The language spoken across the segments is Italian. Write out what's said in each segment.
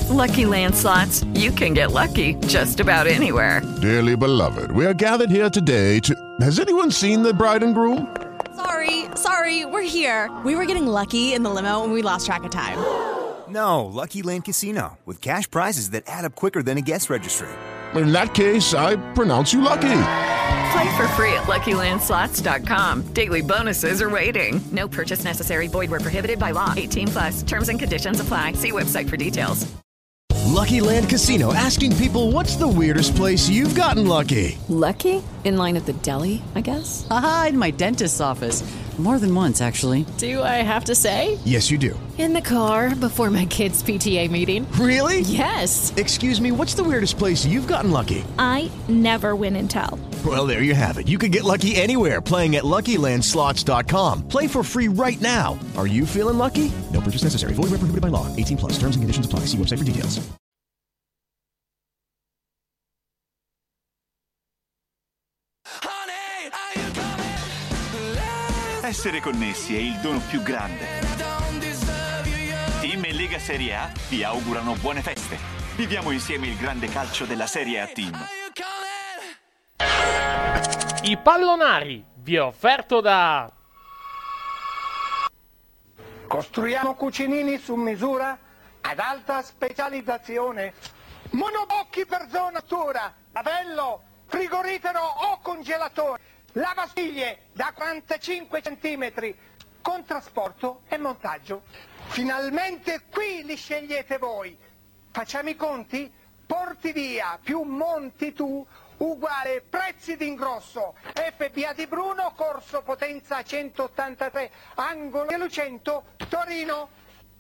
Lucky Land Slots, you can get lucky just about anywhere. Dearly beloved, we are gathered here today to... Has anyone seen the bride and groom? Sorry, we're here. We were getting lucky in the limo and we lost track of time. No, Lucky Land Casino, with cash prizes that add up quicker than a guest registry. In that case, I pronounce you lucky. Play for free at LuckyLandSlots.com. Daily bonuses are waiting. No purchase necessary. Void where prohibited by law. 18+. Terms and conditions apply. See website for details. Lucky Land Casino, asking people, what's the weirdest place you've gotten lucky? Lucky? In line at the deli, I guess? Aha, in my dentist's office. More than once, actually. Do I have to say? Yes, you do. In the car before my kids' PTA meeting. Really? Yes. Excuse me, what's the weirdest place you've gotten lucky? I never win and tell. Well, there you have it. You can get lucky anywhere, playing at LuckyLandSlots.com. Play for free right now. Are you feeling lucky? No purchase necessary. Void where prohibited by law. 18+. Terms and conditions apply. See website for details. Essere connessi è il dono più grande. Team e Lega Serie A vi augurano buone feste. Viviamo insieme il grande calcio della Serie A Team. I pallonari vi è offerto da Costruiamo cucinini su misura ad alta specializzazione, monobocchi per zonatura, lavello, frigorifero o congelatore, lavastoviglie da 45 cm con trasporto e montaggio. Finalmente qui li scegliete voi. Facciamo i conti? Porti via più monti tu uguale prezzi d'ingrosso. FBA di Bruno, corso Potenza 183, angolo Lucento, Torino.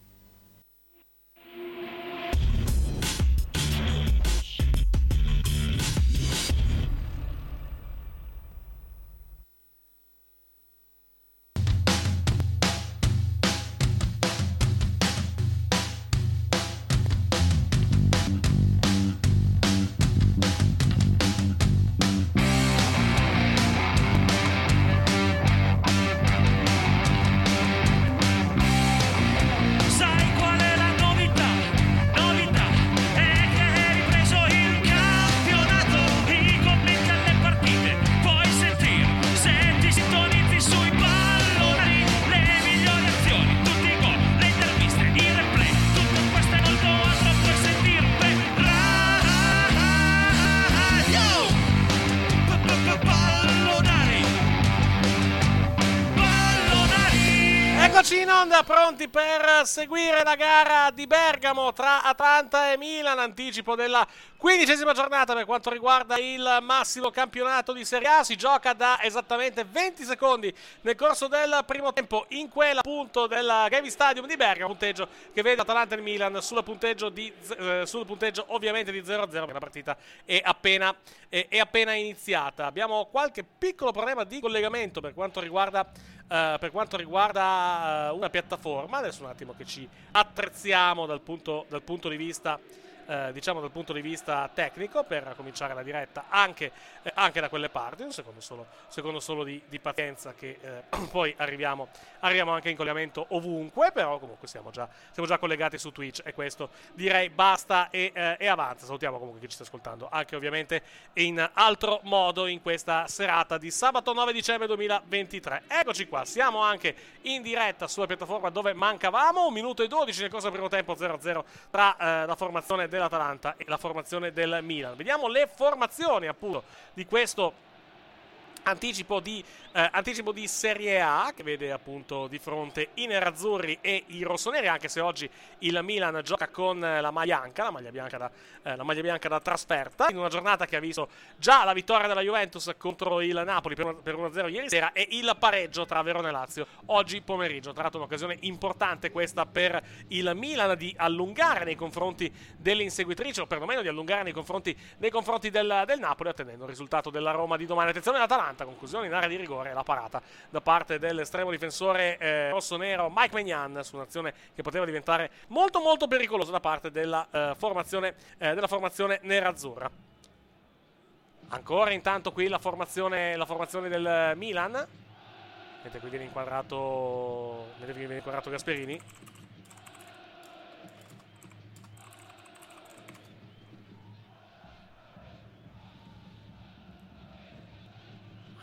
Eccoci in onda, pronti per seguire la gara di Bergamo tra Atalanta e Milan, anticipo della 15ª giornata per quanto riguarda il massimo campionato di Serie A. Si gioca da esattamente 20 secondi nel corso del primo tempo in quella appunto del Gavi Stadium di Bergamo, punteggio che vede Atalanta e Milan sul punteggio ovviamente di 0-0. La partita è appena iniziata. Abbiamo qualche piccolo problema di collegamento per quanto riguarda una piattaforma. Adesso un attimo che ci attrezziamo dal punto di vista dal punto di vista tecnico per cominciare la diretta anche da quelle parti. Un secondo solo di pazienza, che poi arriviamo anche in collegamento ovunque, però comunque siamo già collegati su Twitch, e questo direi basta e avanza. Salutiamo comunque chi ci sta ascoltando anche ovviamente in altro modo in questa serata di sabato 9 dicembre 2023. Eccoci qua, siamo anche in diretta sulla piattaforma dove mancavamo. 1 minuto e 12 nel corso del primo tempo, 0-0 tra la formazione dell'Atalanta e la formazione del Milan. Vediamo le formazioni appunto di questo anticipo di Serie A, che vede appunto di fronte i nerazzurri e i rossoneri, anche se oggi il Milan gioca con la maglia bianca da trasferta, in una giornata che ha visto già la vittoria della Juventus contro il Napoli per 1-0 ieri sera e il pareggio tra Verona e Lazio oggi pomeriggio. Tra l'altro un'occasione importante questa per il Milan di allungare nei confronti delle inseguitrici, o perlomeno di allungare nei confronti del Napoli, attendendo il risultato della Roma di domani. Attenzione all'Atalanta, conclusione in area di rigore, la parata da parte dell'estremo difensore rossonero Mike Maignan su un'azione che poteva diventare molto molto pericolosa da parte della formazione nerazzurra. Ancora intanto qui la formazione del Milan, mentre qui viene inquadrato Gasperini.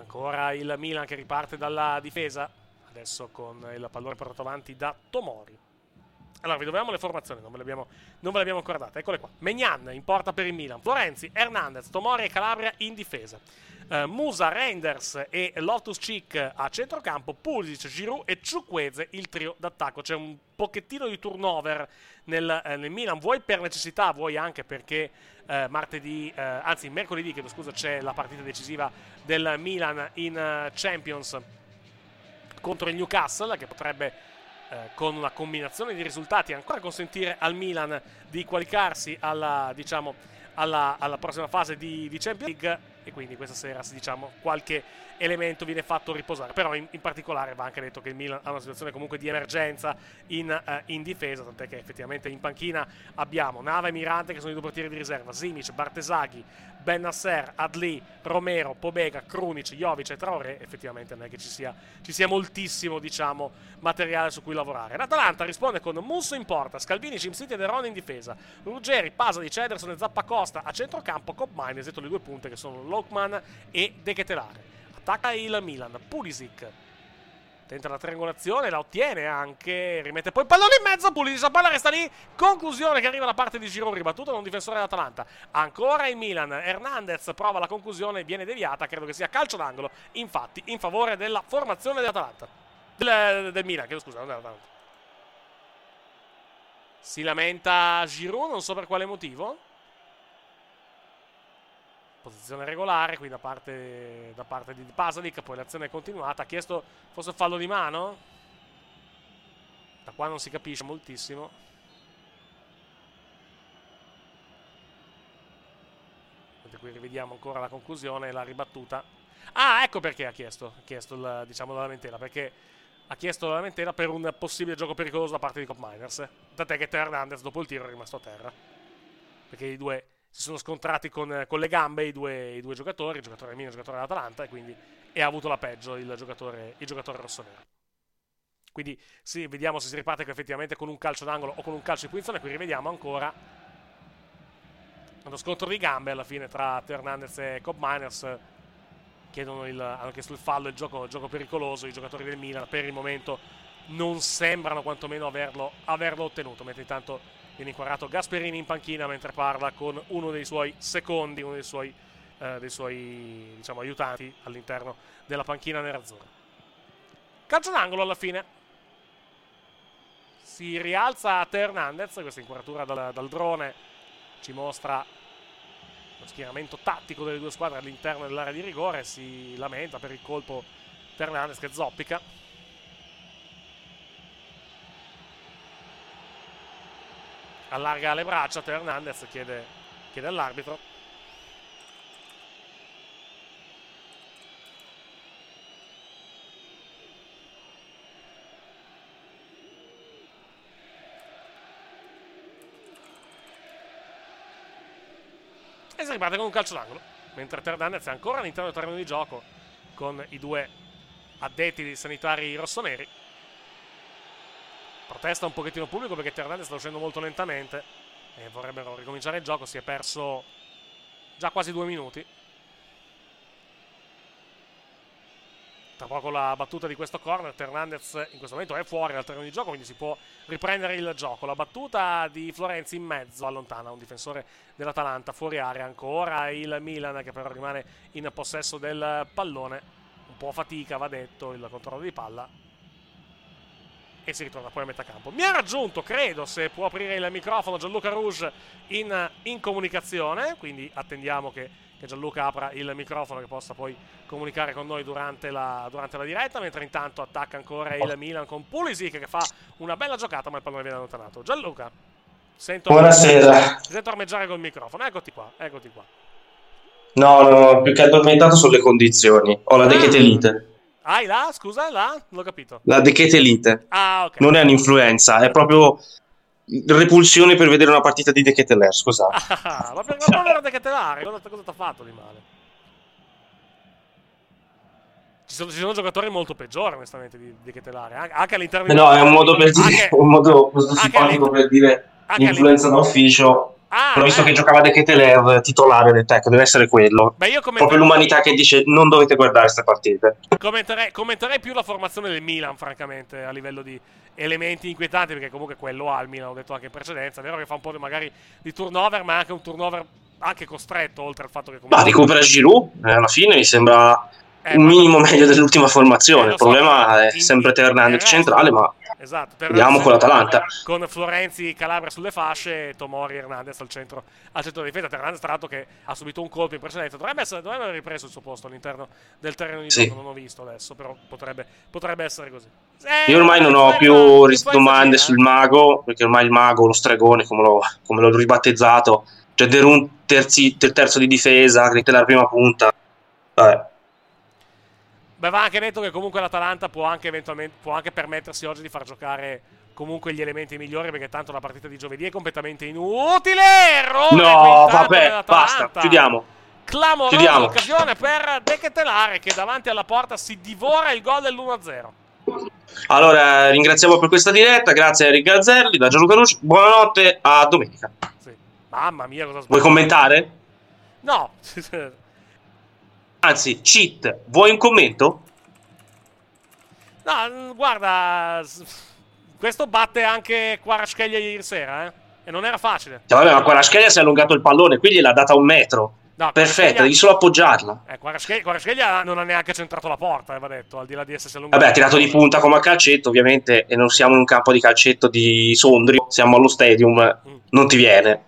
Ancora il Milan che riparte dalla difesa, adesso con il pallone portato avanti da Tomori. Allora, vi dovevamo le formazioni, non ve le abbiamo ancora date. Eccole qua. Maignan in porta per il Milan, Florenzi, Hernandez, Tomori e Calabria in difesa. Musa, Reinders e Loftus-Cheek a centrocampo, Pulisic, Giroud e Chukwueze il trio d'attacco. C'è un pochettino di turnover nel Milan, vuoi per necessità, vuoi anche perché mercoledì, chiedo scusa, c'è la partita decisiva del Milan in Champions contro il Newcastle, che potrebbe con una combinazione di risultati ancora consentire al Milan di qualificarsi alla prossima fase di Champions League, e quindi questa sera qualche elemento viene fatto riposare. Però in particolare va anche detto che il Milan ha una situazione comunque di emergenza in difesa, tant'è che effettivamente in panchina abbiamo Nava e Mirante, che sono i due portieri di riserva, Simic, Bartesaghi, Bennacer, Adli, Romero, Pobega, Krunic, Jovic e Traoré. Effettivamente non è che ci sia moltissimo materiale su cui lavorare. L'Atalanta risponde con Musso in porta, Scalvini, Cimsiti e De Ron in difesa, Ruggeri, Pasalic, Ederson e Zappacosta a centrocampo, Koopmeiners dietro le due punte che sono Lokman e De Ketelare. Attacca il Milan, Pulisic tenta la triangolazione, la ottiene anche, rimette poi il pallone in mezzo, Pulisic, la palla resta lì, conclusione che arriva da parte di Giroud, ribattuta da un difensore dell'Atalanta. Ancora il Milan, Hernandez prova la conclusione, viene deviata, credo che sia calcio d'angolo, infatti, in favore della formazione dell'Atalanta, del Milan, chiedo scusa, non dell'Atalanta. Si lamenta Giroud, non so per quale motivo. Posizione regolare qui da parte di Pasalic, poi l'azione è continuata. Ha chiesto forse fallo di mano? Da qua non si capisce moltissimo. Qui rivediamo ancora la conclusione e la ribattuta. Ah, ecco perché ha chiesto la lamentela, perché ha chiesto la lamentela per un possibile gioco pericoloso da parte di Koopmeiners. Tant'è che Hernandez dopo il tiro è rimasto a terra, perché i due si sono scontrati con le gambe, i due giocatori, il giocatore del Milan e il giocatore dell'Atalanta, e quindi ha avuto la peggio il giocatore rossonero. Quindi sì, vediamo se si riparte effettivamente con un calcio d'angolo o con un calcio di punizione. Qui rivediamo ancora lo scontro di gambe alla fine tra Hernandez e Koopmeiners. Hanno chiesto il fallo, il gioco pericoloso. I giocatori del Milan per il momento non sembrano quantomeno averlo ottenuto, mentre intanto viene inquadrato Gasperini in panchina mentre parla con uno dei suoi secondi, uno dei suoi aiutanti all'interno della panchina nerazzurra. Calcio d'angolo alla fine. Si rialza a Hernandez, questa inquadratura dal drone ci mostra lo schieramento tattico delle due squadre all'interno dell'area di rigore. Si lamenta per il colpo Hernandez che zoppica. Allarga le braccia, Hernandez chiede all'arbitro. E si riparte con un calcio d'angolo, mentre Hernandez è ancora all'interno del terreno di gioco con i due addetti dei sanitari rossoneri. Protesta un pochettino il pubblico perché Hernandez sta uscendo molto lentamente e vorrebbero ricominciare il gioco. Si è perso già quasi 2 minuti. Tra poco la battuta di questo corner. Hernandez in questo momento è fuori dal terreno di gioco, quindi si può riprendere il gioco. La battuta di Florenzi in mezzo allontana un difensore dell'Atalanta fuori area. Ancora il Milan che però rimane in possesso del pallone. Un po' fatica, va detto, il controllo di palla. E si ritorna poi a metà campo. Mi ha raggiunto, credo, se può aprire il microfono, Gianluca Rouge in comunicazione. Quindi attendiamo che Gianluca apra il microfono, che possa poi comunicare con noi durante la diretta. Mentre intanto attacca ancora il Milan con Pulisic che fa una bella giocata, ma il pallone viene allontanato. Gianluca, buonasera. Sento armeggiare col microfono. Eccoti qua. No, più che addormentato sono le condizioni. Ho la dechetelite. Hai là? Scusa, là? Non l'ho capito. La dechetelite. Ah, ok. Non è un'influenza, è proprio repulsione per vedere una partita di De Keteler, scusate. Ma per non volere De Ketelare, cosa ti ha fatto di male? Ci sono giocatori molto peggiori, onestamente, di De Ketelare. Anche all'interno No, è un modo per dire, un modo simpatico per dire influenza d'ufficio. Ho visto che giocava De Ketelaere titolare del Tech, deve essere quello. Beh, io proprio l'umanità che dice non dovete guardare queste partite. Commenterei più la formazione del Milan, francamente, a livello di elementi inquietanti, perché comunque quello ha il Milan, ho detto anche in precedenza. È vero che fa un po' magari di turnover, ma anche un turnover anche costretto, oltre al fatto che comunque... recupera Giroud, alla fine mi sembra un minimo meglio dell'ultima formazione. Il problema è sempre Teo Hernandez centrale, ma esatto, vediamo con l'Atalanta. Con Florenzi, Calabria sulle fasce e Tomori, Hernandez al centro di difesa. Hernandez, tra l'altro, che ha subito un colpo in precedenza, dovrebbe aver ripreso il suo posto all'interno del terreno di gioco. Non ho visto adesso, però potrebbe essere così. Io ormai non ho più domande sul mago, perché ormai il mago, lo stregone, come l'ho ribattezzato, cioè Derun terzo di difesa, la prima punta. Vabbè. Beh, va anche detto che comunque l'Atalanta può anche permettersi oggi di far giocare comunque gli elementi migliori, perché tanto la partita di giovedì è completamente inutile. No, vabbè, basta, chiudiamo. Clamorosa occasione per De Ketelaere, che davanti alla porta si divora il gol dell'1-0. Allora, ringraziamo per questa diretta, grazie a Eric Gazzerli, da Gianluca Luci, buonanotte, a domenica. Sì. Mamma mia, cosa sbaglio. Vuoi commentare? No. Anzi, cheat, vuoi un commento? No, guarda, questo batte anche Kvaratskhelia ieri sera, e non era facile. Vabbè, ma Kvaratskhelia si è allungato il pallone, quindi l'ha data 1 metro. No, perfetta, devi solo appoggiarla. Kvaratskhelia non ha neanche centrato la porta, va detto, al di là di essersi allungato. Vabbè, ha tirato di punta come a calcetto, ovviamente, e non siamo in un campo di calcetto di Sondrio, siamo allo stadium, non ti viene.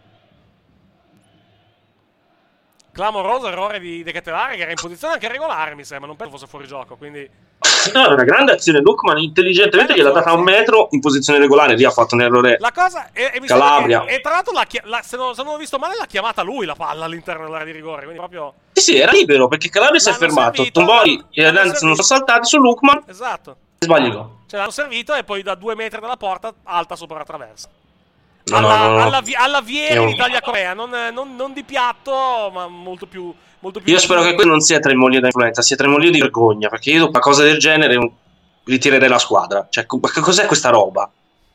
Clamoroso errore di De Ketelaere, che era in posizione anche regolare, mi sembra, non penso fosse fuori gioco, quindi... No, una grande azione, Lookman intelligentemente gliel'ha data 1 metro in posizione regolare, lì ha fatto un errore. La cosa mi Calabria. E tra l'altro, se non ho visto male, l'ha chiamata lui la palla all'interno dell'area di rigore, quindi proprio... Sì, era libero, perché Calabria si è fermato, Tomori e Hernandez non sono saltati su Lookman. Esatto. Sbaglio. Ce l'hanno servito e poi da 2 metri dalla porta, alta sopra la traversa. No, alla Vieri d'Italia Corea, non di piatto, ma molto più. Io spero che questo non sia Tremolio da influenza, sia Tremolio di vergogna, perché io dopo una cosa del genere ritirerei la squadra. Cioè, cos'è questa roba?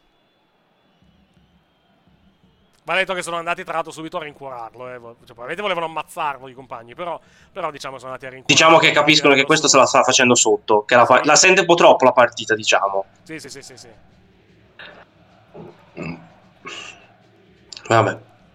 Va detto che sono andati tra l'altro subito a rincuorarlo, cioè, probabilmente volevano ammazzarlo i compagni, però diciamo sono andati a rincuorarlo. Diciamo che capiscono che questo se la sta facendo sotto, che la sente un po' troppo la partita, diciamo. Sì. Vabbè.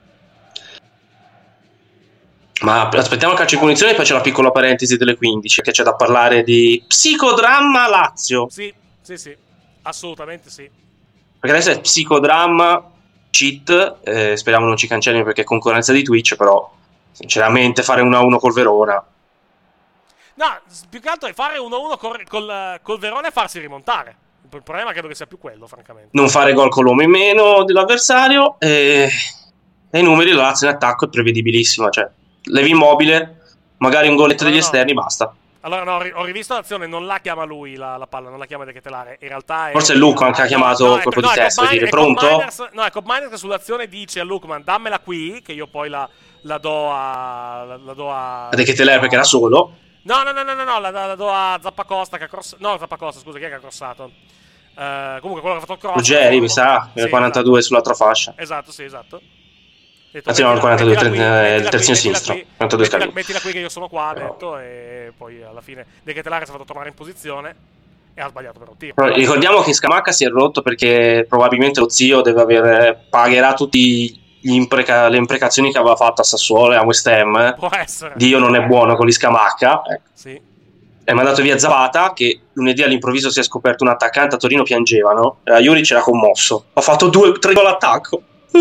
Ma aspettiamo il calcio di punizione e poi c'è la piccola parentesi delle 15, che c'è da parlare di psicodramma Lazio. Sì, assolutamente sì. Perché adesso è psicodramma, cheat, speriamo non ci cancellino perché è concorrenza di Twitch, però sinceramente fare 1-1 col Verona. No, più che altro è fare 1-1 col Verona e farsi rimontare. Il problema credo che sia più quello, francamente. Non fare gol con l'uomo in meno dell'avversario e i numeri della Lazio in attacco è prevedibilissimo, cioè Levi Immobile, magari un goletto degli esterni, basta. Allora no, ho rivisto l'azione, non la chiama lui la palla, non la chiama De Ketelaere, in realtà è... Forse è Luca che ha chiamato colpo di testa, per dire pronto? È Cobb Miners che sull'azione dice a Lookman dammela qui, che io poi la do a De Ketelaere perché era solo. No, la do a Zappacosta che ha crossato. No, Zappacosta, scusa, chi è che ha crossato? Comunque quello che ha fatto il cross. Ruggeri, mi sa, il 42 esatto. sull'altra fascia. Esatto. Anzi no, il 42, il terzino sinistro. Mettila qui che io sono qua, ha detto, e poi alla fine De Ketelaere si è fatto tornare in posizione e ha sbagliato per un tiro. Però ricordiamo che Scamacca si è rotto perché probabilmente lo zio pagherà tutti le imprecazioni che aveva fatto a Sassuolo e a West Ham. Può essere. Dio non è buono con gli Scamacca. Sì. È mandato via Zapata, che lunedì all'improvviso si è scoperto un attaccante, a Torino piangevano, Juric era commosso. Ha fatto 2-3 gol all'attacco.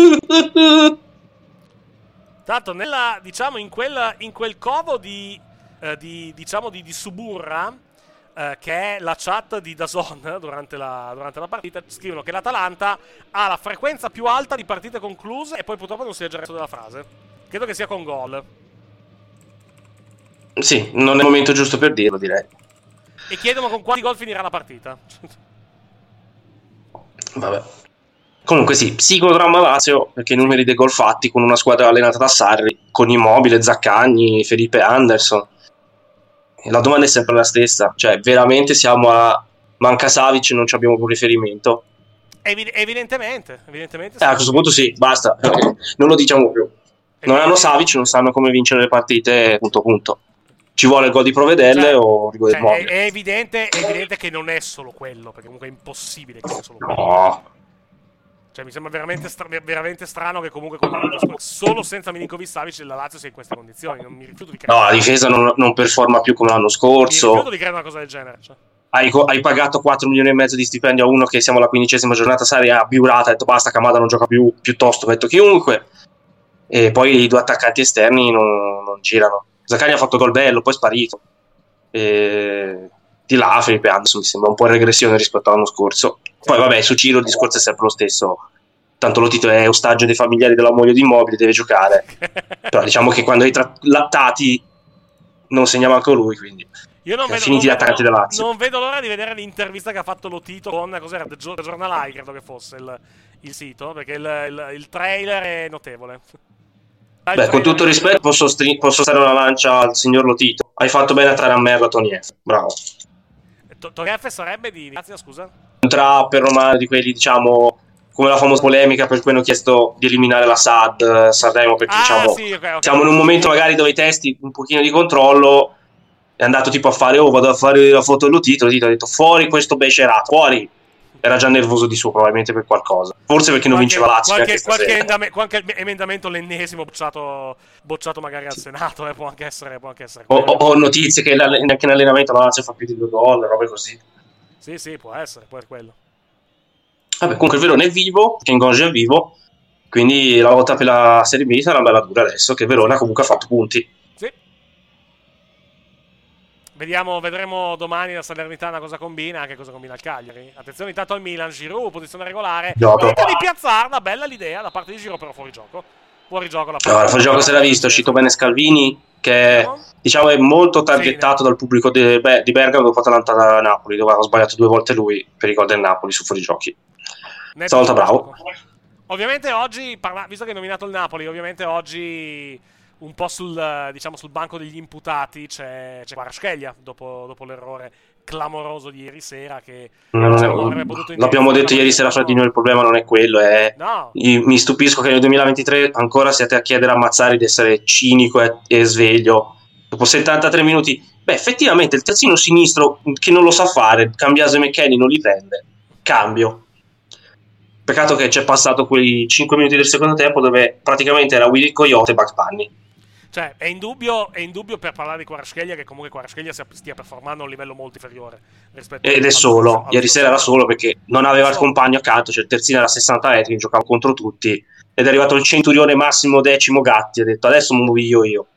Tanto in quel covo di Suburra, che è la chat di DAZN durante la partita, scrivono che l'Atalanta ha la frequenza più alta di partite concluse e poi purtroppo non si legge il resto della frase. Credo che sia con gol. Sì, non è il momento giusto per dirlo, direi. E chiedono con quanti gol finirà la partita. Vabbè. Comunque sì, psicodramma Lazio, perché i numeri dei gol fatti con una squadra allenata da Sarri, con Immobile, Zaccagni, Felipe Anderson. E la domanda è sempre la stessa, cioè veramente siamo a manca Savic e non ci abbiamo più riferimento? Evidentemente A questo punto sì, basta, non lo diciamo più. Non hanno Savic, non sanno come vincere le partite, punto. Ci vuole il gol di Provedelle o il gol del Mobile. È evidente che non è solo quello, perché comunque è impossibile che sia solo quello. No. Cioè, mi sembra veramente strano che comunque solo senza Milinkovic-Savic la Lazio sia in queste condizioni. Non mi rifiuto di credere. No, la difesa non performa più come l'anno scorso. Mi rifiuto di credere una cosa del genere. Cioè. Hai pagato 4 milioni e mezzo di stipendio a uno che siamo alla 15ª giornata Serie A, biurata, ha detto basta, Kamada non gioca più, piuttosto metto chiunque. E poi i due attaccanti esterni non girano. Zaccagni ha fatto gol bello, poi è sparito. E di là Felipe Anderson mi sembra un po' in regressione rispetto all'anno scorso. Poi vabbè, su Ciro il discorso è sempre lo stesso. Tanto lo Tito è ostaggio dei familiari della moglie di Immobile, deve giocare. Però diciamo che quando hai lattati non segna manco lui, quindi finiti gli attaccanti della Lazio. Non vedo l'ora di vedere l'intervista che ha fatto Lotito con cos'era The Giornalai, credo che fosse il sito, perché il trailer è notevole. Beh, con tutto rispetto posso stare una lancia al signor Lotito. Hai fatto bene a trarre a merda Tonief, bravo. Tonief sarebbe di Lazio, scusa? Un trapper romano di quelli, diciamo, come la famosa polemica per cui hanno chiesto di eliminare la SAD Sanremo, perché diciamo sì, okay. Siamo in un momento magari dove i testi un pochino di controllo. È andato tipo a fare vado a fare la foto dello Tito, ha detto fuori questo becerato, fuori. Era già nervoso di suo probabilmente per qualcosa, forse perché non vinceva Lazio qualche emendamento l'ennesimo bocciato magari al Senato, può anche essere o notizie che neanche in allenamento la Lazio fa più di 2 gol, robe così. Sì, può essere quello. Vabbè, comunque il Verona è vivo, che Ngonge è vivo, quindi la lotta per la Serie B sarà bella dura adesso, che Verona comunque ha fatto punti. Sì. Vedremo domani la Salernitana cosa combina, anche cosa combina il Cagliari. Attenzione intanto al Milan, Giroud, posizione regolare. Cerca di piazzarla, bella l'idea da parte di Giroud, però fuori gioco. Fuori gioco fuori gioco si era visto, è uscito bene Scalvini, che diciamo è molto targettato dal pubblico di Bergamo dopo Atalanta da Napoli, dove ha sbagliato 2 volte lui per i gol del Napoli su fuori giochi. Stavolta bravo. Ovviamente oggi, visto che hai nominato il Napoli, ovviamente oggi un po' sul banco degli imputati c'è Kvaratskhelia dopo l'errore clamoroso di ieri sera che l'abbiamo detto ieri sera fra di noi, il problema non è quello, mi stupisco che nel 2023 ancora siate a chiedere a Mazzari di essere cinico e sveglio dopo 73 minuti. Beh, effettivamente il terzino sinistro che non lo sa fare, Cambiase e McKennie non li prende, cambio. Peccato che c'è passato quei 5 minuti del secondo tempo dove praticamente era Willy Coyote e Bugs Bunny. Cioè, è indubbio per parlare di Kvaratskhelia che comunque Kvaratskhelia stia performando a un livello molto inferiore rispetto ed è solo, ieri sera era solo perché non aveva il compagno accanto, cioè il terzino era a 60 metri, giocava contro tutti ed è arrivato il centurione Massimo Decimo Gatti, ha detto adesso mi muovo io.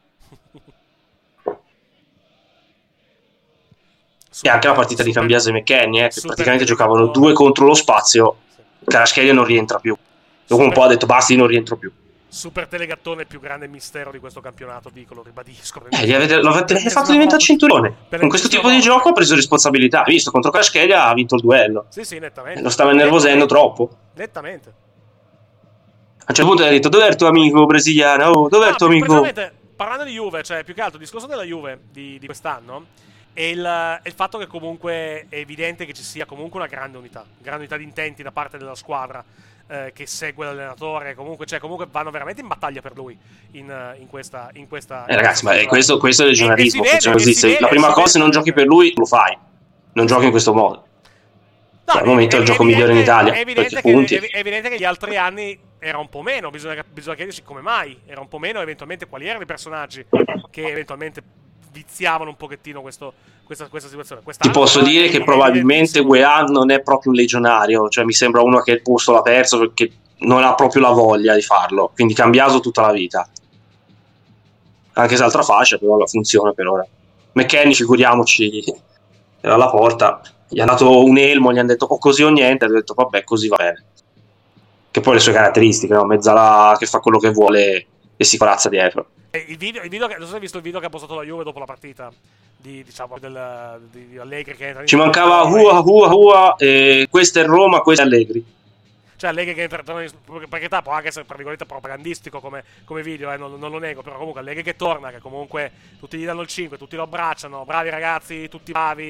E anche la partita di Cambiase e McKennie, che praticamente giocavano 2 contro lo spazio. Kvaratskhelia non rientra più. Dopo un po' ha detto basta, io non rientro più. Super telegattone, il più grande mistero di questo campionato, dico, lo ribadisco. L'avete fatto diventare centurione. Con questo tipo di gioco ha preso responsabilità. Hai visto, contro Kvaratskhelia ha vinto il duello. Sì, nettamente. Lo stava innervosendo troppo. Nettamente. A un certo punto ha detto, dov'è il tuo amico brasiliano? Oh, dov'è il tuo amico? Parlando di Juve, cioè più che altro il discorso della Juve di quest'anno è il fatto che comunque è evidente che ci sia comunque una grande unità di intenti da parte della squadra che segue l'allenatore, comunque vanno veramente in battaglia per lui in questa ragazzi, ma questo è il giornalismo, funziona così. La prima cosa, se non giochi per lui lo fai, non giochi in questo modo. Al momento è il gioco migliore in Italia. È evidente che gli altri anni era un po' meno, bisogna chiedersi come mai era un po' meno, eventualmente quali erano i personaggi che eventualmente viziavano un pochettino questa situazione. Ti posso dire che probabilmente UEA non è proprio un legionario, cioè mi sembra uno che il posto l'ha perso perché non ha proprio la voglia di farlo, quindi Cambiaso tutta la vita, anche se altra fascia, però la funziona per ora. McKennie, figuriamoci, era alla porta, gli hanno dato un elmo, gli hanno detto o così o niente, ha detto vabbè, così va bene, che poi le sue caratteristiche, no? Mezzala che fa quello che vuole e si corazza dietro. Il video che, non so se hai visto il video che ha postato la Juve dopo la partita di Allegri che entra. Ci mancava Hua e questa è Roma, questa è Allegri. Cioè Allegri che entra, perché può anche essere tra virgolette propagandistico come video, non lo nego, però comunque Allegri che torna, che comunque tutti gli danno il 5, tutti lo abbracciano, bravi ragazzi, tutti bravi,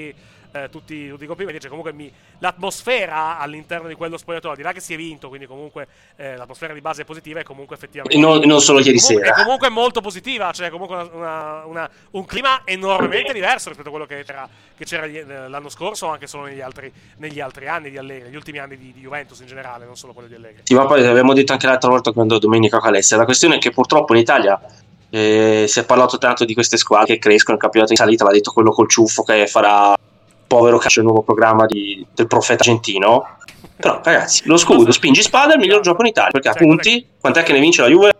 tutti i complimenti. Cioè, comunque l'atmosfera all'interno di quello spogliatoio, al di là che si è vinto, quindi comunque l'atmosfera di base è positiva, e comunque effettivamente non solo ieri sera, è comunque molto positiva, cioè comunque un clima enormemente diverso rispetto a quello che c'era l'anno scorso, o anche solo negli altri anni di Allegri, negli ultimi anni di Juventus in generale, non solo quello di Allegri. Sì, ma poi abbiamo detto anche l'altra volta quando Domenica Calessia, la questione è che purtroppo in Italia si è parlato tanto di queste squadre che crescono, il campionato in salita, l'ha detto quello col ciuffo che farà povero calcio, il nuovo programma del profeta argentino. Però ragazzi, lo scudo spingi spada è il miglior gioco in Italia, perché a punti quant'è che ne vince la Juve?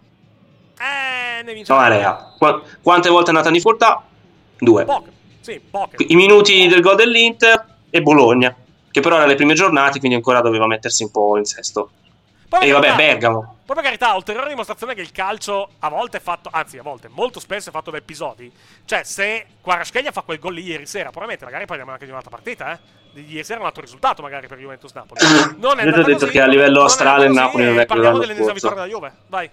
Ne vince Area. Quante volte è andata in difficoltà? 2. Poche. I minuti del gol dell'Inter e Bologna, che però erano le prime giornate, quindi ancora doveva mettersi un po' in sesto. E vabbè, Bergamo. Poi per carità, ulteriore dimostrazione che il calcio a volte è fatto, anzi a volte, molto spesso è fatto da episodi. Cioè, se Kvaratskhelia fa quel gol lì ieri sera, probabilmente magari parliamo anche di un'altra partita, Di ieri sera un altro risultato magari per Juventus Napoli. Non è io ti ho detto che a livello astrale il Napoli non è quello dell'anno dell'anno dell'ennesima scorso. vittoria della Juve, vai.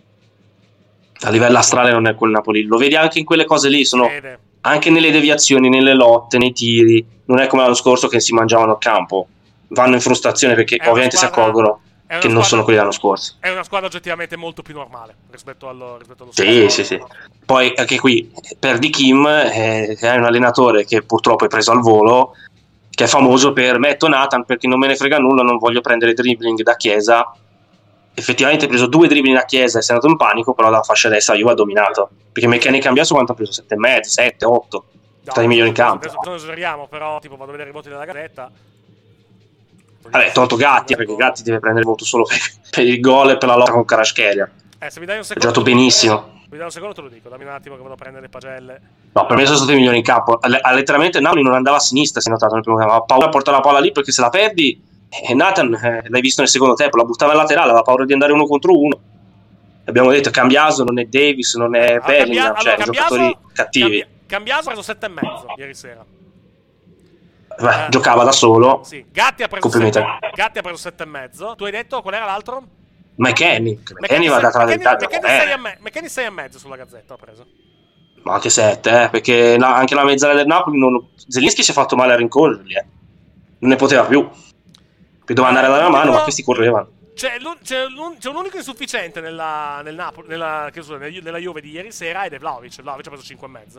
A livello astrale non è quel Napoli, lo vedi anche in quelle cose lì, sono anche nelle deviazioni, nelle lotte, nei tiri. Non è come l'anno scorso che si mangiavano a campo, vanno in frustrazione perché ovviamente si accorgono che non sono quelli dell'anno scorso. È una squadra oggettivamente molto più normale rispetto allo Sì, scorso. sì. Poi anche qui perdi Kim, è un allenatore che purtroppo è preso al volo, che è famoso per metto Nathan perché non me ne frega nulla, non voglio prendere dribbling da Chiesa. Effettivamente ha preso 2 dribbling da Chiesa e si è andato in panico, però dalla fascia destra Juve ha dominato, perché Meccanic cambiato quanto ha preso? 7,5, 7, 8 tra i migliori in campo. Adesso non esageriamo, però tipo vado a vedere i voti della Gazzetta. Vabbè, tolto Gatti, perché Gatti deve prendere il voto solo per il gol e per la lotta con Kvaratskhelia. Se mi dai un Ha secondo, giocato benissimo. Mi dai un secondo, te lo dico. Dammi un attimo che vado a prendere le pagelle. No, per me sono stati i migliori in campo. Letteralmente Napoli non andava a sinistra, si è notato nel primo tempo. Aveva paura a portare la palla lì perché se la perdi. E Nathan, l'hai visto nel secondo tempo, la buttava in laterale, aveva paura di andare 1 contro 1. Abbiamo detto Cambiaso non è Davis, non è Bellingham, cioè giocatori cattivi. Cambiaso ha preso 7,5 ieri sera. Giocava da solo. Sì. Gatti ha preso 7,5. Tu hai detto qual era l'altro? McKennie va data la verità. McKennie 6,5 sulla Gazzetta ha preso. Ma anche 7, perché anche la mezzala del Napoli Zelinski si è fatto male a rincorrerli, non ne poteva più. Doveva andare a dare la mano, ma questi correvano. C'è un unico insufficiente nella Juve di ieri sera, ed è Vlahovic. Vlahovic ha preso 5,5.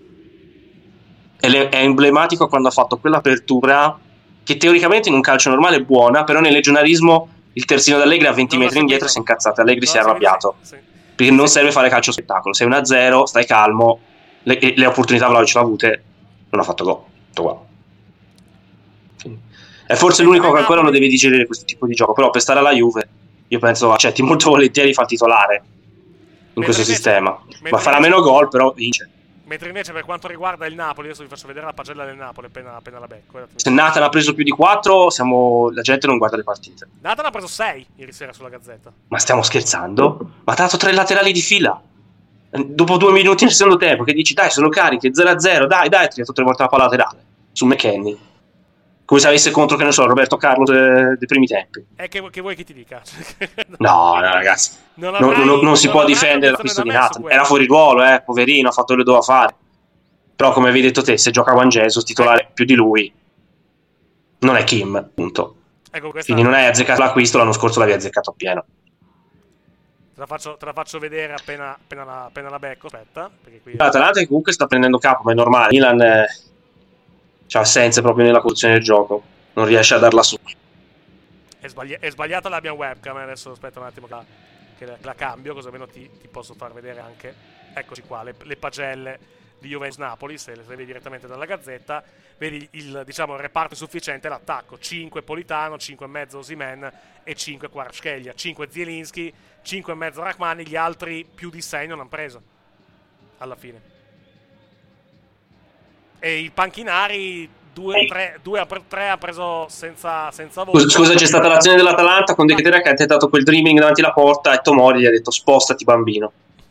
È emblematico quando ha fatto quell'apertura che teoricamente in un calcio normale è buona, però nel legionarismo il terzino d'Allegri a 20 metri indietro si è incazzato. Allegri si è arrabbiato perché non serve fare calcio spettacolo. Sei 1-0, stai calmo, le opportunità Vlahovic l'ha avute, non ha fatto gol. Tutto qua. È forse l'unico che ancora lo deve digerire questo tipo di gioco, però per stare alla Juve io penso accetti molto volentieri fa titolare in questo sistema, ma farà meno gol, però vince. Mentre invece per quanto riguarda il Napoli, adesso vi faccio vedere la pagella del Napoli appena la becco. Se Nathan ha preso più di 4, la gente non guarda le partite. Nathan ha preso 6 ieri sera sulla Gazzetta. Ma stiamo scherzando? Ma ha dato 3 laterali di fila dopo 2 minuti nel secondo tempo, che dici dai sono cariche, 0-0, dai, ha tirato 3 volte la palla laterale su McKennie. Come se avesse contro, che ne so, Roberto Carlos dei primi tempi. Che vuoi che ti dica? No, ragazzi, non si può difendere l'acquisto di Nathan. Era fuori ruolo, poverino, ha fatto quello che doveva fare. Però come avevi detto te, se gioca Juan Jesus titolare più di lui, non è Kim, punto. Quindi non hai azzeccato l'acquisto, l'anno scorso l'avevi azzeccato appieno. Te la faccio vedere appena la becco, aspetta. L'Atalanta che comunque sta prendendo capo, ma è normale. Milan c'ha assenze proprio nella costruzione del gioco, non riesce a darla su. È sbagliata la mia webcam, adesso aspetta un attimo che la cambio, così almeno ti posso far vedere anche, eccoci qua, le pagelle di Juventus Napoli, se le vedi direttamente dalla Gazzetta, vedi il reparto insufficiente, l'attacco, 5 Politano, 5,5 Osimhen e 5 Kvaratskhelia, 5 Zielinski, 5,5 Rachmani, gli altri più di 6 non hanno preso, alla fine. E i panchinari 3 ha preso senza voto. Scusa, c'è stata l'azione dell'Atalanta con De Ketelaere che ha tentato quel dreaming davanti alla porta e Tomori gli ha detto spostati bambino.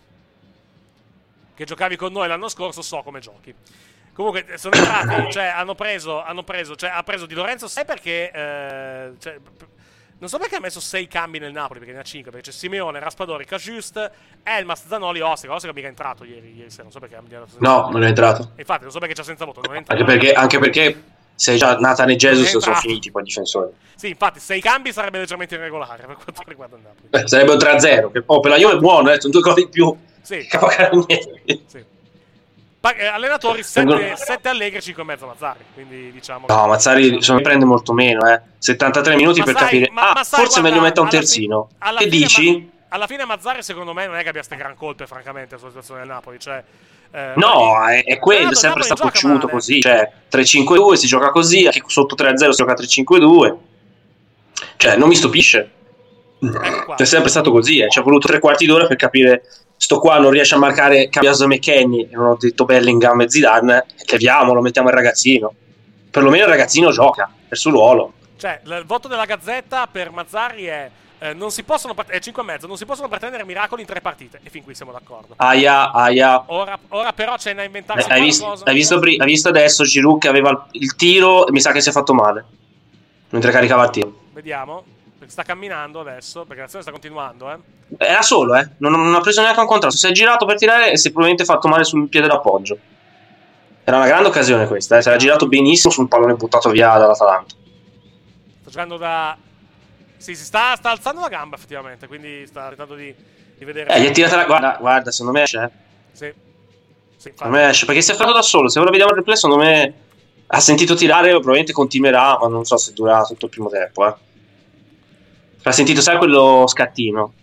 Che giocavi con noi l'anno scorso, so come giochi. Comunque sono entrati, ha preso Di Lorenzo 6 perché non so perché ha messo 6 cambi nel Napoli, perché ne ha 5, perché c'è Simeone, Raspadori, Cajust, Elmas, Zanoli, Ostica mica è entrato ieri sera, non so perché no, non è entrato. Infatti non so perché c'è senza voto, non è entrato. Anche perché se già Nathan e Jesus sono finiti poi i difensori. Sì, infatti 6 cambi sarebbe leggermente irregolare per quanto riguarda il Napoli. Sarebbe un 3-0 che per la Juve è buono, sono 2 gol in più. Sì. Sì. Allenatori 7 Allegri, 5,5 Mazzarri, quindi diciamo no, Mazzarri mi prende molto meno, 73 minuti per capire. Forse è meglio mettere un terzino. Che dici? Alla fine Mazzarri secondo me non è che abbia ste gran colpe francamente sulla situazione del Napoli, cioè no, è quello, è sempre stato cocciuto così, cioè 3-5-2 si gioca così, anche sotto 3-0 si gioca 3-5-2. Cioè, non mi stupisce. È sempre stato così, ci ha voluto 3/4 d'ora per capire sto qua non riesce a marcare Caviaso e McKennie, e non ho detto Bellingham e Zidane, leviamolo, mettiamo il ragazzino. Perlomeno il ragazzino gioca, è il suo ruolo. Cioè, il voto della Gazzetta per Mazzarri è non si possono è 5,5, non si possono pretendere miracoli in 3 partite, e fin qui siamo d'accordo. Aia. Ora però c'è da inventarsi qualcosa. Hai visto adesso Giroud che aveva il tiro e mi sa che si è fatto male mentre caricava il tiro. Vediamo, perché sta camminando adesso, perché l'azione sta continuando, Era solo, non ha preso neanche un contrasto, si è girato per tirare e si è probabilmente fatto male sul piede d'appoggio. Era una grande occasione questa, si era girato benissimo su un pallone buttato via dall'Atalanta. Sta giocando da... Sì, si sta alzando la gamba effettivamente, quindi sta tentando di vedere... Gli ha tirata la... Guarda, secondo me esce. Sì, secondo me esce, perché si è fatto da solo. Se ora vediamo il replay, secondo me ha sentito tirare, probabilmente continuerà, ma non so se durerà tutto il primo tempo, Ha sentito, sai, quello scattino.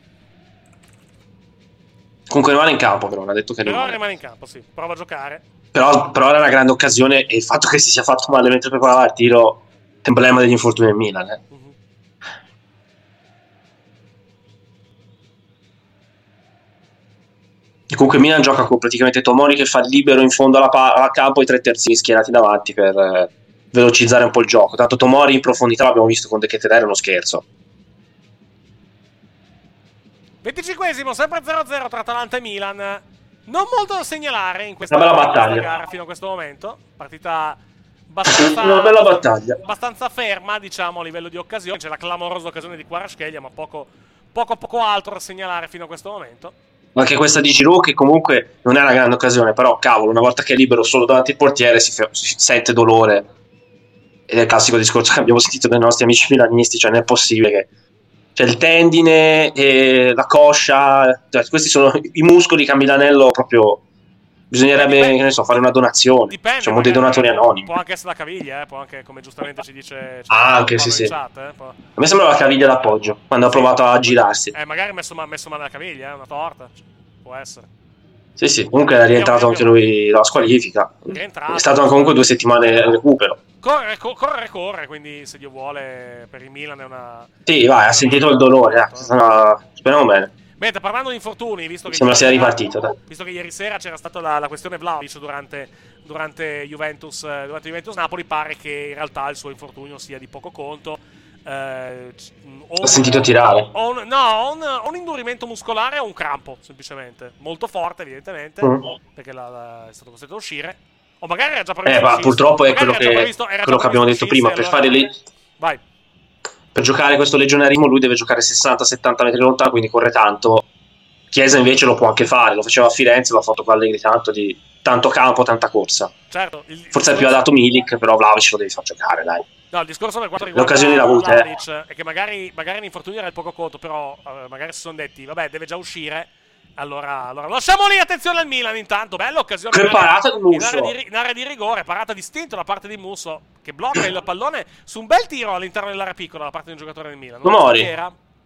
Comunque rimane in campo, però, non ha detto che rimane in campo, sì, prova a giocare. Però era una grande occasione, e il fatto che si sia fatto male mentre preparava il tiro è emblema degli infortuni del Milan, E comunque Milan gioca con praticamente Tomori che fa libero in fondo al campo e 3 terzini schierati davanti per velocizzare un po' il gioco. Tanto Tomori in profondità l'abbiamo visto con De Ketelaere, è uno scherzo. 25esimo, sempre 0-0 tra Atalanta e Milan. Non molto da segnalare in questa gara fino a questo momento. Partita una bella battaglia, abbastanza ferma, diciamo, a livello di occasioni. C'è la clamorosa occasione di Kvaratskhelia, ma poco altro da segnalare fino a questo momento. Anche questa di Giroud, che comunque non è una grande occasione, però cavolo, una volta che è libero solo davanti al portiere si sente dolore. Ed è il classico discorso che abbiamo sentito dai nostri amici milanisti, cioè non è possibile che c'è il tendine e la coscia, cioè, questi sono i muscoli che a Milanello proprio bisognerebbe, che ne so, fare una donazione. Dipende, diciamo dei donatori anonimi. Può anche essere la caviglia, può anche, come giustamente ci dice anche sì. Chat, a me sembra la caviglia d'appoggio quando ha provato a girarsi. Magari messo male la caviglia, una torta, può essere. Sì, comunque è rientrato anche lui dalla squalifica. È stato comunque 2 settimane di recupero. Corre, quindi se Dio vuole per il Milan è una... Sì, vai, ha sentito il dolore, speriamo bene. Mentre parlando di infortuni, visto che sembra sia ripartito, visto che ieri sera c'era stata la questione Vlahovic durante Juventus Napoli, pare che in realtà il suo infortunio sia di poco conto. Ho sentito tirare. Un indurimento muscolare o un crampo, semplicemente. Molto forte, evidentemente, perché è stato costretto a uscire. O magari era già previsto. Ma purtroppo è quello che abbiamo detto prima. Per fare Vai. Per giocare questo legionarismo lui deve giocare 60-70 metri lontano, quindi corre tanto. Chiesa invece lo può anche fare, lo faceva a Firenze, l'ha fatto con Allegri, tanto campo, tanta corsa. Certo, forse è più adatto Milik, però Vlahovic lo devi far giocare, dai. No, il discorso per quanto riguarda l'occasione l'ha avuta, è che magari l'infortunio era il poco conto, però magari si sono detti, vabbè, deve già uscire. Allora lasciamo lì, attenzione al Milan intanto, bella occasione. Che parata di Musso. In area di rigore, parata distinta da parte di Musso, che blocca il pallone su un bel tiro all'interno dell'area piccola da parte di un giocatore del Milan. Tomori.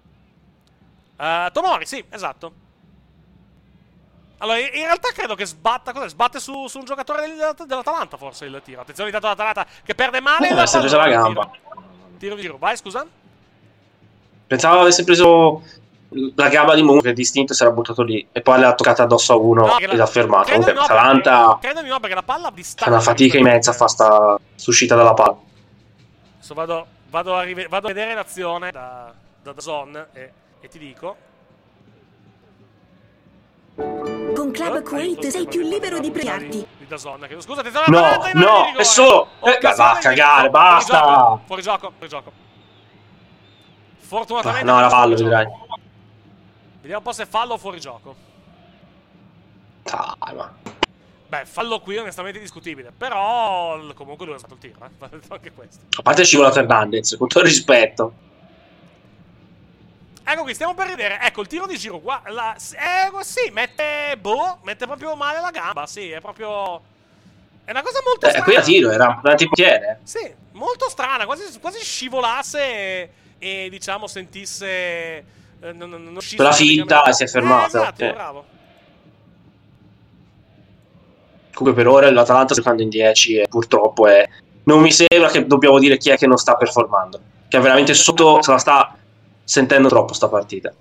Tomori, sì, esatto. Allora, in realtà credo che sbatte su un giocatore dell'Atalanta forse il tiro. Attenzione intanto all'Atalanta che perde male. Si è preso la gamba. Tiro di giro, vai, scusa. Pensavo avesse preso la gamba di Munch, che è distinto, si era buttato lì e poi l'ha toccata addosso a uno e l'ha fermato. Comunque Atalanta credo di no, perché la palla fa una fatica immensa a fare sta uscita dalla palla. Adesso vado a vedere l'azione da Zon e ti dico. Con Club Kuwait sei più libero di pregarti. Scusa, no, è solo va a cagare, basta. Fuori gioco. Fortunatamente no, era fallo, vedrai. Vediamo un po' se è fallo o fuori gioco. Dai, ma Beh, fallo qui onestamente discutibile. Però comunque lui ha usato il tiro, va detto anche questo. A parte scivolato Hernandez, con tutto il rispetto. Ecco qui, stiamo per vedere. Ecco, il tiro di giro qua. Sì, mette proprio male la gamba. Sì, è proprio... È una cosa molto strana. Qui a tiro, era un portiere. Sì, molto strana. Quasi scivolasse e diciamo sentisse... Per la finta e si è fermato. Esatto, bravo. Comunque per ora l'Atalanta sta giocando in 10 e purtroppo non mi sembra che dobbiamo dire chi è che non sta performando. Che è veramente sotto, se la sta sentendo troppo sta partita.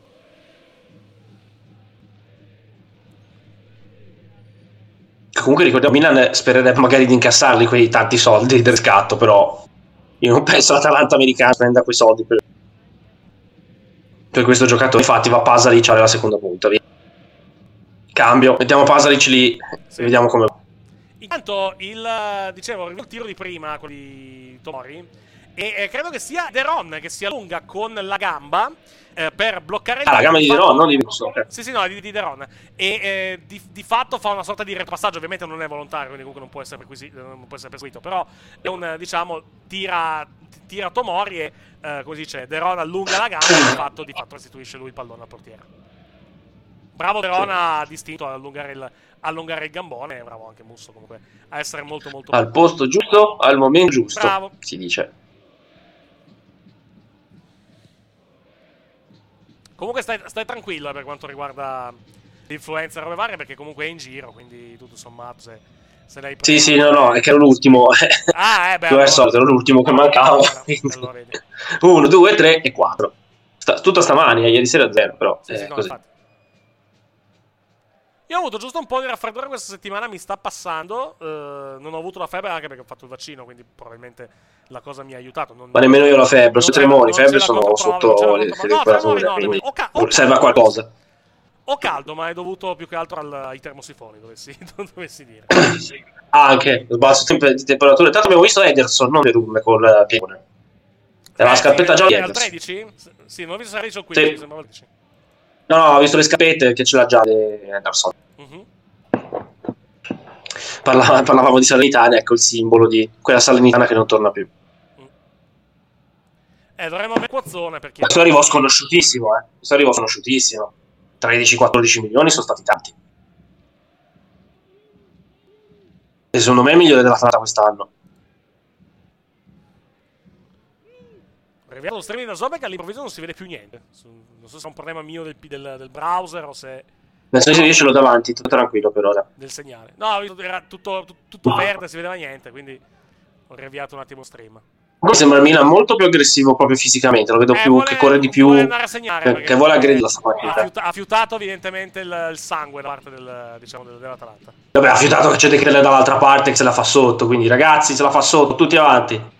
Comunque ricordiamo, Milan spererebbe magari di incassarli quei tanti soldi del riscatto, però io non penso l'Atalanta americana prenda quei soldi per questo giocatore. Infatti va Pasalic alla seconda punta. Cambio, mettiamo Pasalic lì e vediamo come va. Intanto dicevo, il tiro di prima, quello di Tomori, e credo che sia Deron che si allunga con la gamba per bloccare la gamba di Deron, non di Russo. Sì, no, di Deron. E di fatto fa una sorta di retropassaggio, ovviamente non è volontario, quindi comunque non può essere perseguito, però è un, diciamo, tira Tomori e, come si dice, Deron allunga la gamba e di fatto restituisce lui il pallone al portiere. Bravo Deron a distinto ad allungare il gambone, bravo anche Musso comunque a essere molto al posto giusto, al momento giusto, bravo. Si dice. Comunque stai tranquillo per quanto riguarda l'influenza e robe varie, perché comunque è in giro, quindi tutto sommato se l'hai preso... Sì, no, è che ero l'ultimo. Allora, solito, ero l'ultimo che mancava. Allora, 1, 2, 3 e 4. Tutta stamani, ieri sera 0, però sì, no, così. Infatti. Io ho avuto giusto un po' di raffreddore questa settimana, mi sta passando. Non ho avuto la febbre anche perché ho fatto il vaccino, quindi probabilmente la cosa mi ha aiutato. Ma nemmeno io la febbre, sui tremori, febbre sono sotto le temperature, quindi serve a qualcosa. Ho caldo, ma è dovuto più che altro ai termosifoni, dovessi dire. Anche, sbasso di temperatura. Intanto abbiamo visto Ederson, non Verum, col piegone. Era la scarpetta già di al Ederson. 13? Sì, non ho visto 13 o 15, sì. sembrava il 13. No, ho visto le scarpette che ce l'ha già di Ederson. Parlavamo di Salernitana, ecco il simbolo di quella Salernitana che non torna più. Dovremmo avere Quazzone perché... Questo arrivò sconosciutissimo, Questo arrivò sconosciutissimo. 13-14 milioni sono stati tanti. E secondo me è il migliore dell'Atalanta quest'anno. Arrivato lo streaming da Zobek, all'improvviso non si vede più niente. Non so se è un problema mio del browser o se... Adesso io ce l'ho davanti, tutto tranquillo per ora. Del segnale. No, era tutto verde, si vedeva niente, quindi ho riavviato un attimo stream. Sembra il Milan molto più aggressivo proprio fisicamente, lo vedo più che corre di più, che vuole aggredire la partita. Ha fiutato evidentemente il sangue da parte dell'Atalanta. Vabbè, ha fiutato che c'è De Ketelaere dall'altra parte che se la fa sotto, quindi ragazzi se la fa sotto, tutti avanti.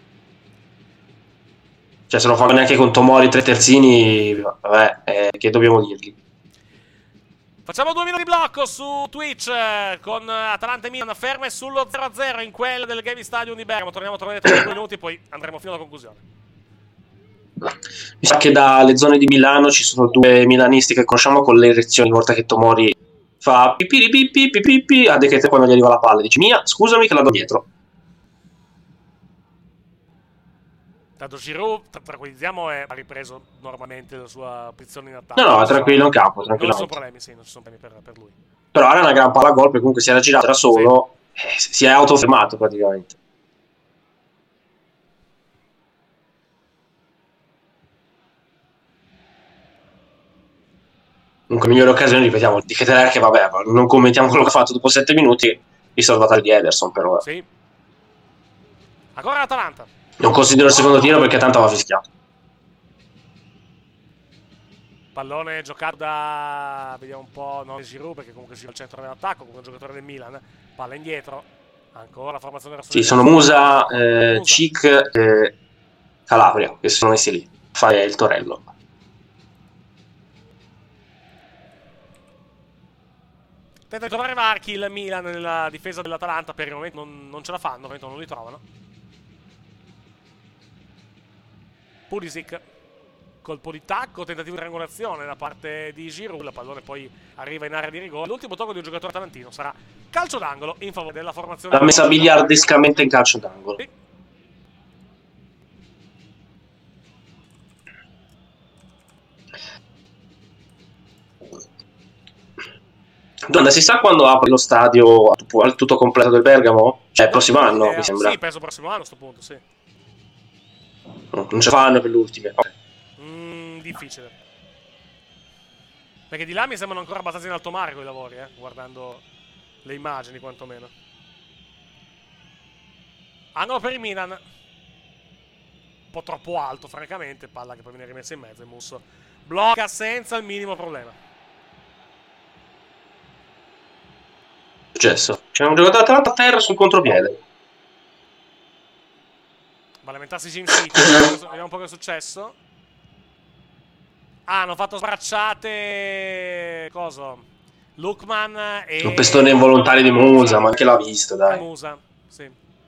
Cioè se lo fanno neanche con Tomori 3 terzini, vabbè, che dobbiamo dirgli? Facciamo 2 minuti di blocco su Twitch con Atalanta e Milan ferme sullo 0-0 in quella del Gaming Stadium di Bergamo. Torniamo tra 2 minuti e poi andremo fino alla conclusione. Mi sa che dalle zone di Milano ci sono 2 milanisti che conosciamo con le erezioni, volta che Tomori fa pipi a De Ketelaere quando gli arriva la palla. Dice Mia, scusami che la do dietro. Tanto Giroud, tranquillizziamo, ha ripreso normalmente la sua posizione in attacco. No, tranquillo in campo, tranquillo. Non ci sono problemi, non ci sono problemi per lui. Però era una gran palla gol, perché comunque si era girato da solo, si è autofermato praticamente. Comunque migliore occasione, ripetiamo, di Ketelaere che vabbè, non commentiamo quello che ha fatto dopo 7 minuti, il salvataggio di Ederson per ora. Sì. Ancora l'Atalanta. Non considero il secondo tiro perché tanto va fischiato. Pallone giocato da... vediamo un po', non Giroud perché comunque Giroud al centro dell'attacco, come un giocatore del Milan. Palla indietro. Ancora formazione rossonera. Sì, sono Musa, Cic e Calabria che si sono messi lì. Fare il torello. Tenta di trovare varchi il Milan nella difesa dell'Atalanta, per il momento non ce la fanno, per il momento non li trovano. Pulisic colpo di tacco, tentativo di triangolazione da parte di Giroud, la pallone poi arriva in area di rigore. L'ultimo tocco di un giocatore atalantino sarà calcio d'angolo in favore della formazione. L'ha messa biliardescamente in calcio d'angolo. Sì. Donna, si sa quando apre lo stadio al tutto completo del Bergamo? Cioè il prossimo anno, mi sembra. Sì, penso prossimo anno a sto punto, sì. Non ce fanno per l'ultime. Okay. Difficile. Perché di là mi sembrano ancora abbastanza in alto mare quei lavori, guardando le immagini quantomeno. Angolo per il Milan. Un po' troppo alto, francamente. Palla che poi viene rimessa in mezzo e Musso blocca senza il minimo problema. Successo. C'è un giocatore Atalanta a terra sul contropiede. Va a lamentarsi Jim City. Vediamo un po' che è successo. Hanno fatto sbracciate. Coso? Lookman e. Un pestone involontario di Musa, ma anche l'ha visto, dai. Musa, sì.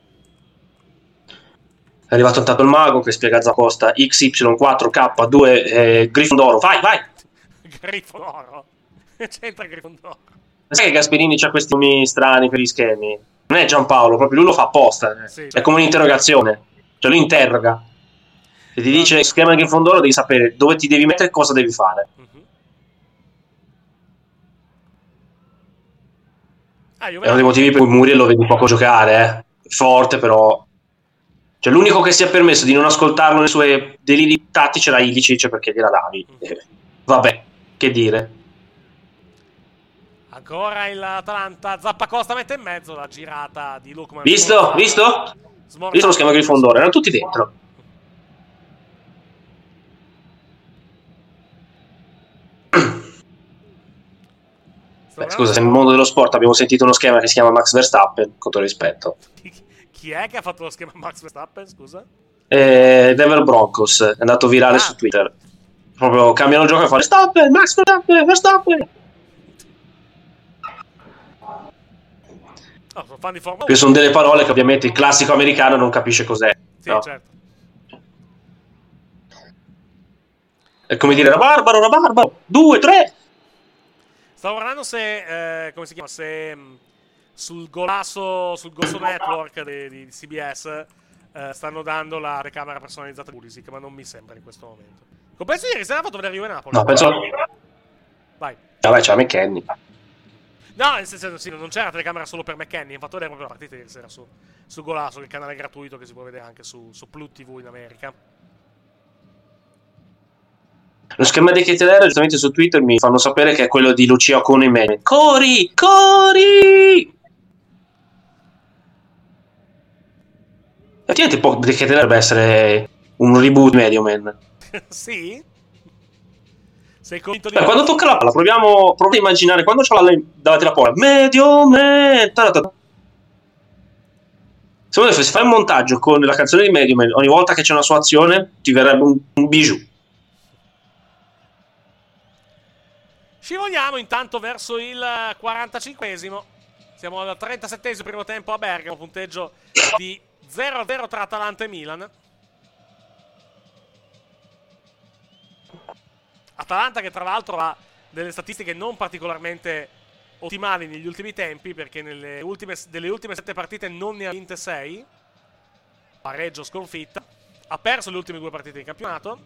È arrivato intanto il mago che spiega a Zacosta XY4K2 Grifondoro. Vai, vai! Grifondoro? C'entra Grifondoro? Sai che Gasperini c'ha questi nomi strani per gli schemi? Non è Giampaolo, proprio lui lo fa apposta. Sì. È come un'interrogazione. Cioè lui interroga. Se ti dice schema Grifondoro devi sapere dove ti devi mettere e cosa devi fare. È uno dei motivi per cui Muriel lo vedi poco giocare, forte però. Cioè l'unico che si è permesso di non ascoltarlo nei suoi deliri tattici era Ilicic perché gliela davi. Vabbè, che dire. Ancora l'Atalanta, Zappacosta mette in mezzo la girata di Lookman. Visto? Visto? Visto lo schema Grifondoro, erano tutti dentro. Beh, scusa, se nel mondo dello sport abbiamo sentito uno schema che si chiama Max Verstappen, con tutto rispetto. Chi è che ha fatto lo schema Max Verstappen, scusa? Denver Broncos, è andato virale su Twitter. Proprio cambiano il gioco e fanno Verstappen, Max Verstappen, Verstappen. No, sono fan di Formula 1. Queste sono delle parole che ovviamente il classico americano non capisce cos'è. Sì, no? Certo. È come dire rabarbaro, rabarbaro, 2, 3. Stavo guardando se, come si chiama, se sul Golasso Network di CBS stanno dando la telecamera personalizzata di Pulisic, ma non mi sembra in questo momento. Compenso ieri sera ha fatto vedere Juve Napoli. No, penso. Vai. Vabbè, c'è McKennie. No, nel senso, sì, non c'era telecamera solo per McKennie, hanno fatto vedere proprio la partita ieri sera su Golasso, il canale gratuito che si può vedere anche su Plut TV in America. Lo schema dei Ketelera, giustamente su Twitter, mi fanno sapere che è quello di Lucia Ocone in media. Cori! Effettivamente dei Ketelera dovrebbe essere un reboot Medio Man. Sì? Sei convinto di quando tocca la palla, proviamo a immaginare quando c'è la davanti alla porta. Medio Man! Secondo me se fai un montaggio con la canzone di Medio Man ogni volta che c'è una sua azione ti verrebbe un bijou. Scivoliamo intanto verso il 45esimo. Siamo al 37esimo primo tempo a Bergamo, punteggio di 0-0 tra Atalanta e Milan. Atalanta che tra l'altro ha delle statistiche non particolarmente ottimali negli ultimi tempi, perché delle ultime 7 partite non ne ha vinte 6. Pareggio, sconfitta. Ha perso le ultime 2 partite in campionato.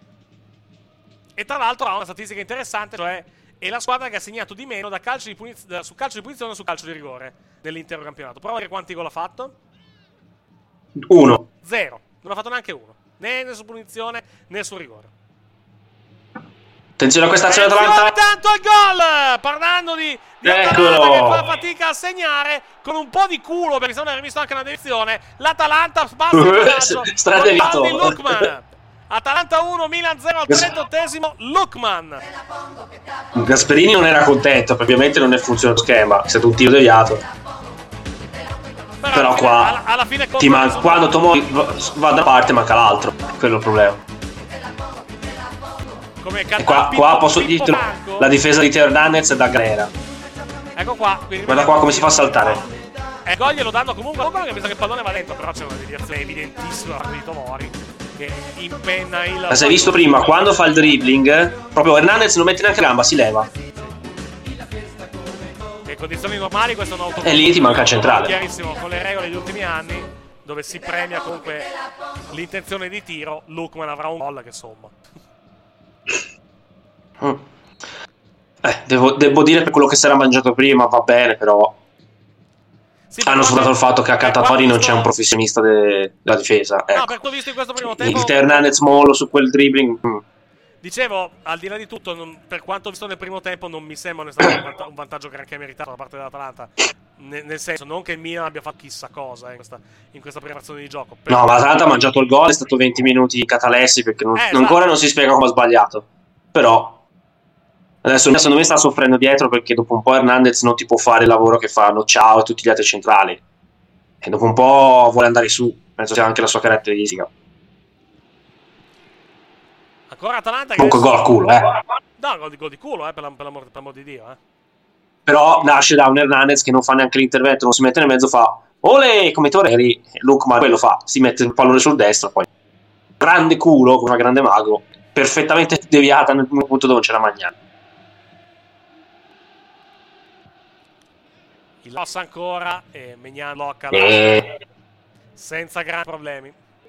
E tra l'altro ha una statistica interessante, cioè è la squadra che ha segnato di meno su calcio di punizione e su calcio di rigore nell'intero campionato. Prova a vedere quanti gol ha fatto. 1. 0. Non ha fatto neanche uno. Né su punizione né su rigore. Attenzione a questa azione Atalanta. Tanto il gol! Parlando di Atalanta che fa fatica a segnare con un po' di culo, perché se non avrei visto anche una deviazione. L'Atalanta spazza il vantaggio con di Lookman. Atalanta 1, Milan 0 al 38esimo. Lookman. Gasperini non era contento, ovviamente non è funzionato lo schema, è stato un tiro deviato. Però qua alla fine quando Tomori va da parte manca l'altro, quello è il problema. E qua posso dirti la difesa di Teo Hernandez è da galera. Ecco qua. Guarda qua come si fa a saltare. Ecco, glielo danno comunque a Lookman, che pensa che il pallone va dentro, però c'è una deviazione evidentissima di Tomori. che impenna il... Ma se hai visto prima, quando fa il dribbling, proprio Hernandez non mette neanche la gamba, si leva. In condizioni normali questo è un E lì ti manca il centrale. Chiarissimo, con le regole degli ultimi anni, dove si premia comunque l'intenzione di tiro, Lookman avrà un gol che somma. Devo dire per quello che si era mangiato prima va bene, però hanno sfruttato il fatto che accanto a Tori non c'è un professionista della difesa. Ecco. No, per quello visto in questo primo tempo, il Hernandez mollo su quel dribbling. Dicevo, al di là di tutto, per quanto visto nel primo tempo, non mi sembra un vantaggio granché meritato da parte dell'Atalanta. Nel senso, non che il Milan abbia fatto chissà cosa in questa prima azione di gioco. No, ma l'Atalanta ha mangiato il gol, è stato 20 minuti di catalessi perché ancora non si spiega come ha sbagliato. Però adesso secondo me sta soffrendo dietro perché dopo un po' Hernandez non ti può fare il lavoro che fanno Ciao e tutti gli altri centrali. E dopo un po' vuole andare su, penso sia anche la sua caratteristica. Ancora Atalanta che comunque gol a culo, No, gol di culo, per l'amor di Dio, Però nasce da un Hernandez che non fa neanche l'intervento, non si mette nel mezzo, fa ole come Toreri, Lookman quello fa, si mette il pallone sul destro, poi grande culo, con una grande mago, perfettamente deviata nel punto dove c'era Magnani. Il loss ancora e Maignan blocca senza grandi problemi.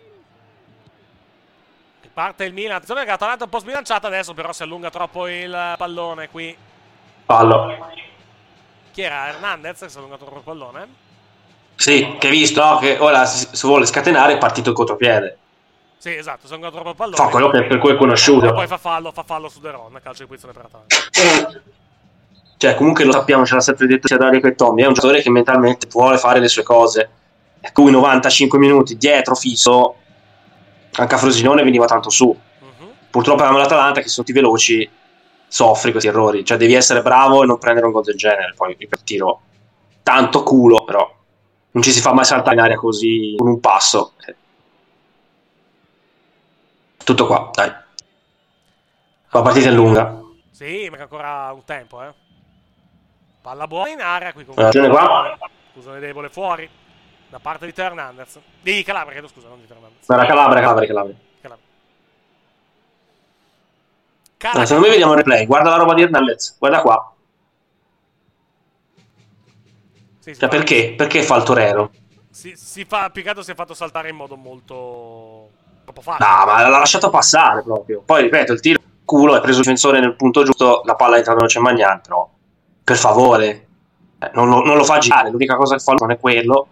Parte il Milan, attenzione che l'Atalanta è un po' sbilanciata adesso, però si allunga troppo il pallone qui. Fallo. Chi era? Hernandez che si è allungato troppo il pallone? Sì, che hai visto, no? Che ora se vuole scatenare è partito il contropiede. Sì, esatto, si è allungato troppo il pallone. Fa quello che per cui è conosciuto. E poi fa fallo su De Ron, calcio di punizione per Atalanta. Cioè, comunque lo sappiamo, ce l'ha sempre detto sia Dario che Tommy, è un giocatore che mentalmente vuole fare le sue cose. E cui 95 minuti dietro fisso, anche a Frosinone veniva tanto su. Purtroppo abbiamo l'Atalanta che sotto i veloci soffri questi errori, cioè devi essere bravo e non prendere un gol del genere. Poi per tiro tanto culo, però non ci si fa mai saltare in aria così con un passo. Tutto qua, dai. La partita è lunga. Sì, manca ancora un tempo, Palla buona in area qui con Scusone debole fuori da parte di Teo Hernandez. Di Calabria, chiedo scusa, non di Teo Hernandez. Era Calabria. Se non mi vediamo il replay, guarda la roba di Hernandez, guarda qua. Sì, cioè, perché fa il torero? Si fa, più che altro si è fatto saltare in modo molto troppo facile. No, ma l'ha lasciato passare proprio. Poi ripeto, il tiro culo, hai preso il difensore nel punto giusto, la palla è entrata non c'è Magnani, però per favore, non lo fa girare, l'unica cosa che fa non è quello.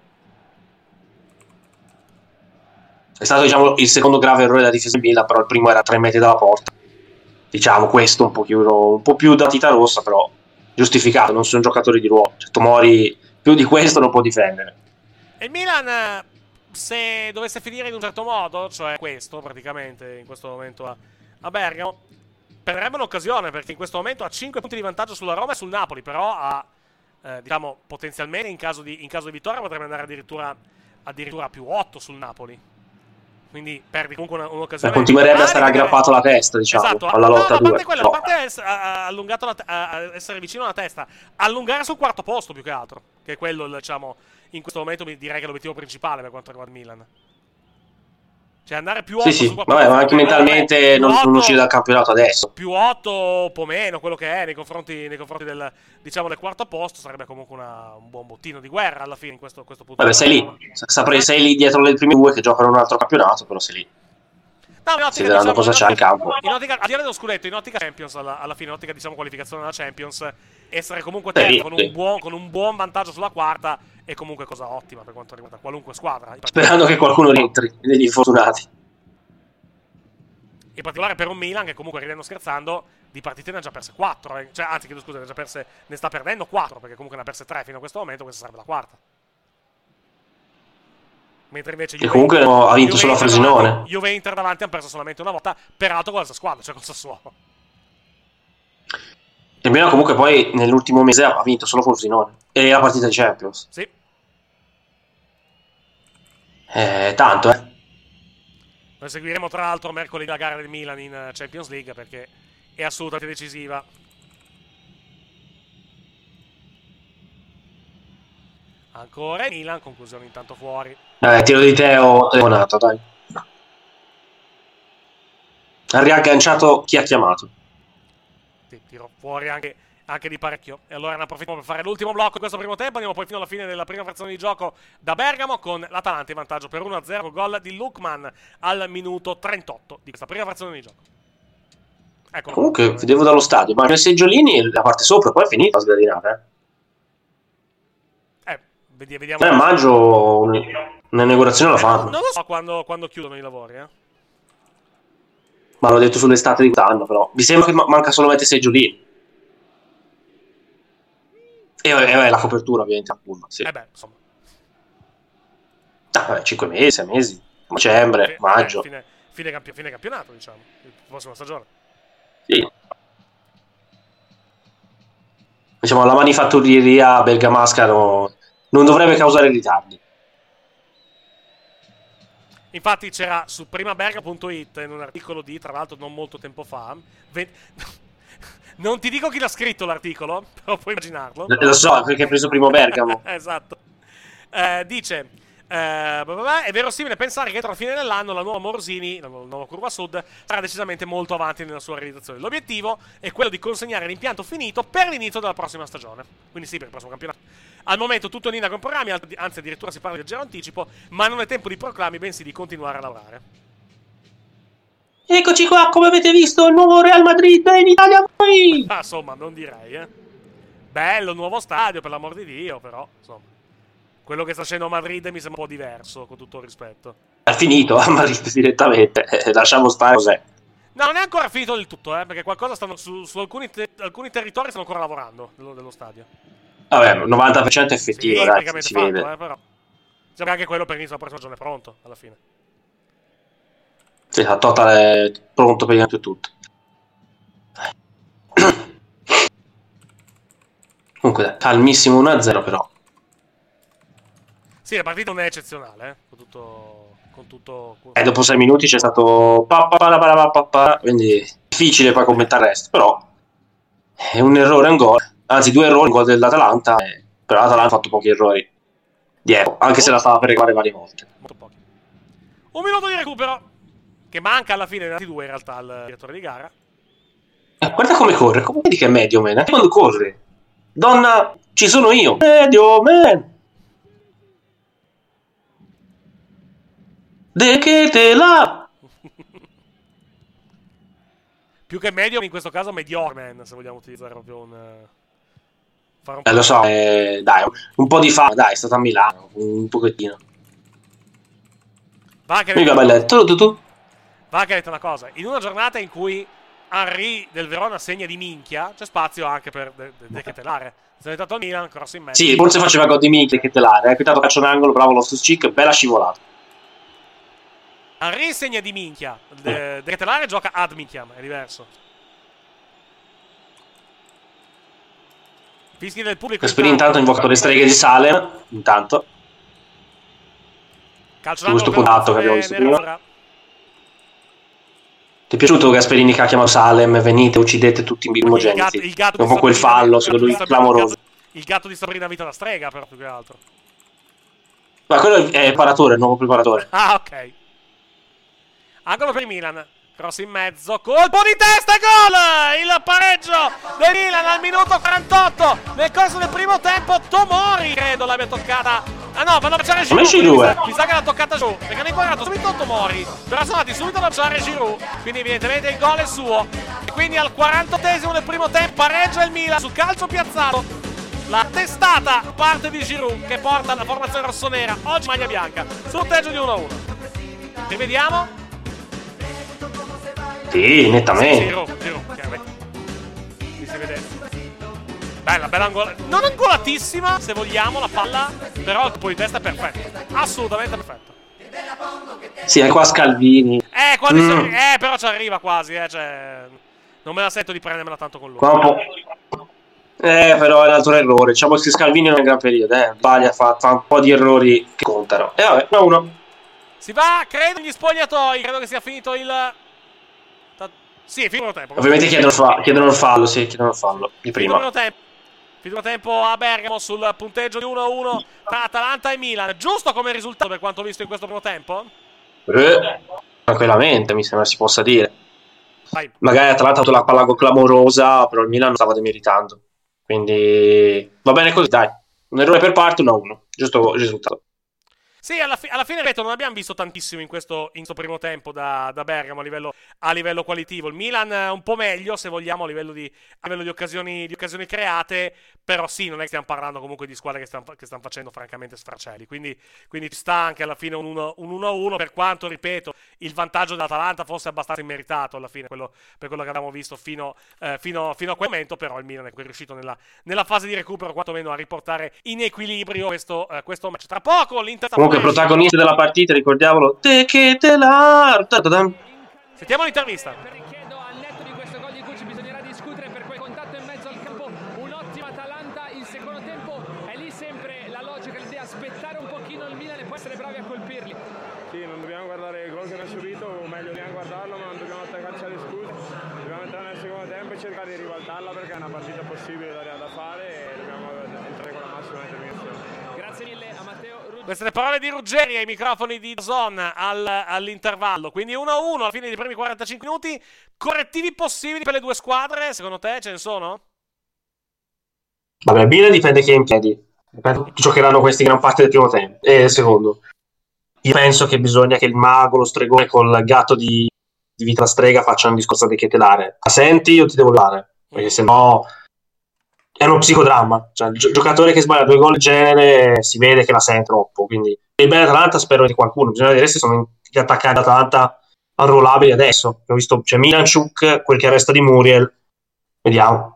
È stato, diciamo, il secondo grave errore della difesa di Milan, però il primo era a 3 metri dalla porta. Diciamo, questo un po' più da tita rossa, però giustificato, non sono giocatori di ruolo. Cioè, Tomori più di questo non può difendere. E il Milan, se dovesse finire in un certo modo, cioè questo praticamente, in questo momento a Bergamo, perderebbe un'occasione, perché in questo momento ha 5 punti di vantaggio sulla Roma e sul Napoli, però ha, diciamo, potenzialmente in caso di vittoria potrebbe andare addirittura a più 8 sul Napoli. Quindi perdi comunque un'occasione. Continuerebbe a stare aggrappato alla testa, diciamo, esatto, alla lotta a due. A parte allungato essere vicino alla testa, allungare sul quarto posto più che altro, che è quello, diciamo, in questo momento mi direi che è l'obiettivo principale per quanto riguarda il Milan. Cioè andare più 8 sul quarto posto. Ma anche mentalmente non uscire dal campionato adesso. Più 8 un po' meno, quello che è nei confronti del, diciamo, del quarto posto, sarebbe comunque un buon bottino di guerra alla fine in questo punto. Vabbè, sei lì dietro le prime due che giocano un altro campionato, però sei lì. No, in ottica, si vedranno cosa c'è in campo. In ottica, al di là dello scudetto, in ottica Champions, alla fine, in ottica, diciamo, qualificazione alla Champions, essere comunque terzo con un buon vantaggio sulla quarta è comunque cosa ottima per quanto riguarda qualunque squadra. Sperando che qualcuno rientri degli infortunati. In particolare per un Milan che comunque, ridendo scherzando, di partite ne ha già perse 4. Cioè, anzi, chiedo scusa, ne sta perdendo 4, perché comunque ne ha perse 3 fino a questo momento, questa sarebbe la quarta. Mentre invece comunque ha vinto solo a Frosinone. Juve e Inter davanti hanno perso solamente una volta, peraltro con la stessa squadra, cioè col Sassuolo. Il Milan comunque poi nell'ultimo mese ha vinto solo con Frosinone. E la partita di Champions. Sì. Tanto, Noi seguiremo tra l'altro mercoledì la gara del Milan in Champions League perché è assolutamente decisiva. Ancora Milan, conclusione intanto fuori. Tiro di Teo, buonato, dai. Ha riagganciato chi ha chiamato. Sì, tiro fuori anche di parecchio. E allora ne approfittiamo per fare l'ultimo blocco di questo primo tempo. Andiamo poi fino alla fine della prima frazione di gioco da Bergamo, con l'Atalanta in vantaggio per 1-0, gol di Lukman al minuto 38 di questa prima frazione di gioco. Eccolo. Comunque vedevo dallo stadio, ma i seggiolini la parte sopra poi è finita a sgradinare. Vediamo. A maggio un'inaugurazione la fanno. Non lo so quando chiudono i lavori, Ma l'ho detto sull'estate di quest'anno, però. Mi sembra che manca solo mettere i seggiolini. E la copertura, ovviamente, appunto. Sì. Insomma. 5 mesi, 6 mesi. Dicembre, maggio. Fine campionato, diciamo. La prossima stagione. Sì. Diciamo, la manifattureria bergamasca non dovrebbe causare ritardi. Infatti c'era su primaberga.it in un articolo di, tra l'altro non molto tempo fa, non ti dico chi l'ha scritto l'articolo, però puoi immaginarlo. Lo so, perché ha preso Primo Bergamo. Esatto. Dice, è verosimile pensare che entro la fine dell'anno la nuova Morosini, la nuova Curva Sud, sarà decisamente molto avanti nella sua realizzazione. L'obiettivo è quello di consegnare l'impianto finito per l'inizio della prossima stagione. Quindi sì, per il prossimo campionato. Al momento tutto in linea con programmi, anzi addirittura si parla di leggero anticipo, ma non è tempo di proclami, bensì di continuare a lavorare. Eccoci qua, come avete visto, il nuovo Real Madrid è in Italia poi! Insomma, non direi, Bello, nuovo stadio, per l'amor di Dio, però, insomma. Quello che sta facendo a Madrid mi sembra un po' diverso, con tutto il rispetto. È finito a Madrid direttamente, lasciamo stare cos'è. No, non è ancora finito del tutto, perché qualcosa stanno su alcuni territori stanno ancora lavorando dello stadio. Vabbè, 90% effettivo, sì, dai, si fatto, vede. Però. Sembra anche quello per l'inizio della prossima stagione è pronto, alla fine. Sì, la Total è pronto per tutto. Comunque, dai, calmissimo 1-0 però. Sì, la partita non è eccezionale, con tutto... Dopo 6 minuti c'è stato quindi difficile poi commentare il resto, però è un errore, un gol. Anzi, 2 errori, un gol dell'Atalanta, però l'Atalanta ha fatto pochi errori dietro, anche se la stava per regolare varie volte. Molto pochi. Un minuto di recupero, che manca alla fine, nati 2 in realtà al direttore di gara. Guarda come corre, come vedi che è medio man, anche quando corre. Donna, ci sono io, medio man. De che te la... Più che medio, in questo caso mediocre man, se vogliamo utilizzare proprio un... lo so, dai, un po' di fama, dai, è stato a Milano, un pochettino. Va anche detto una cosa, in una giornata in cui Henry del Verona segna di minchia, c'è spazio anche per De Ketelare. Se è entrato al Milan, cross in mezzo. Sì, forse faceva gol di minchia De Ketelare, ha quitato calcio d'angolo, bravo Loftus-Cheek, bella scivolata. Henry segna di minchia, De Ketelare gioca ad minchiam, è diverso. Fischi del pubblico. Gasperi intanto ha invocato le streghe di Salem, intanto. Calcio questo contatto che abbiamo visto prima. Ti è piaciuto Gasperini che ha chiamato Salem? Venite, uccidete tutti i primogeniti. Dopo quel fallo, secondo lui clamoroso. Il gatto di Sabrina Vita da strega, però, più che altro. Ma quello è il preparatore, il nuovo preparatore. Ah, ok. Angolo per il Milan. Cross in mezzo, colpo di testa e gol! Il pareggio del Milan al minuto 48. Nel corso del primo tempo Tomori credo l'abbia toccata. Ah no, vanno a lanciare Giroud. Mi sa che l'ha toccata giù, perché hanno inquadrato subito Tomori. Però sono andati subito a lanciare Giroud. Quindi evidentemente il gol è suo. E quindi al 48esimo del primo tempo pareggia il Milan su calcio piazzato. La testata parte di Giroud che porta la formazione rossonera, oggi maglia bianca, sorteggio di 1-1. Rivediamo. Sì, nettamente. Giroud, chiaramente. Qui si vede. Bella angolata. Non angolatissima, se vogliamo, la palla. Però il colpo di testa è perfetto. Assolutamente perfetto. Sì, è qua Scalvini. Però ci arriva quasi, cioè... Non me la sento di prendermela tanto con lui. Qua un po'. Però è un altro errore. Diciamo che Scalvini non è un gran periodo, Sbaglia, fa un po' di errori che contano. E vabbè, 1-1. Si va, credo, negli spogliatoi. Credo che sia finito il... Sì, fino al tempo. Ovviamente chiedono il fallo, di prima. Fino tempo a Bergamo sul punteggio di 1-1 tra Atalanta e Milan. Giusto come risultato per quanto visto in questo primo tempo? Tranquillamente, mi sembra si possa dire. magari Atalanta ha avuto la palla clamorosa, però il Milan non stava demeritando. Quindi va bene così, dai. Un errore per parte, 1-1. Giusto risultato. Sì, alla fine, ripeto, non abbiamo visto tantissimo in questo primo tempo da Bergamo a livello qualitativo. Il Milan un po' meglio, se vogliamo, a livello di occasioni create, però sì, non è che stiamo parlando comunque di squadre che stanno facendo francamente sfracelli. Quindi ci sta anche alla fine un 1-1, per quanto, ripeto, il vantaggio dell'Atalanta fosse abbastanza immeritato alla fine, per quello che abbiamo visto fino a quel momento, però il Milan è riuscito nella fase di recupero quantomeno a riportare in equilibrio questo match. Tra poco l'Inter protagonista della partita, ricordiamolo, te che te la... Sentiamo l'intervista. Richiedo al netto di questo gol di Cucci, bisognerà discutere per quel contatto in mezzo al campo. Un'ottima Atalanta, il secondo tempo è lì sempre la logica, l'idea aspettare un pochino il Milan e poi essere bravi a colpirli. Sì, non dobbiamo guardare il gol che abbiamo subito, o meglio dobbiamo guardarlo, ma non dobbiamo attaccarci alle scuse. Dobbiamo entrare nel secondo tempo e cercare di ribaltarla, perché è una partita possibile da fare e dobbiamo entrare con la massima determinazione. Grazie mille a Matteo. Queste le parole di Ruggeri ai microfoni di DAZN all'intervallo. Quindi 1-1 alla fine dei primi 45 minuti. Correttivi possibili per le due squadre? Secondo te ce ne sono? Vabbè, il Milan dipende chi è in piedi. Giocheranno questi gran parte del primo tempo e del secondo. Io penso che bisogna che il mago, lo stregone col gatto di Vita Strega facciano un discorso di chetelare. La senti? Io ti devo dare, perché sennò è uno psicodramma. Cioè, il giocatore che sbaglia 2 gol del genere si vede che la sente troppo. Quindi il bene Atalanta spero di qualcuno. Bisogna vedere se sono gli attaccanti Atalanta arruolabili adesso. Ho visto Milanchuk, quel che resta di Muriel. Vediamo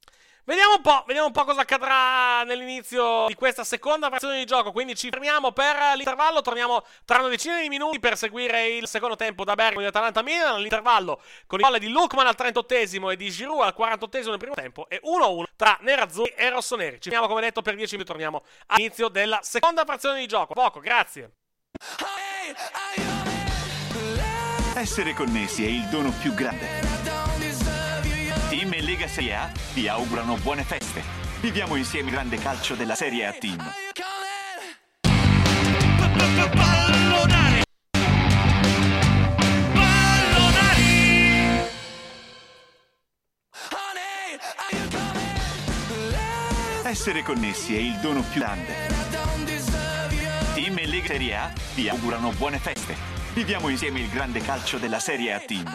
un po' cosa accadrà nell'inizio di questa seconda frazione di gioco. Quindi ci fermiamo per l'intervallo. Torniamo tra una decina di minuti per seguire il secondo tempo da Bergamo di Atalanta Milan. All'intervallo con il gol di Lookman al 38esimo e di Giroud al 48esimo nel primo tempo. E 1-1 tra nerazzurri e rossoneri. Ci fermiamo come detto per 10 minuti. Torniamo all'inizio della seconda frazione di gioco. Poco, grazie. Essere connessi è il dono più grande. Team e Lega Serie A vi augurano buone feste. Viviamo insieme il grande calcio della Serie A Team. Essere connessi è il dono più grande. Team e Lega Serie A vi augurano buone feste. Viviamo insieme il grande calcio della Serie A Team.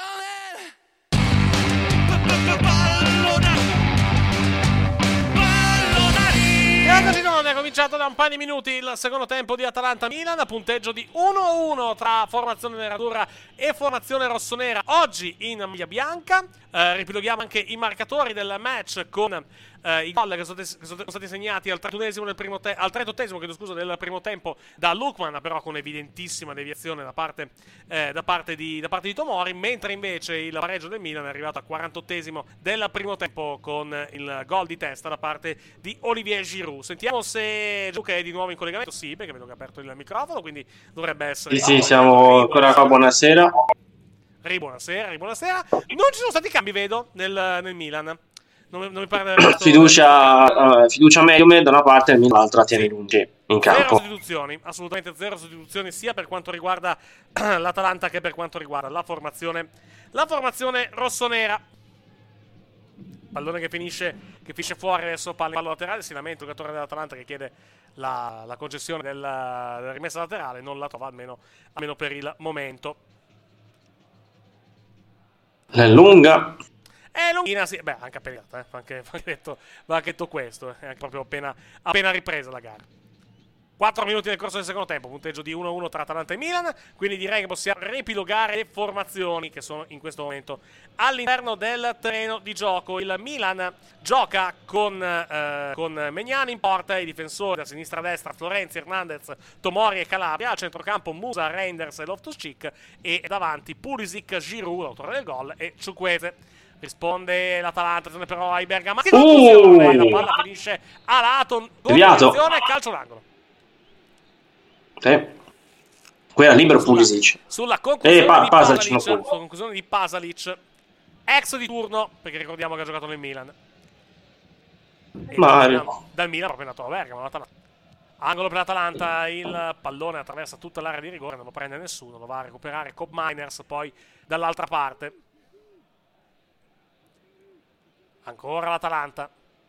Eccoci noi, è cominciato da un paio di minuti il secondo tempo di Atalanta-Milan, punteggio di 1-1 tra formazione nerazzurra e formazione rossonera, oggi in maglia bianca. Ripiloghiamo anche i marcatori del match con i gol che sono stati segnati al 31esimo del al 38esimo, del primo tempo da Lookman, però con evidentissima deviazione da parte di Tomori, mentre invece il pareggio del Milan è arrivato al 48esimo del primo tempo con il gol di testa da parte di Olivier Giroud. Sentiamo se Giuca è di nuovo in collegamento. Sì, perché vedo che ha aperto il microfono, quindi dovrebbe essere. Sì, siamo ancora qua, buonasera. Buonasera. Non ci sono stati cambi, vedo, nel Milan. Non mi pare fiducia medium da una parte e l'altra tiene lungi in campo. Zero sostituzioni, assolutamente zero sostituzioni, sia per quanto riguarda l'Atalanta che per quanto riguarda la formazione rossonera. Pallone che finisce fuori, adesso palla laterale. Si lamenta il giocatore dell'Atalanta che chiede la concessione della rimessa laterale, non la trova almeno per il momento. È lunga. È lunghina, sì. Beh, anche appena va anche detto questo. È anche proprio appena ripresa la gara. 4 minuti nel corso del secondo tempo, punteggio di 1-1 tra Atalanta e Milan, quindi direi che possiamo ripilogare le formazioni che sono in questo momento all'interno del terreno di gioco. Il Milan gioca con Maignan in porta, i difensori a sinistra e a destra Florenzi, Hernandez, Tomori e Calabria, al centrocampo Musa, Reinders e Loftus-Cheek, e davanti Pulisic, Giroud, l'autore del gol, e Chukwueze. Risponde l'Atalanta, però ai bergamaschi. La palla finisce a lato, conclusione, calcio d'angolo. Qui era libero Pulisic. Sulla conclusione di Pasalic, ex di turno, perché ricordiamo che ha giocato nel Milan. Dal Milan proprio è andato a Bergamo. Angolo per l'Atalanta, il pallone attraversa tutta l'area di rigore, non lo prende nessuno, lo va a recuperare Cobb Miners poi dall'altra parte. Ancora l'Atalanta.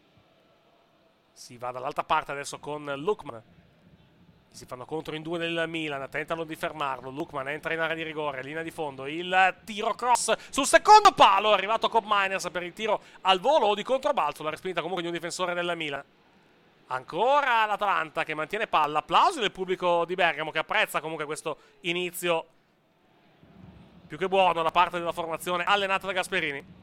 Si va dall'altra parte adesso con Lukman. Si fanno contro in due del Milan, tentano di fermarlo. Lukman entra in area di rigore, linea di fondo, il tiro cross sul secondo palo, è arrivato Kobe Miners per il tiro al volo o di controbalzo, la respinta comunque di un difensore del Milan. Ancora l'Atalanta che mantiene palla, applausi del pubblico di Bergamo che apprezza comunque questo inizio più che buono da parte della formazione allenata da Gasperini.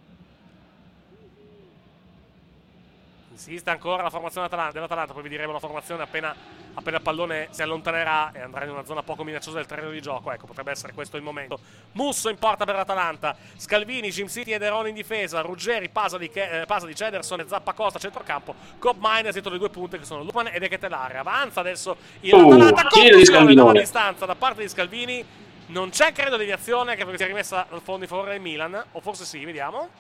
Insiste ancora la formazione dell'Atalanta, poi vi diremo la formazione appena il pallone si allontanerà e andrà in una zona poco minacciosa del terreno di gioco. Ecco, potrebbe essere questo il momento. Musso in porta per l'Atalanta, Scalvini, Jim City e Deroni in difesa, Ruggeri, pasa di Cederson e Zappacosta a centrocampo, Cobb Miners dietro le due punte che sono Lukman ed Eketelare. Avanza adesso l'Atalanta, conclusione dalla distanza da parte di Scalvini. Non c'è credo deviazione, che perché si è rimessa al fondo in favore del Milan, o forse sì, vediamo.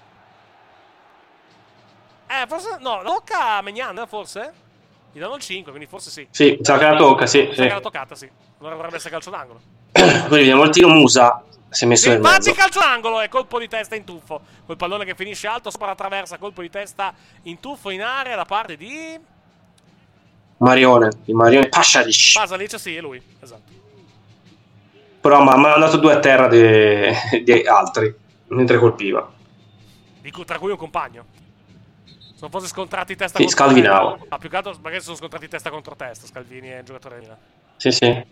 Forse no, la tocca a Maignan, forse? Gli danno il 5, quindi forse sì. Sì, sa che la tocca, sì. Sa che l'ha toccata, sì. Allora dovrebbe essere calcio d'angolo. Quindi vediamo il tiro, Musa si è messo nel mezzo. Infatti calcio d'angolo e colpo di testa in tuffo. Quel pallone che finisce alto sopra la traversa, colpo di testa in tuffo in area da parte di Marione Pasalic. Pasalic, sì, è lui, esatto. Però mi ha mandato due a terra di altri mentre colpiva. Tra cui un compagno. Sono forse scontrati testa sì, contro Scalvinao. testa. Più che altro magari sono scontrati testa contro testa. Scalvini è un giocatore di Milan. Sì.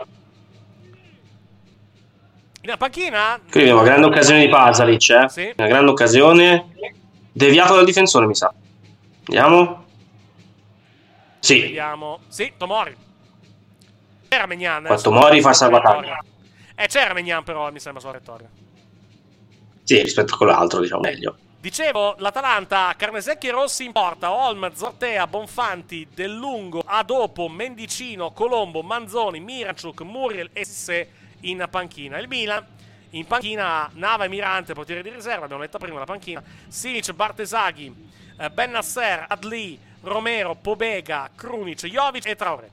In panchina. Qui vediamo grande occasione di Pasalic, Sì. Una grande occasione. Deviato dal difensore, mi sa. Vediamo. Sì. Vediamo. Sì, Tomori. C'era Maignan. Tomori fa salvataggio. C'era Maignan però, mi sembra, sulla rettoria. Sì, rispetto a quell'altro, diciamo, meglio. Dicevo, l'Atalanta, Carnesecchi e Rossi in porta, Olm, Zortea, Bonfanti, Del Lungo, Adopo, Mendicino, Colombo, Manzoni, Miraciuk, Muriel e Sisse in panchina. Il Milan in panchina, Nava e Mirante, portiere di riserva, abbiamo letto prima la panchina, Silic, Bartesaghi, Ben Nasser, Adli, Romero, Pobega, Krunic, Jovic e Traoré.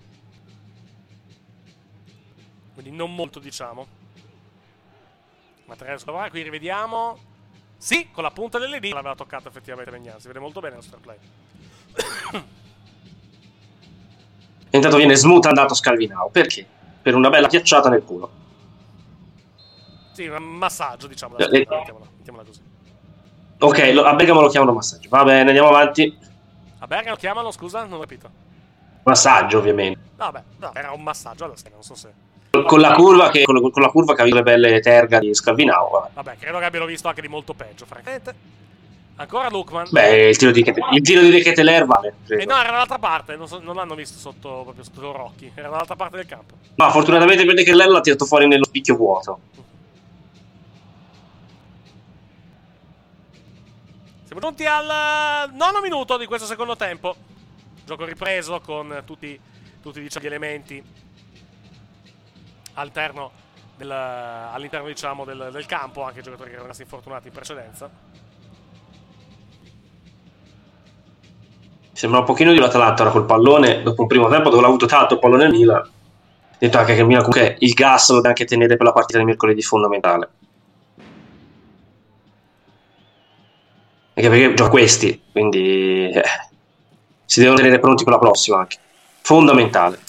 Quindi non molto, diciamo. Materiale sopra, qui rivediamo. Sì, con la punta delle dita l'aveva toccato effettivamente Maignan, si vede molto bene il nostro play. E intanto viene smutandato Scalvinao, perché? Per una bella piacciata nel culo. Sì, un massaggio, diciamo, mettiamola così. Ok, a Bergamo lo chiamano massaggio, va bene, andiamo avanti. A Bergamo lo chiamano, scusa? Non ho capito. Massaggio, ovviamente. No, era un massaggio alla schiena, non so se... Con la curva che ha visto le belle terga di Scalvinao. Vabbè, credo che abbiano visto anche di molto peggio, francamente. Ancora Lukman. Beh, il tiro di De Ketelaere vale. No, era dall'altra parte, non l'hanno visto proprio sotto i occhi, era dall'altra parte del campo. No, fortunatamente per De Ketelaere l'ha tirato fuori nello spicchio vuoto. Siamo giunti al 9° minuto di questo secondo tempo. Gioco ripreso con tutti diciamo, gli elementi all'interno diciamo del campo, anche i giocatori che erano rimasti infortunati in precedenza. Sembra un pochino di l'Atalanta ora col pallone dopo un primo tempo dove l'ha avuto tanto il pallone al Milan. Detto anche che il Milan comunque il gas lo deve anche tenere per la partita di mercoledì fondamentale, anche perché gioca questi, quindi si devono tenere pronti per la prossima, anche fondamentale.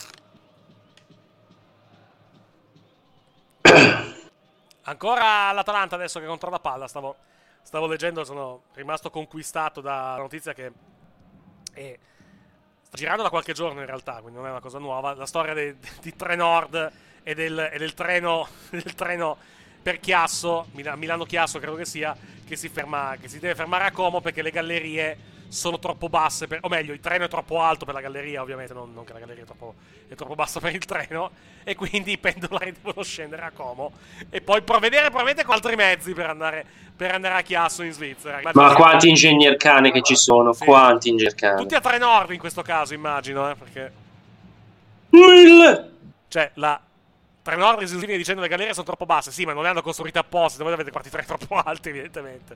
Ancora l'Atalanta adesso che controlla palla. Stavo leggendo, sono rimasto conquistato da una notizia che sta girando da qualche giorno in realtà, quindi non è una cosa nuova. La storia di Trenord e del treno per Chiasso, Milano-Chiasso credo che sia, che si deve fermare a Como perché le gallerie sono troppo basse, o meglio, il treno è troppo alto per la galleria, ovviamente, non che la galleria è troppo bassa per il treno, e quindi i pendolari devono scendere a Como e poi provvedere probabilmente con altri mezzi per andare a Chiasso in Svizzera. Ma quanti ingegnercane che ci sono, sì. Quanti ingegnercane. Tutti a Trenord in questo caso, immagino, perché... 1000! Cioè, la Trenord viene dicendo le gallerie sono troppo basse, sì, ma non le hanno costruite apposta, voi avete quarti 3 troppo alti, evidentemente.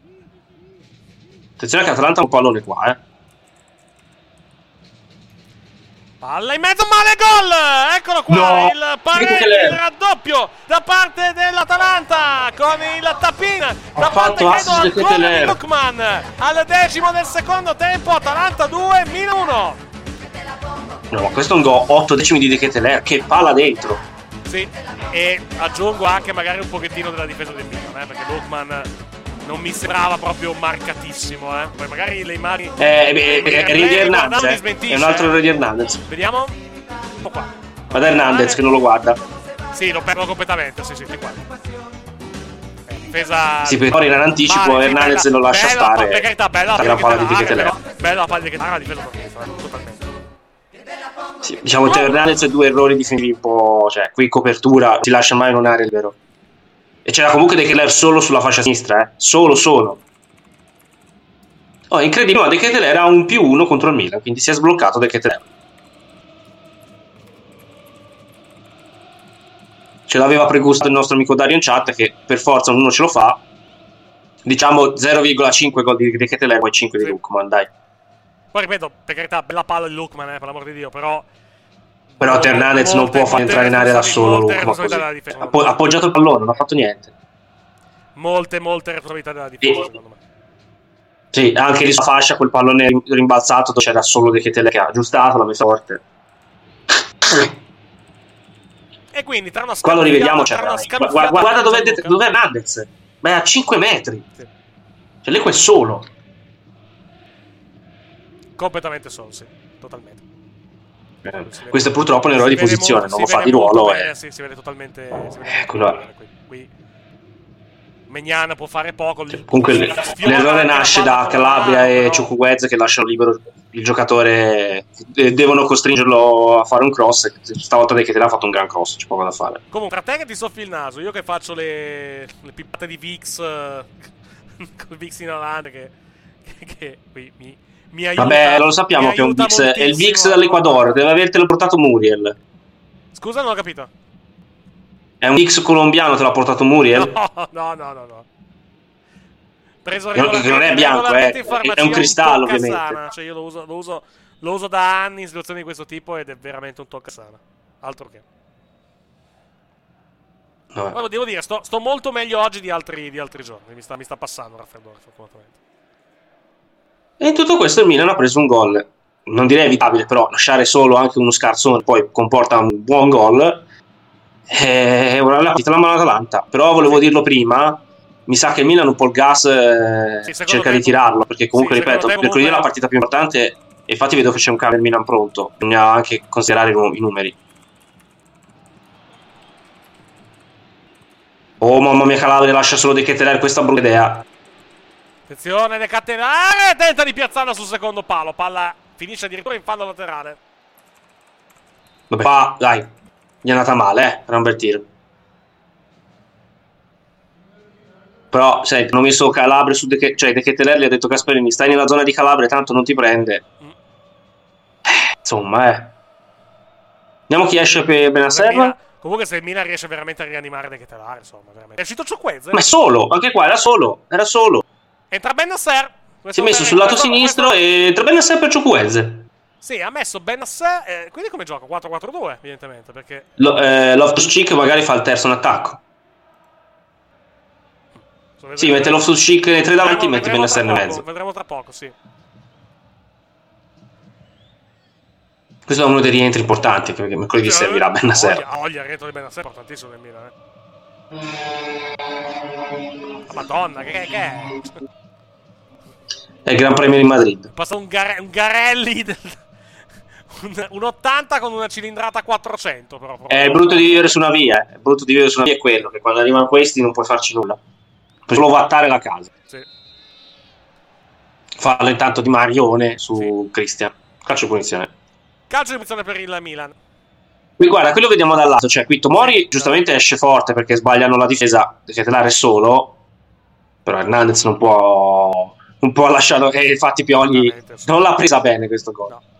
Attenzione che Atalanta ha un pallone qua, Palla in mezzo, male, gol! Eccolo qua, No, il pareggio, il raddoppio da parte dell'Atalanta con il tappin da parte, credo, ancora di Lookman. Al 10° del secondo tempo, Atalanta 2, Milan 1. No, ma questo è un gol 8 decimi di De Ketelaere, che palla dentro. Sì, e aggiungo anche magari un pochettino della difesa del Milan, perché Lookman non mi sembrava proprio marcatissimo, Poi magari le immagini Rudy Hernandez, è un altro Rudy Hernandez. Vediamo. Un po' qua. Guarda Hernandez che non lo guarda. Sì, lo perdo completamente, sì, di qua. Difesa. Sì, poi in anticipo Hernandez lo lascia stare. Per carità, bella la palla di De Ketelaere. Bella la palla di De Ketelaere, la difesa totalmente. Sì, diciamo che Hernandez ha 2 errori difensivi un po', cioè qui copertura, si lascia mai in un'area libero. E c'era comunque De Ketelaere solo sulla fascia sinistra, solo. Oh, incredibile, ma De Ketelaere ha un +1 contro il Milan, quindi si è sbloccato De Ketelaere. Ce l'aveva pregustato il nostro amico Dario in chat, che per forza uno ce lo fa. Diciamo 0,5 gol di De Ketelaere, poi 5 di Lookman, dai. Poi ripeto, per carità, bella palla di Lookman, per l'amor di Dio, però Hernandez non può far entrare in area da solo Lookman così. Appoggiato il pallone, non ha fatto niente. Molte responsabilità della difesa, secondo me. Sì, anche lì sulla fascia quel pallone rimbalzato dove c'era solo De Ketelaere che ha aggiustato, l'ha messo forte. E quindi tra una qua lo rivediamo, guarda dov'è Hernandez. Ma è a 5 metri. Sì. Cioè lei qua è solo. Completamente solo, sì, totalmente. Questo è purtroppo un errore di posizione, non lo fa di ruolo. Sì, si vede totalmente. Qui Maignan può fare poco. Comunque l'errore nasce da Calabria e Chukwueze che lasciano libero il giocatore, devono costringerlo a fare un cross. Stavolta De Ketelaere ha fatto un gran cross, c'è poco da fare. Comunque, tra te che ti soffi il naso, io che faccio le pippate di Vix con Vix in Olanda che qui mi aiuta. Vabbè, lo sappiamo che è un Vix, è il Vix dall'Ecuador, deve aver teleportato Muriel. Scusa, non ho capito. È un Vix colombiano, te l'ha portato Muriel? No. Preso che non è bianco, è un cristallo, ovviamente. Cioè io lo uso da anni in situazioni di questo tipo ed è veramente un toccasana. Altro che. Vabbè, devo dire, sto molto meglio oggi di altri giorni. Mi sta passando il raffreddore, fortunatamente. E in tutto questo il Milan ha preso un gol, non direi evitabile, però lasciare solo anche uno scarsone poi comporta un buon gol. E ora la partita la mano Atalanta. Però volevo dirlo prima, mi sa che il Milan un po' il gas cerca di tirarlo, perché comunque ripeto, mercoledì è la partita più importante e infatti vedo che c'è un cambio del Milan pronto, bisogna anche considerare i numeri. Oh mamma mia, Calabria lascia solo De Ketelaere, questa brutta idea. Attenzione, De Ketelaere tenta di piazzarla sul secondo palo, palla finisce addirittura in fallo laterale. Vabbè, dai, gli è andata male, era un bel tiro. Però, sai, hanno messo Calabria su De Ketelaere, gli ha detto Gasperini, stai nella zona di Calabria, tanto non ti prende. Insomma, Vediamo chi esce per Benasser. Comunque se il Milan riesce veramente a rianimare De Ketelaere, insomma, veramente. È uscito Chukwueze? Ma è solo, anche qua era solo. Entra Benasser. Si è messo sul lato sinistro e entra Benasser per Chukwueze. Sì, ha messo Benasser, quindi come gioca? 4-4-2, evidentemente, perché... Loftus-Cheek magari fa il terzo in attacco. Sì, mette Loftus-Cheek nei tre davanti e mette Benasser in mezzo. Vedremo tra poco, sì. Questo è uno dei rientri importanti, perché mercoledì servirà Benasser. Il rientro di Benasser è importantissimo nel Milan, Oh, Madonna, che è? È il Gran Premio di Madrid. Passa un Garelli un 80 con una cilindrata 400 però. È brutto di vivere su una via, è quello che quando arrivano questi non puoi farci nulla. Puoi solo vattare la casa. Sì. Fallo intanto di Marione su Christian. Calcio di punizione. Calcio di punizione per il Milan. Qui guarda, qui lo vediamo dal lato, cioè qui Tomori giustamente esce forte perché sbagliano la difesa, De Ketelaere è solo, però Hernandez non può lasciarlo, e infatti Pioli non l'ha presa bene questo gol. No.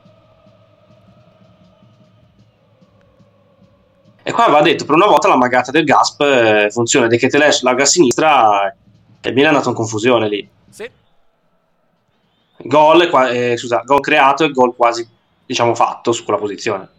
E qua va detto, per una volta la magata del Gasp funziona, De Ketelaere sull'aga sinistra e il Milan è andato in confusione lì. Sì. Gol creato e gol quasi diciamo, fatto su quella posizione.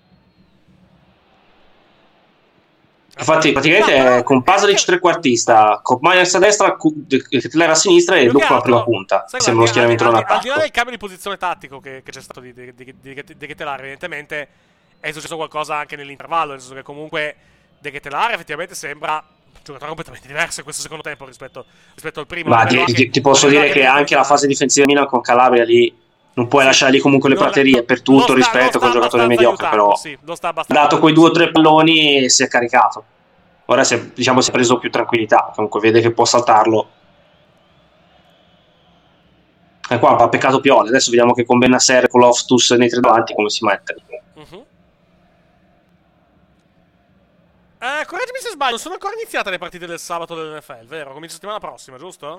Infatti, praticamente con Pasalic trequartista, con Myers a destra, Kettler a sinistra e Luke alla prima punta. Sembra uno schieramento non attacco. Al di là del cambio di posizione tattico che c'è stato di Kettler, evidentemente è successo qualcosa anche nell'intervallo, nel senso che comunque De Kettler effettivamente sembra un giocatore completamente diverso in questo secondo tempo rispetto al primo. Ma ti posso dire che anche la fase difensiva di Milan con Calabria lì non puoi lasciare lì comunque le praterie, per tutto il rispetto con un giocatore mediocre, però ha dato quei 2 o 3 palloni e si è caricato. Ora si è preso più tranquillità, comunque vede che può saltarlo. E qua ha peccato Pioli, adesso vediamo che con Bennacer e con Loftus nei 3 davanti come si mette. Correggimi se sbaglio, non sono ancora iniziate le partite del sabato dell'NFL, vero? Comincia settimana prossima, giusto?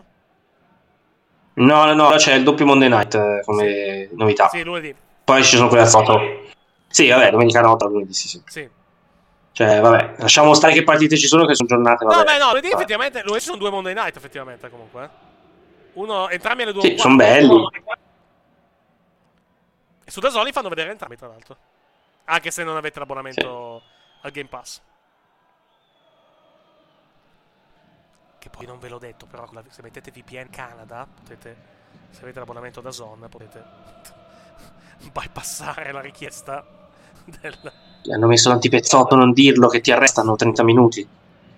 No, c'è il doppio Monday Night come novità. Sì, lunedì. Poi ci sono quelle al sabato. Sì, vabbè, domenica notte, lunedì, sì. Cioè, vabbè, lasciamo stare che partite ci sono, che sono giornate, vabbè. No, lunedì effettivamente, lunedì ci sono 2 Monday Night, effettivamente, comunque. Entrambi alle 2. Sì, sono belli. E su DAZN li fanno vedere entrambi, tra l'altro. Anche se non avete l'abbonamento al Game Pass. Che poi non ve l'ho detto, però se mettete VPN Canada, potete, se avete l'abbonamento da DAZN, potete bypassare la richiesta del... Hanno messo l'antipezzotto, non dirlo, che ti arrestano 30 minuti.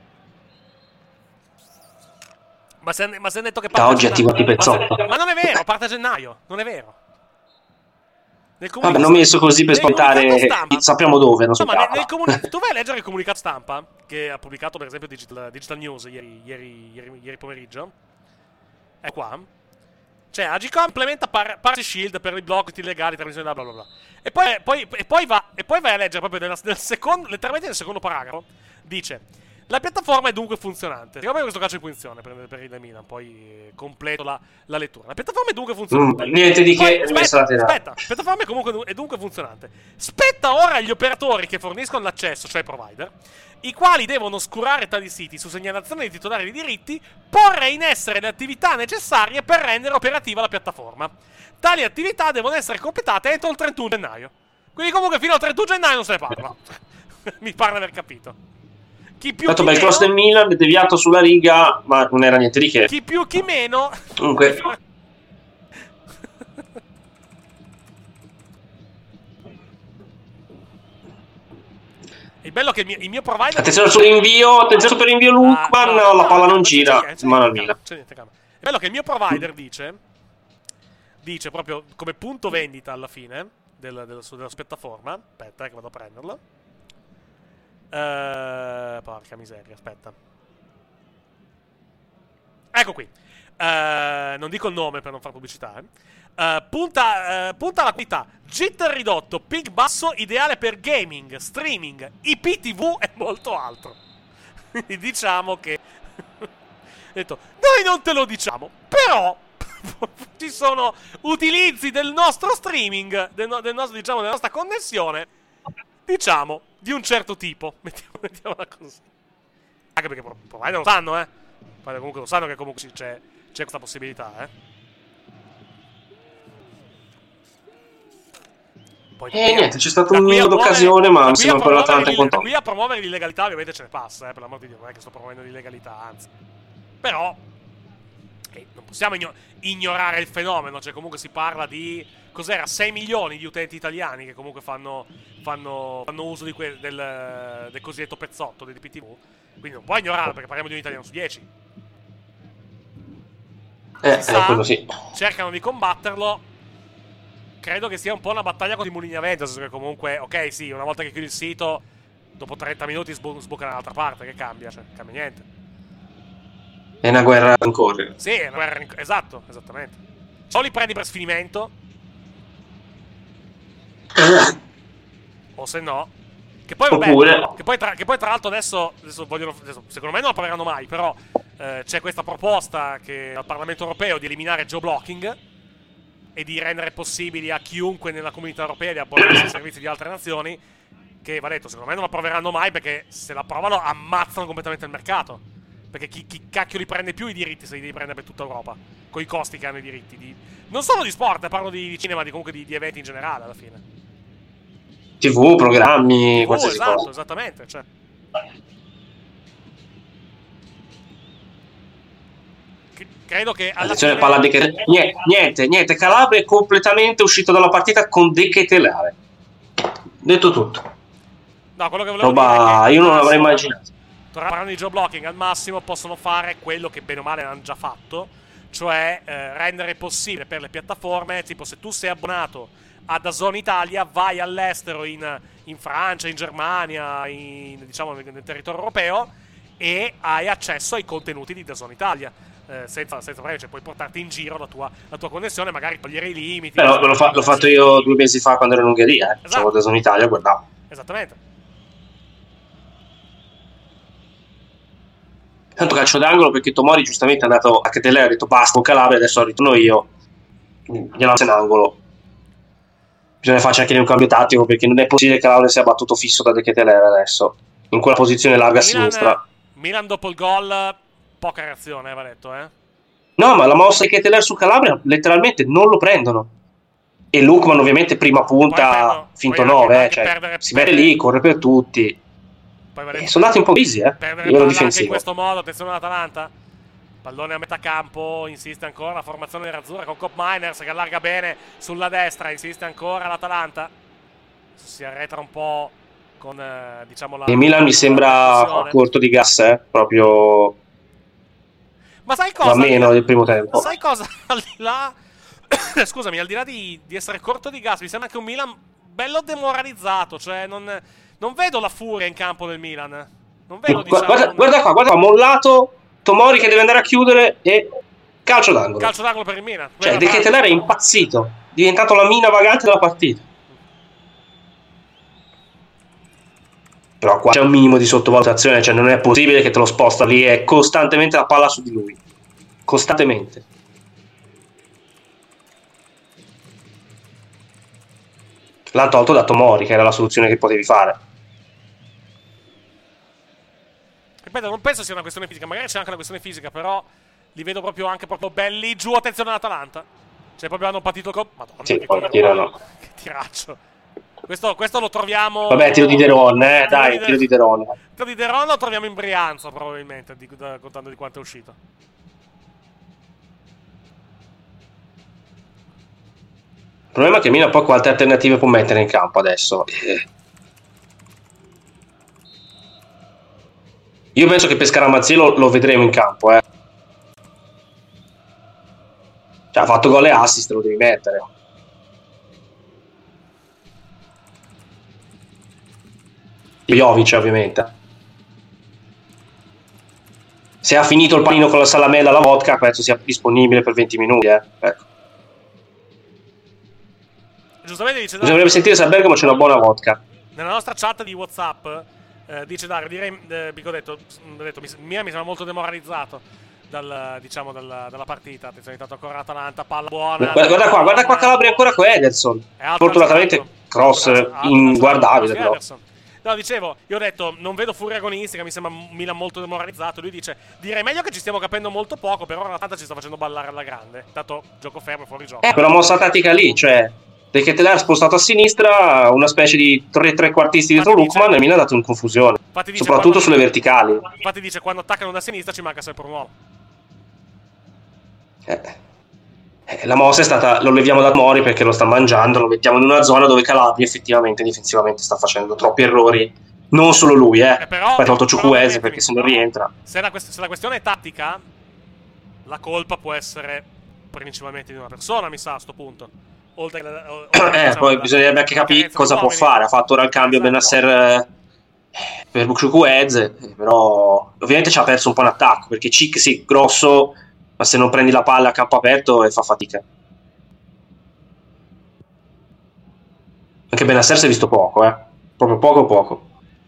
Ma se hanno detto che da oggi attivo l'antipezzotto. Ma non è vero, parte a gennaio, non è vero. Vabbè, hanno messo così per scontare, sappiamo dove, non so. Tu vai a leggere il comunicato stampa che ha pubblicato per esempio Digital News ieri pomeriggio. È qua. Cioè, Agicom implementa Party Shield per i blocchi illegali, trasmissione bla bla bla. E poi vai a leggere proprio letteralmente nel secondo paragrafo. Dice: la piattaforma è dunque funzionante. Secondo me questo calcio di punizione per il Milan. Poi completo la lettura. La piattaforma è dunque funzionante. Niente di che. Aspetta. La piattaforma è dunque funzionante. Spetta ora agli operatori che forniscono l'accesso, cioè i provider, i quali devono scurare tali siti su segnalazione dei titolari di diritti, porre in essere le attività necessarie per rendere operativa la piattaforma. Tali attività devono essere completate entro il 31 gennaio. Quindi comunque fino al 31 gennaio non se ne parla. Mi pare di aver capito. Chi più tanto bel cross del Milan, deviato sulla riga, ma non era niente di che. Chi più chi meno. Comunque il bello è che il mio provider... Attenzione sul rinvio Lukman, la palla non gira, mano al Milan. Il bello è che il mio provider dice proprio come punto vendita alla fine della piattaforma. Aspetta che vado a prenderlo. Porca miseria, aspetta. Ecco qui. Non dico il nome per non fare pubblicità. Punta alla qualità. Jitter ridotto, ping basso, ideale per gaming, streaming, IPTV e molto altro. Quindi diciamo che detto, noi non te lo diciamo, però ci sono utilizzi del nostro streaming, della nostra connessione, diciamo, di un certo tipo. Mettiamola così. Anche perché provider lo sanno, comunque lo sanno che comunque c'è questa possibilità, Poi, niente, c'è stato un minuto d'occasione, ma mi sembra ancora l'Atalanta in controllo. Qui a promuovere l'illegalità ovviamente ce ne passa, per l'amor di Dio, non è che sto promuovendo l'illegalità, anzi. Però non possiamo ignorare il fenomeno, cioè comunque si parla di, cos'era, 6 milioni di utenti italiani che comunque fanno uso del cosiddetto pezzotto, del DPTV, quindi non puoi ignorarlo perché parliamo di un italiano su 10. Quello sì. Cercano di combatterlo. Credo che sia un po' una battaglia con i mulini a vento, nel senso che comunque, ok, sì, una volta che chiudi il sito, dopo 30 minuti sbuca dall'altra parte, che cambia? Cioè, cambia niente. È una guerra ancora. Sì, è una guerra esatto, esattamente. O li prendi per sfinimento, o se no, che poi vabbè, che poi tra l'altro adesso secondo me non la proveranno mai, però c'è questa proposta al Parlamento europeo di eliminare geoblocking e di rendere possibili a chiunque nella comunità europea di abbonarsi ai servizi di altre nazioni, che va detto, secondo me non la proveranno mai, perché se la provano ammazzano completamente il mercato, perché chi cacchio li prende più i diritti se li devi prendere per tutta Europa, con i costi che hanno i diritti non solo di sport, parlo di cinema, comunque di eventi in generale alla fine. TV, programmi, qualsiasi esatto, cosa. Esattamente, cioè. Credo che alla attenzione, fine... palla di niente, Calabria è completamente uscito dalla partita con De Ketelare. Detto tutto. No, quello che volevo dire è che io non l'avrei immaginato. Parlando di geoblocking, al massimo possono fare quello che bene o male hanno già fatto, cioè rendere possibile per le piattaforme, tipo se tu sei abbonato a DAZN Italia, vai all'estero in Francia, in Germania, diciamo nel territorio europeo, e hai accesso ai contenuti di DAZN Italia. Senza problemi, cioè puoi portarti in giro la tua connessione, magari togliere i limiti. Però l'ho fatto io 2 mesi fa quando ero in Ungheria, esatto. DAZN Italia, guardavo. Esattamente. Tanto calcio d'angolo perché Tomori giustamente è andato a Ketelare, ha detto basta con Calabria, adesso ritorno io, gliela in angolo. Bisogna farci anche un cambio tattico perché non è possibile che Calabria sia battuto fisso da De Ketelare adesso, in quella posizione larga a sinistra. Milan dopo il gol, poca reazione, va detto, No, ma la mossa di Ketelare su Calabria letteralmente non lo prendono. E Lukman ovviamente prima punta, finto 9, cioè si mette lì, corre per tutti. Sono andati un po' easy, Perdere palla anche in questo modo, attenzione all'Atalanta. Pallone a metà campo, insiste ancora la formazione nerazzurra con Kopp Miners che allarga bene sulla destra, insiste ancora l'Atalanta. Si arretra un po' con diciamo la... E Milan mi sembra corto di gas, proprio... Ma sai cosa? Va meno del primo tempo. Sai cosa? Al di là... Scusami, al di là di essere corto di gas, mi sembra anche un Milan bello demoralizzato, cioè non vedo la furia in campo del Milan. Non vedo, diciamo... Guarda qua, mollato, Tomori che deve andare a chiudere e calcio d'angolo. Calcio d'angolo per il Milan. Cioè, De Ketelare è impazzito, è diventato la mina vagante della partita. Però qua c'è un minimo di sottovalutazione, cioè non è possibile che te lo sposta lì, è costantemente la palla su di lui. Costantemente. L'hanno tolto da Tomori, che era la soluzione che potevi fare. Ripeto, non penso sia una questione fisica, magari c'è anche una questione fisica, però li vedo proprio belli giù, attenzione all'Atalanta. Cioè proprio hanno partito con... Madonna, sì, poi tirano. Che tiraccio. Questo lo troviamo... Vabbè, tiro di Deron, dai, tiro di Deron. Tiro di Deron lo troviamo in Brianza, probabilmente, contando di quanto è uscito. Il problema è che Milan poi quante alternative può mettere in campo adesso. Io penso che Pescaramazzi lo vedremo in campo, Cioè, ha fatto gol e assist, lo devi mettere. Jovic, ovviamente. Se ha finito il panino con la salamella e la vodka, penso sia disponibile per 20 minuti, Ecco. Giustamente dice... Bisognerebbe sentire se a Bergamo c'è una buona vodka. Nella nostra chat di WhatsApp dice Dario, direi, ho detto, Mia mi sembra molto demoralizzato dalla partita. Attenzione, intanto ancora Atalanta, palla buona. Guarda qua Calabria ancora con Ederson. Fortunatamente cross inguardabile però. No, dicevo, io ho detto, non vedo furia agonistica, mi sembra Milan molto demoralizzato. Lui dice, direi meglio che ci stiamo capendo molto poco, però l'Atalanta ci sta facendo ballare alla grande. Intanto gioco fermo, fuori gioco. Quella mossa tattica lì, cioè... De Ketelare spostato a sinistra, una specie di trequartisti dietro Lukman, e Milan ha dato in confusione, soprattutto sulle verticali. Infatti dice, quando attaccano da sinistra ci manca sempre un uomo. La mossa è stata, lo leviamo da Tomori perché lo sta mangiando, lo mettiamo in una zona dove Calabria effettivamente difensivamente sta facendo troppi errori. Non solo lui, però, poi ha tolto Ciucuese perché se non rientra. Se la questione è tattica, la colpa può essere principalmente di una persona, mi sa, a sto punto. Poi bisognerebbe anche capire cosa può fare. Ha fatto ora il cambio Benasser per Ciucueze, però ovviamente ci ha perso un po' in attacco perché Cic sì, grosso, ma se non prendi la palla a campo aperto fa fatica. Anche Benasser si è visto poco, proprio poco.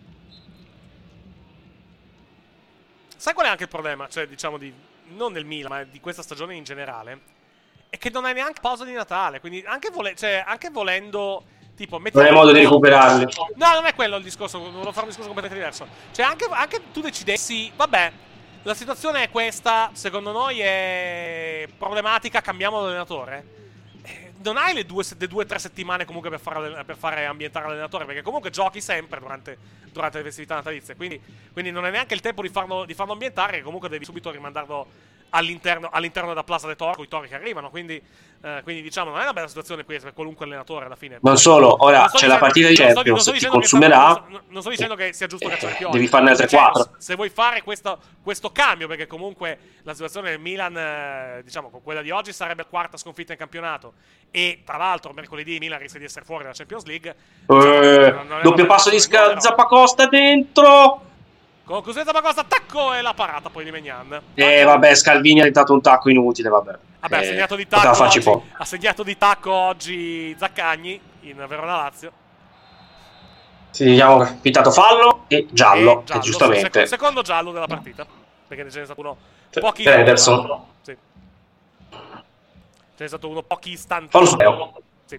Sai qual è anche il problema? Cioè, diciamo, non del Milan, ma di questa stagione in generale? È che non hai neanche pausa di Natale, quindi anche volendo, tipo, non hai modo di recuperarli. No, non è quello il discorso, volevo fare un discorso completamente diverso. Cioè, anche tu decidessi, vabbè, la situazione è questa, secondo noi è problematica, cambiamo l'allenatore. non hai le 2 o 3 settimane comunque per fare ambientare l'allenatore, perché comunque giochi sempre durante le festività natalizie, quindi non è neanche il tempo di farlo ambientare, che comunque devi subito rimandarlo all'interno della Plaza de Toro, con i tori che arrivano, quindi diciamo non è una bella situazione questa per qualunque allenatore alla fine. Non solo, ora c'è la partita di Champions, ti consumerà. Non sto dicendo che sia giusto cacciare Pioli. Devi farne altre 4. Se vuoi fare questo cambio, perché comunque la situazione del Milan, diciamo, con quella di oggi sarebbe la 4ª sconfitta in campionato, e tra l'altro mercoledì Milan rischia di essere fuori dalla Champions League. Doppio passo di Zappacosta dentro. Conclusione Zappacosta, attacco e la parata poi di Maignan. Vabbè, Scalvini ha tentato un tacco inutile, vabbè. Ha segnato di tacco oggi Zaccagni in Verona Lazio. Sì, diciamo pintato fallo e giallo, giustamente. Secondo giallo della partita, perché ce n'è stato uno pochi Ederson. Sì. Ce n'è stato uno pochi istanti. Fallo. Sì.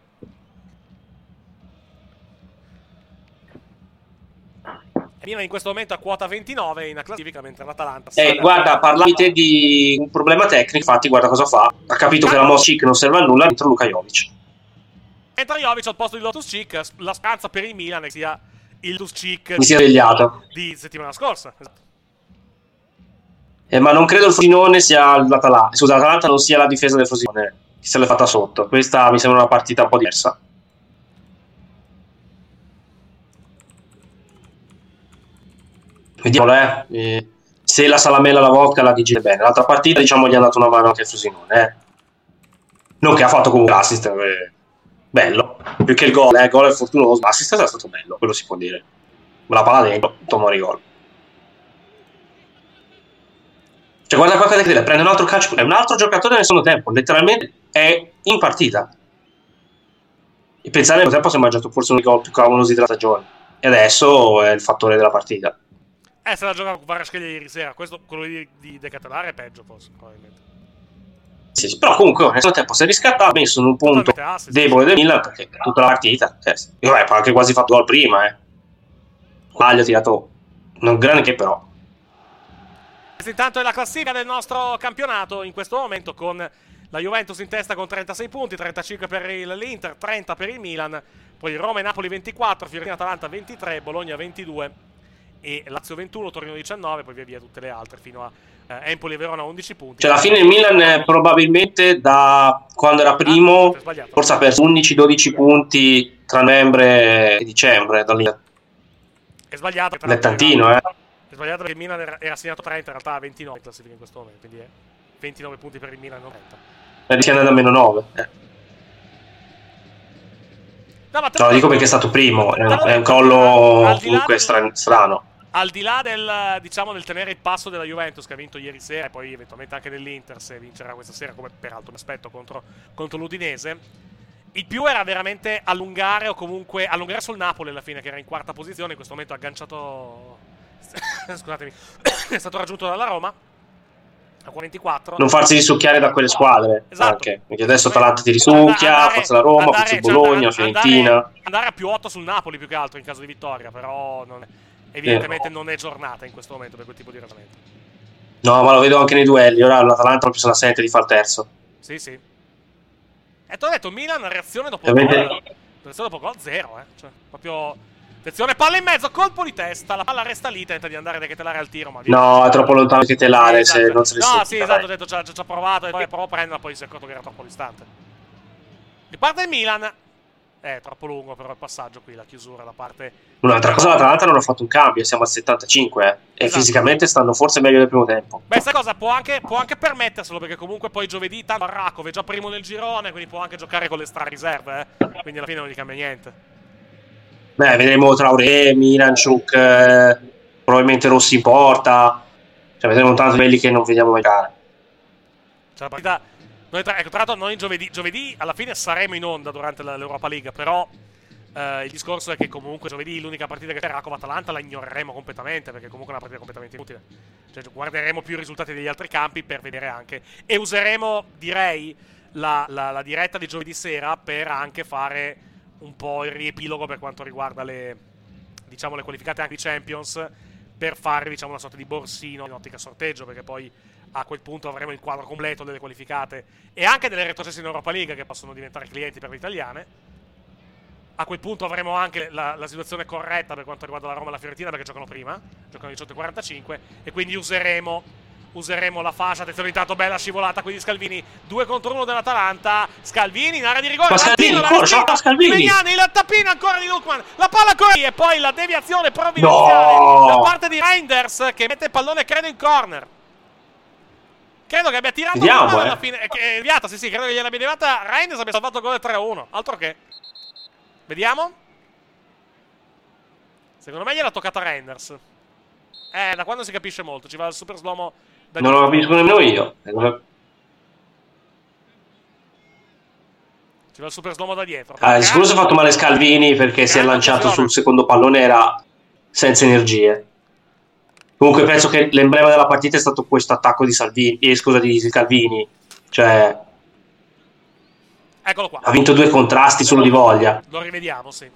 Milan in questo momento a quota 29 in classifica, mentre l'Atalanta guarda, parlavi te di un problema tecnico, infatti guarda cosa fa. Ha capito che la Loftus-Cheek non serve a nulla, entra Luka Jovic. Entra Jovic al posto di Loftus-Cheek. La speranza per il Milan è che sia il Loftus-Cheek mi sia svegliato di settimana scorsa. Esatto. Ma non credo il Frosinone sia l'Atalanta. Scusa, l'Atalanta non sia la difesa del Frosinone che se l'è fatta sotto. Questa mi sembra una partita un po' diversa. Vediamolo, se la salamella alla vodka la digerite bene. L'altra partita, diciamo, gli ha dato una mano anche il Frosinone, non che ha fatto comunque l'assist bello, più che il gol è fortunoso, l'assist è stato bello, quello si può dire. La palla dentro, Tomori gol. Cioè guarda qua che prende un altro calcio, è un altro giocatore nel secondo tempo, letteralmente è in partita. E pensare nel tempo si è mangiato forse uno dei gol più clamorosi della stagione, e adesso è il fattore della partita. Se la gioca con Kvaratskhelia ieri sera, quello di De Ketelare è peggio forse, probabilmente. Sì, però comunque nel secondo tempo si è riscattato, messo in un punto debole del Milan, perché tutta la partita, ha anche quasi fatto gol prima, Maglio ha tirato non granché però. Intanto è la classifica del nostro campionato in questo momento, con la Juventus in testa con 36 punti, 35 per l'Inter, 30 per il Milan, poi Roma e Napoli 24, Fiorentina Atalanta 23, Bologna 22 e Lazio 21, Torino 19, poi via tutte le altre fino a Empoli e Verona 11 punti. Cioè alla fine il Milan probabilmente da quando era primo forse ha perso 11-12 punti tra novembre e dicembre da lì. È sbagliato. È tantino, È sbagliato perché il Milan era segnato 30, in realtà ha 29 in classifica in questo momento, quindi è 29 punti per il Milan, non 30. Si è andato a meno 9. No, dico perché è stato primo, è un collo comunque strano. Al di là del tenere il passo della Juventus che ha vinto ieri sera e poi eventualmente anche dell'Inter se vincerà questa sera, come peraltro mi aspetto contro l'Udinese, il più era veramente allungare, o comunque allungare sul Napoli alla fine, che era in quarta posizione, in questo momento agganciato scusatemi è stato raggiunto dalla Roma a 24. Non farsi risucchiare da quelle squadre, esatto. Anche perché adesso Atalanta ti risucchia, forse la Roma, forse il Bologna, Fiorentina. Andare a più 8 sul Napoli più che altro in caso di vittoria, però evidentemente non è giornata in questo momento per quel tipo di ragionamento. No, ma lo vedo anche nei duelli. Ora l'Atalanta proprio se la sente di far terzo. Sì. E ti ho detto, Milan reazione dopo gol 0, cioè proprio. Attenzione, palla in mezzo, colpo di testa, la palla resta lì, tenta di andare a De Ketelare al tiro, ma no, è troppo lontano De Ketelare, se non se ne no, sì, esatto, ho detto, ci ha provato, e poi prova a prenderla, poi si è accorto che era troppo distante. Riparte il Milan. È troppo lungo però il passaggio qui, la chiusura da parte. Un'altra cosa, l'Atalanta non ha fatto un cambio, siamo al 75, e fisicamente stanno forse meglio del primo tempo. Beh, sai cosa? Può anche permetterselo, perché comunque poi giovedì tanto Rakov è già primo nel girone, quindi può anche giocare con le riserve, quindi alla fine non gli cambia niente. Beh, vedremo Traoré, Miranchuk, probabilmente Rossi in porta. Cioè, vedremo tanti belli che non vediamo mai giocare. Cioè, la partita. Ecco, tra l'altro, noi giovedì alla fine saremo in onda durante l'Europa League. Però il discorso è che comunque giovedì l'unica partita che c'è, Rakov-Atalanta, la ignoreremo completamente, perché comunque è una partita completamente inutile. Cioè, guarderemo più i risultati degli altri campi per vedere anche. E useremo, direi, la diretta di giovedì sera per anche fare un po' il riepilogo per quanto riguarda le qualificate anche di Champions, per fare una sorta di borsino in ottica sorteggio, perché poi a quel punto avremo il quadro completo delle qualificate e anche delle retrocesse in Europa League che possono diventare clienti per le italiane. A quel punto avremo anche la situazione corretta per quanto riguarda la Roma e la Fiorentina, perché giocano prima, giocano 18:45, e quindi useremo la fascia. Attenzione, intanto bella scivolata qui di Scalvini, 2 contro 1 dell'Atalanta. Scalvini in area di rigore, Scalvini, il tappino ancora di Lookman, la palla ancora e poi la deviazione provvidenziale da parte di Reinders, che mette il pallone credo in corner. Credo che abbia tirato alla fine, è deviata, sì, credo che gliel'abbia deviata Reinders, abbia salvato il gol del 3-1, altro che. Vediamo. Secondo me gliel'ha toccata Reinders. Da quando si capisce molto. Ci va il super slow-mo. Non lo capisco nemmeno io. Ci va il super slow-mo da dietro. Il discorso ha fatto male Scalvini perché si è lanciato sul secondo pallone, era senza energie. Comunque penso che l'emblema della partita è stato questo attacco di Scalvini. Cioè, eccolo qua. Ha vinto 2 contrasti solo di voglia. Lo rivediamo, sì.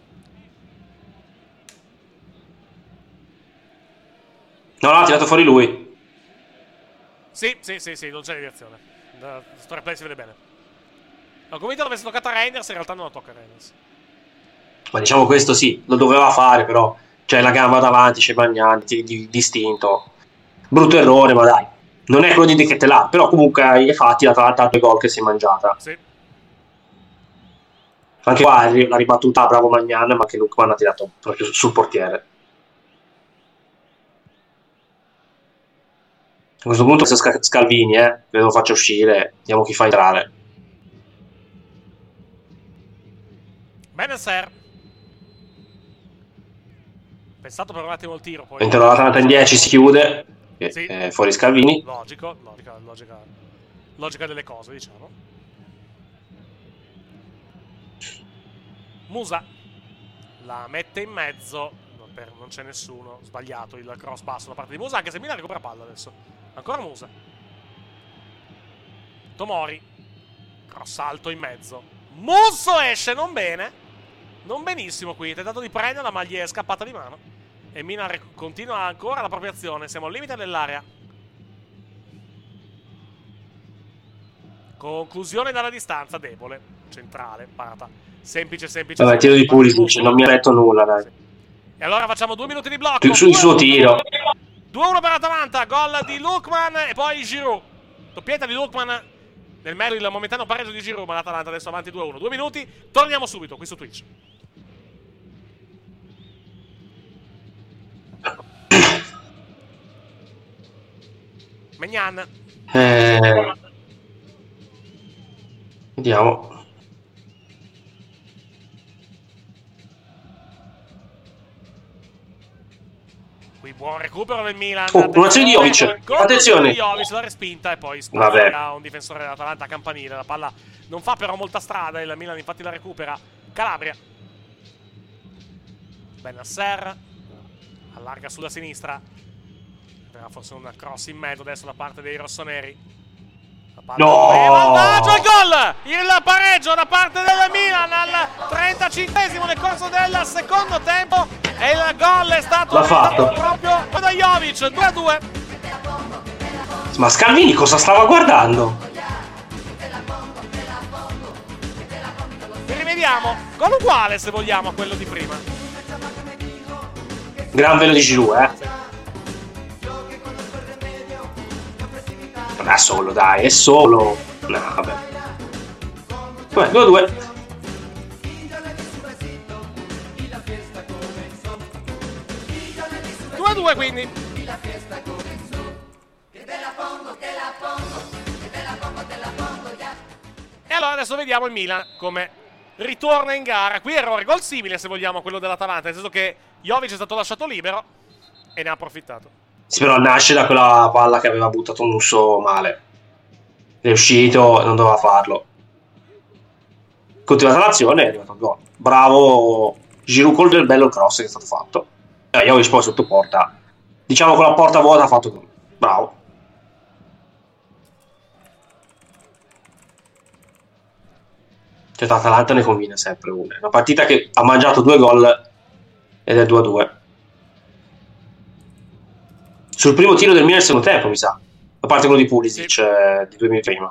No, ha tirato fuori lui. Sì, non c'è deviazione. Sto replay si vede bene. Ho convinto che avesse toccata Reinders, in realtà non la tocca Reinders. Ma diciamo questo sì, lo doveva fare, però c'è la gamba davanti, c'è Magnani, distinto. Brutto errore, ma dai. Non è quello di Ketelà, però comunque ai fatti l'Atalanta ha 2 gol che si è mangiata. Sì. Anche qua la ribattuta, bravo Magnan, ma che Lookman ha tirato proprio sul portiere. A questo punto Scalvini, credo lo faccia uscire, vediamo chi fa entrare. Benasser. Pensato per un attimo il tiro, poi Entra l'Atalanta in 10, si chiude, sì. Fuori Scalvini. Logica delle cose, diciamo. Musa la mette in mezzo, non c'è nessuno, sbagliato il cross basso da parte di Musa, anche se Milan recupera palla adesso. Ancora Musa. Tomori, cross alto in mezzo. Musso esce, non bene, non benissimo qui, tentato di prendere, la maglia è scappata di mano e Milan continua ancora la propria azione. Siamo al limite dell'area. Conclusione dalla distanza, debole, centrale, parata semplice. Vabbè, tiro di Pulisic, non mi ha detto nulla, dai. E allora facciamo 2 minuti di blocco. Il suo tiro. 2-1 per l'Atalanta, gol di Lookman e poi Giroud. Doppietta di Lookman nel merito il momentaneo pareggio di Giroud, ma l'Atalanta adesso avanti 2-1. 2 minuti, torniamo subito qui su Twitch. Magnan. Vediamo. Qui buon recupero del Milan. Un'azione di Jovic. Attenzione. Jovic la respinta e poi spara un difensore dell'Atalanta, Campanile. La palla non fa però molta strada, il Milan infatti la recupera. Calabria. Benasser allarga sulla sinistra. Verrà forse un cross in mezzo adesso da parte dei rossoneri. No! Vantaggio al gol! Il pareggio da parte del Milan al 35esimo nel corso del secondo tempo e il gol è stato proprio da Jovic, 2-2. Ma Scalvini cosa stava guardando? Rivediamo, gol uguale se vogliamo a quello di prima. Gran velo di Giroud, Non è solo, dai, è solo. No, vabbè. Vabbè, 2-2. Quindi. E allora adesso vediamo il Milan come ritorna in gara. Qui errore gol simile se vogliamo a quello dell'Atalanta, nel senso che Jovic è stato lasciato libero e ne ha approfittato. Sì, però nasce da quella palla che aveva buttato Musso male. È uscito, non doveva farlo. Continuata l'azione, è arrivato il gol. Bravo Giroud col del bello cross che è stato fatto. Jovic poi sotto porta. Diciamo con la porta vuota ha fatto gol. Bravo. Cioè l'Atalanta ne conviene sempre una. È una partita che ha mangiato 2 gol ed è 2-2. Sul primo tiro del Milan nel secondo tempo, mi sa. a parte quello di Pulisic di 2 minuti prima.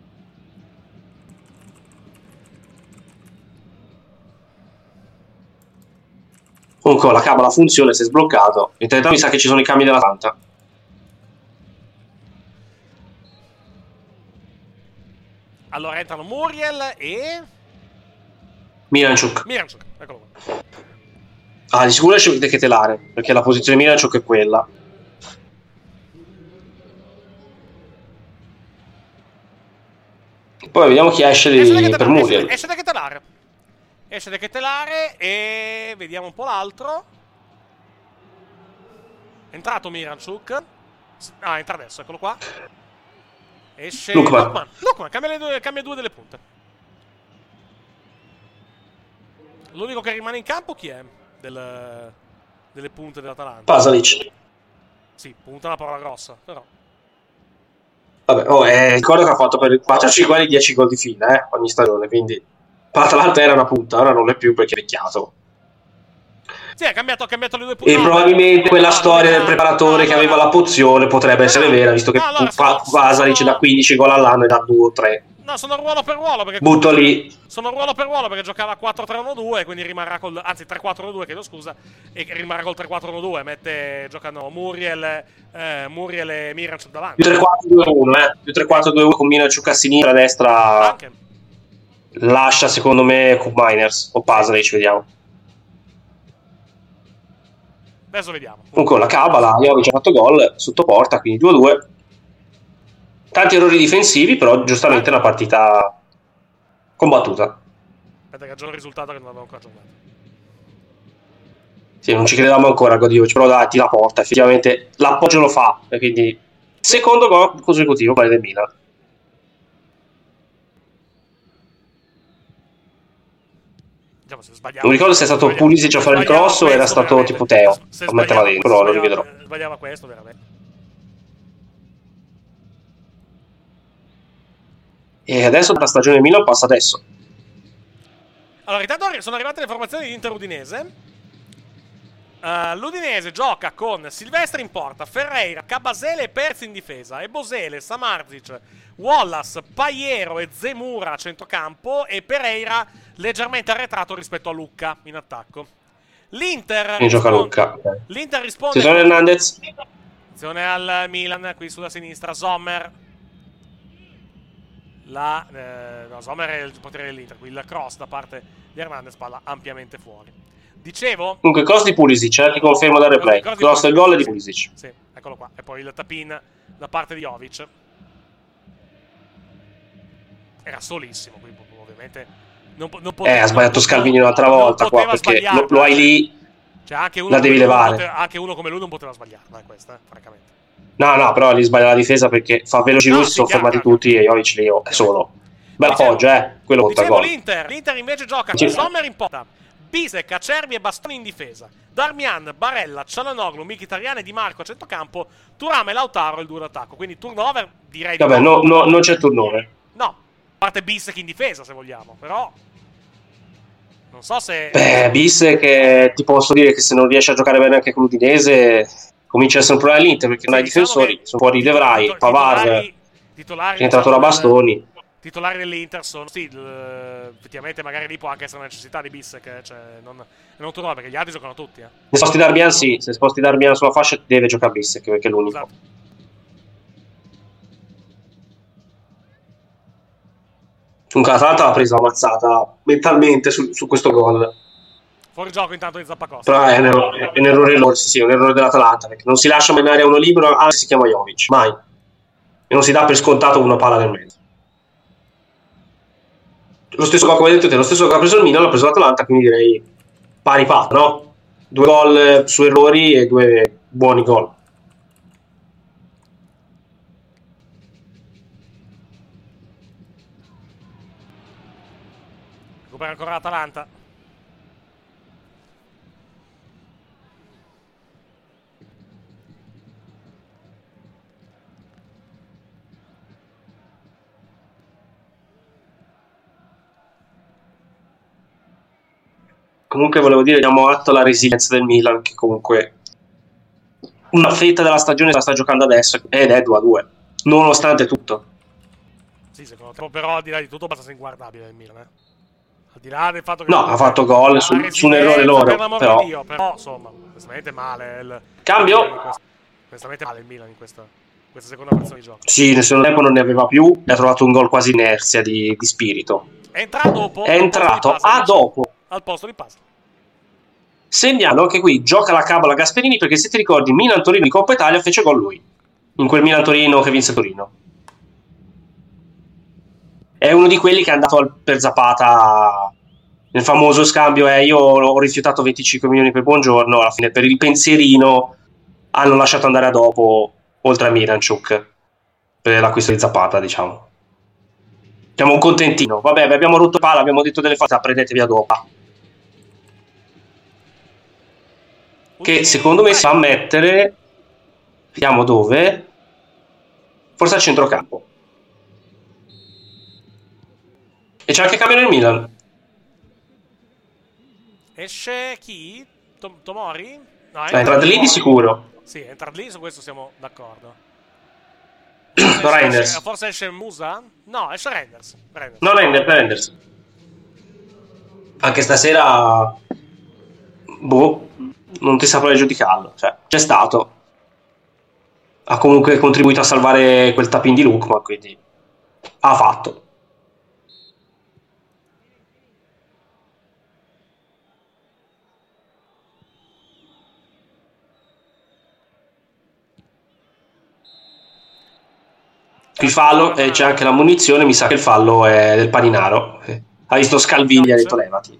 Comunque la cabala funziona, si è sbloccato. Intanto mi sa che ci sono i cambi dell'Atalanta. Allora entrano Muriel e Miranchuk, eccolo qua. di sicuro esce De Ketelare, perché la posizione di Miranchuk è quella. Poi vediamo chi esce per Muriel. Esce De Ketelare e vediamo un po' l'altro. È entrato Miranchuk. Entra adesso, eccolo qua. Esce Lukman, cambia 2 delle punte. L'unico che rimane in campo chi è? Delle punte dell'Atalanta? Pasalic. Sì, punta è una parola grossa, però. Vabbè, ricordo che ha fatto per 4-5 anni 10 gol di fila, ogni stagione, quindi l'Atalanta era una punta, ora non è più perché è vecchiato. Sì, ha cambiato le 2 punte. E probabilmente quella storia del preparatore che aveva la pozione potrebbe essere vera, visto che Pasalic da 15 gol all'anno e da 2 o 3. No, sono ruolo per ruolo perché butto lì. Sono ruolo per ruolo perché giocava 4-3-1-2, quindi rimarrà col 3-4-1-2, chiedo scusa, e rimarrà col 3-4-1-2, giocano Muriel e Miranchuk davanti. Più 3-4-2-1, più 3-4-2-1 con Miranchuk a sinistra, a destra. Anche. Lascia secondo me Cup Miners o Pasalic, vediamo. Adesso vediamo. Comunque la cabala, Jovic ha fatto gol sotto porta, quindi 2-2. Tanti errori difensivi, però giustamente una partita combattuta. Aspetta che aggiorno il risultato che non avevo ancora aggiornato. Sì, non ci credevamo ancora a Godiovic, però dati la porta, effettivamente l'appoggio lo fa, e quindi secondo gol consecutivo quello del Milan. Non ricordo se è stato Pulisic a fare il cross o era stato tipo Teo a metterla dentro, però lo rivedrò. Sbagliava questo veramente. E adesso la stagione Milan passa adesso. Allora, intanto sono arrivate le formazioni di Inter Udinese. L'Udinese gioca con Silvestri in porta, Ferreira, Cabasele e Perzi in difesa, e Bosele, Samardzic, Wallace, Paiero e Zemura a centrocampo, e Pereira leggermente arretrato rispetto a Lucca in attacco. L'Inter gioca Lucca. L'Inter risponde. Attenzione Hernandez. Attenzione al Milan qui sulla sinistra. Sommer. No, Sommer è il portiere dell'Inter. Qui il cross da parte di Hernandez, palla ampiamente fuori. Dicevo. Comunque cross di Pulisic, ti confermo dal replay. Cross del gol di Pulisic. Sì, eccolo qua. E poi il tap-in da parte di Jovic. Era solissimo, qui ovviamente. Ha sbagliato Scalvini un'altra volta qua, perché lo hai lì, cioè, anche uno la devi levare. Anche uno come lui non poteva sbagliarla, questa, francamente. No, però lì sbaglia la difesa perché fa veloci lui, si sono fermati tutti e Jovic lì è solo. Bella appoggio, quello conta il gol. L'Inter invece gioca con Sommer in porta, Bisek, Acerbi e Bastoni in difesa, Darmian, Barella, Cialanoglu, Mkhitaryan e Di Marco a centrocampo, Thuram e Lautaro il duo d'attacco, quindi turnover direi. Vabbè, non c'è turnover. No, a parte Bisek in difesa se vogliamo, però non so se. Bisek, ti posso dire che se non riesce a giocare bene anche con l'Udinese comincia a essere un problema all'Inter, perché non hai difensori, sono fuori De Vrij, Pavard, è entrato da Bastoni. Titolari dell'Inter sono, sì, effettivamente magari lì può anche essere una necessità di Bisek, cioè non turno, perché gli altri giocano tutti. Se sposti Darmian sì, se sposti Darmian sulla fascia deve giocare Bisek, perché è l'unico. Esatto. Comunque l'Atalanta l'ha presa ammazzata mentalmente su questo gol. Fuori gioco intanto di Zappacosta. Però è un errore loro, sì, è un errore dell'Atalanta, perché non si lascia mai in area uno libero, anzi si chiama Jovic, mai. E non si dà per scontato una palla nel mezzo. Lo stesso gol, come hai detto te, lo stesso che ha preso il Milan l'ha preso l'Atalanta, quindi direi pari patta, no? 2 gol su errori e 2 buoni gol. Recupera ancora l'Atalanta. Comunque volevo dire, diamo atto alla resilienza del Milan, che comunque una fetta della stagione la sta giocando adesso ed è 2-2. nonostante tutto. Sì, secondo te, però al di là di tutto abbastanza inguardabile il Milan, Al di là del fatto che... No, ha fatto gol su un errore loro, per l'amor però... di Dio, però, insomma, onestamente male Cambio! Onestamente male il Milan in questa seconda porzione di gioco. Sì, nel secondo tempo non ne aveva più e ha trovato un gol quasi inerzia di spirito. È entrato dopo? È entrato a dopo. Al posto di Pasa. Segnalo che qui gioca la cabala Gasperini, perché se ti ricordi Milan-Torino in Coppa Italia fece gol lui. In quel Milan-Torino che vinse Torino. È uno di quelli che è andato per Zapata nel famoso scambio. Io ho rifiutato 25 milioni per Buongiorno, alla fine per il pensierino hanno lasciato andare a dopo, oltre a Miranchuk, per l'acquisto di Zapata, diciamo. Siamo un contentino. Vabbè, abbiamo rotto palla, abbiamo detto delle false, prendetevi a dopo. Che secondo me si fa mettere, vediamo dove, forse al centrocampo. E c'è anche cambio nel Milan. Esce chi? Tomori? No, entra lì di sicuro. Sì, entra lì, su questo siamo d'accordo. Reinders. Forse esce Musa? No, esce Reinders. No, Reinders. Anche stasera, boh, non ti saprei giudicarlo. Cioè, c'è stato. Ha comunque contribuito a salvare quel tapin di Lukman, quindi ha fatto. Qui fallo e c'è anche la munizione. Mi sa che il fallo è del Paninaro. Ha visto Scalvini e ha detto levati.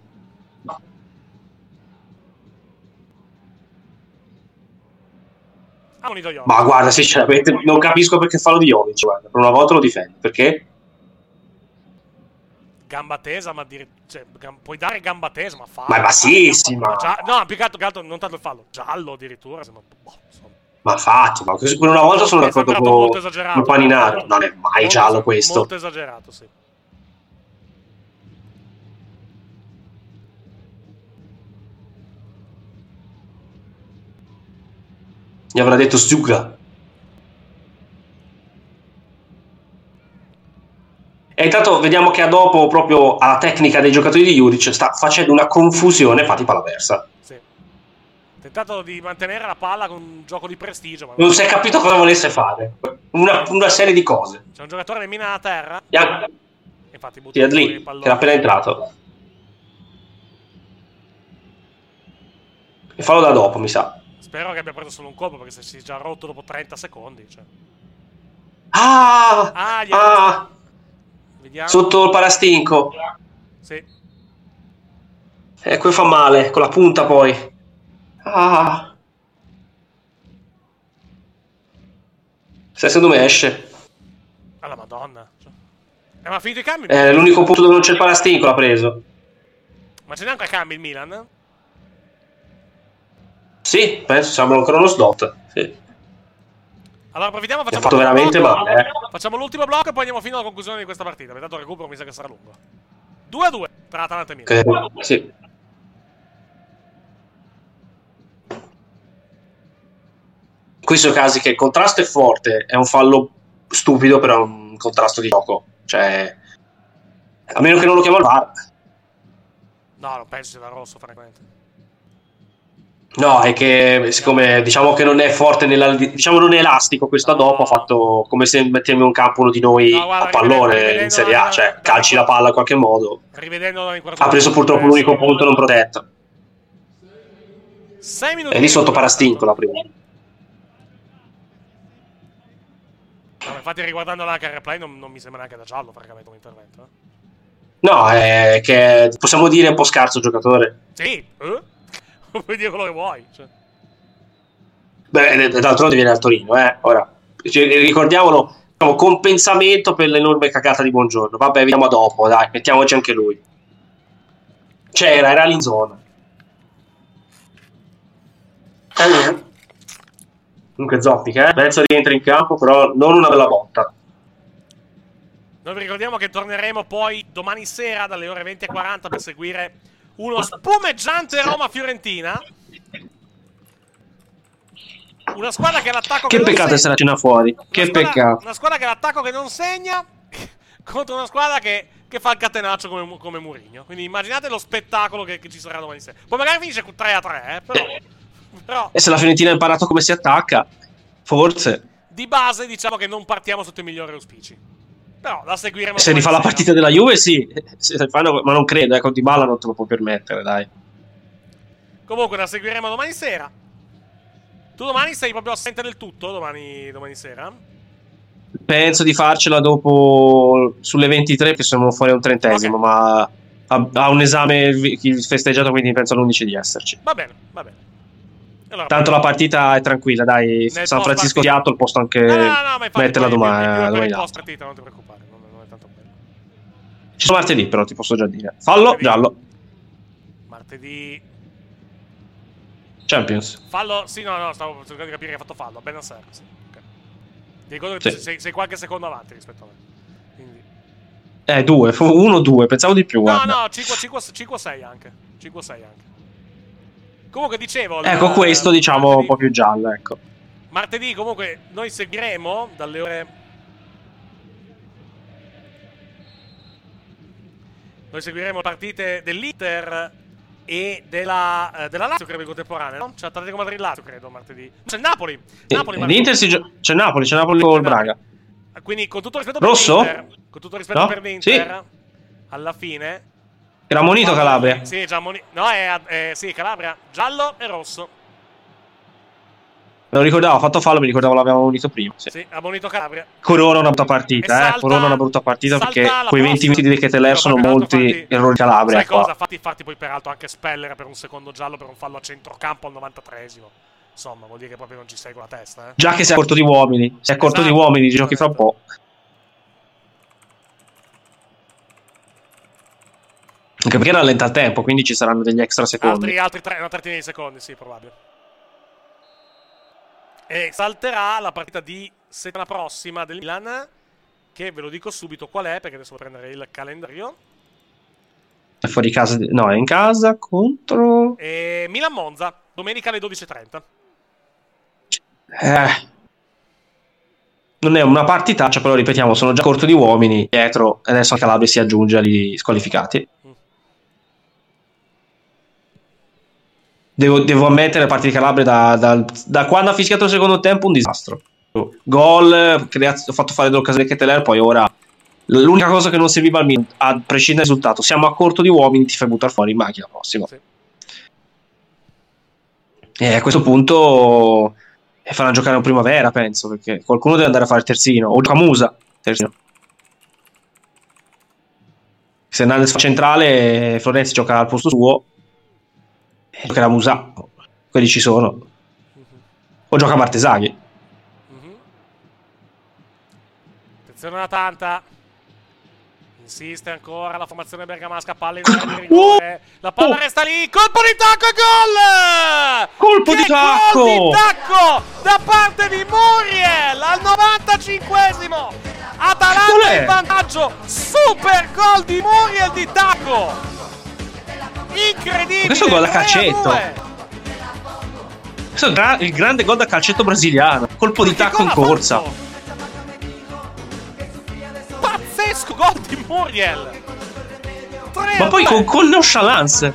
Ma guarda, sinceramente non capisco perché fallo di Jovic. Guarda, per una volta lo difende. Perché? Gamba tesa, ma puoi dare gamba tesa, ma fallo. Ma è bassissima. No, più che altro non tanto il fallo, giallo addirittura. Ma infatti, ma per una volta sono d'accordo con il Paninaro. Non è mai giallo questo. Molto esagerato, sì. Gli avrà detto Zuga. E intanto vediamo che a dopo, proprio alla tecnica dei giocatori di Juric, sta facendo una confusione, infatti palla persa. Sì. Tentato di mantenere la palla con un gioco di prestigio, ma non si è capito cosa volesse fare. Una serie di cose. C'è un giocatore che mina a terra. Infatti sì, Adli, che era appena entrato. E fallo da dopo, mi sa. Spero che abbia preso solo un colpo, perché se si è già rotto dopo 30 secondi. Cioè. Vediamo. Sotto il parastinco. Sì. E qui fa male, con la punta poi. Secondo me esce. Alla madonna. Ma ha finito i cambi? L'unico punto dove non c'è il parastinco l'ha preso. Ma c'è neanche cambi il Milan? Sì, penso siamo ancora uno slot. Sì. Allora approfittiamo, ha fatto veramente male. Facciamo l'ultimo blocco e poi andiamo fino alla conclusione di questa partita. Intanto il recupero mi sa che sarà lungo. 2-2 tra Atalanta e Milan. Sì. In questo caso che il contrasto è forte, è un fallo stupido, però è un contrasto di gioco. Cioè, a meno che non lo chiama il VAR. No, non penso sia da rosso, francamente. No, è che siccome diciamo che non è forte diciamo non è elastico, questo dopo ha fatto come se mettiamo in campo uno di noi a pallone in Serie A, cioè calci la palla in qualche modo. Ha preso purtroppo l'unico punto non protetto. 6 minuti. E lì sotto parastinco la prima. No, infatti riguardandola anche al replay non mi sembra neanche da giallo, francamente, come intervento. No, è che possiamo dire un po' scarso giocatore. Sì, puoi dire quello che vuoi. Cioè. Beh, d'altronde viene al Torino, ora ricordiamolo, compensamento per l'enorme cagata di Buongiorno. Vabbè, vediamo dopo, dai, mettiamoci anche lui. Era lì in zona. Comunque Zoppica, Benzo rientra in campo, però non una bella botta. Noi vi ricordiamo che torneremo poi domani sera dalle ore 20:40 per seguire uno spumeggiante Roma-Fiorentina. Una squadra che all'attacco Che peccato essere la cena fuori. Che peccato. Una squadra che all'attacco che non segna contro una squadra che fa il catenaccio come Mourinho. Quindi immaginate lo spettacolo che ci sarà domani sera. Poi magari finisce 3-3, però... E se la Fiorentina ha imparato come si attacca, forse. Di base diciamo che non partiamo sotto i migliori auspici. Però la seguiremo. Se rifà la partita della Juve, sì. Ma non credo, ecco, Dybala non te lo può permettere, dai. Comunque la seguiremo domani sera. Tu domani sei proprio assente del tutto, domani sera? Penso di farcela dopo sulle 23, che siamo fuori a un 30esimo, ma ha un esame festeggiato, quindi penso all'11 di esserci. Va bene. Allora, tanto la partita è tranquilla, dai. San Francisco Seattle posso anche metterla domani. Post partita, non ti preoccupare, non è tanto bello. Ci sono martedì, però ti posso già dire. Fallo, giallo. Martedì Champions. Fallo, sì, no, stavo cercando di capire che ha fatto fallo. Ben Nasser, sì. Okay. Ti ricordo che sei qualche secondo avanti rispetto a me. Quindi... 2, 1-2, pensavo di più. No, 5-6 anche. 5-6 anche. Comunque dicevo... Ecco, questo diciamo martedì, un po' più giallo, ecco. Martedì comunque noi seguiremo dalle ore... Noi seguiremo partite dell'Inter e della Lazio, credo, in contemporanea, no? C'è Atletico Madrid-Lazio, credo, martedì. C'è Napoli. L'Inter c'è Napoli con il Braga. Quindi con tutto rispetto Rosso? per l'Inter, con tutto rispetto per l'Inter, alla fine... Era monito Calabria. Sì, già monito. No, sì, Calabria, giallo e rosso. Me lo ricordavo, ha fatto fallo, mi ricordavo l'avevamo monito prima. Sì, ha monito Calabria. Corona una brutta partita, Corona una brutta partita perché quei 20 minuti di Keteler sono molti errori Calabria. Sai cosa? Fatti poi peraltro anche Speller per un secondo giallo per un fallo a centrocampo al 93esimo. Insomma, vuol dire che proprio non ci sei con la testa, Già che sei a corto di uomini, di uomini, giochi fra un po'. Anche perché rallenta il tempo, quindi ci saranno degli extra secondi. Altri 3, una trentina di secondi, sì, probabile. E salterà la partita di settimana prossima del Milan, che ve lo dico subito qual è, perché adesso devo prendere il calendario. È fuori casa? No, è in casa contro... Milan-Monza, domenica alle 12:30. Non è una partitaccia, però ripetiamo, sono già corto di uomini dietro, e adesso Calabria si aggiunge agli squalificati. Devo ammettere, le partite di Calabria da quando ha fischiato il secondo tempo un disastro. Gol, ho fatto fare dell'occasione di Keteler, poi ora l'unica cosa che non serviva al Milan, a prescindere dal risultato, siamo a corto di uomini, ti fai buttare fuori in macchina prossima. Sì. E a questo punto faranno giocare un primavera, penso, perché qualcuno deve andare a fare il terzino, o Camusa terzino. Se Hernandez fa centrale, Florenzi gioca al posto suo. Giocherà Musa, quelli ci sono. O gioca Martesaghi. Attenzione alla tanta. Insiste ancora la formazione bergamasca. Palla in area di rigore. La palla resta lì. Colpo di tacco e gol! Colpo di tacco! Gol di tacco da parte di Muriel al 95esimo. Atalanta in vantaggio. Super gol di Muriel di tacco. Incredibile! Questo è un gol da calcetto. Questo è il grande gol da calcetto brasiliano. Colpo di tacco in corsa. Pazzesco gol di Muriel. Ma poi con nonchalance.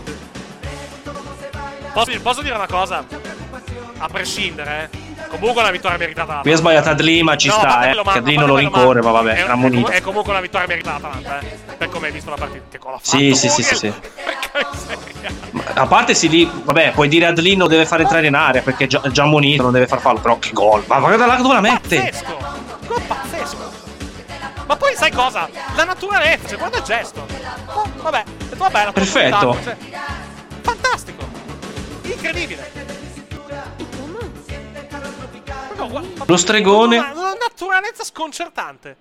Posso dire una cosa? A prescindere, comunque una vittoria meritata. Qui ha sbagliato Adli, ma ci sta, Adli non lo rincorre, ma vabbè, era munito. È comunque una vittoria meritata, per come hai visto la partita. Che cosa ha fatto? Sì. A parte lì, vabbè, puoi dire Adli non deve fare entrare in area perché è già munito, non deve far fallo, però che gol. Ma guarda là dove la mette. Pazzesco. Gol pazzesco. Ma poi sai cosa? La naturalezza, cioè, guarda il gesto. Oh, vabbè, perfetto. Cioè, fantastico. Incredibile. Lo stregone. Una naturalezza sconcertante.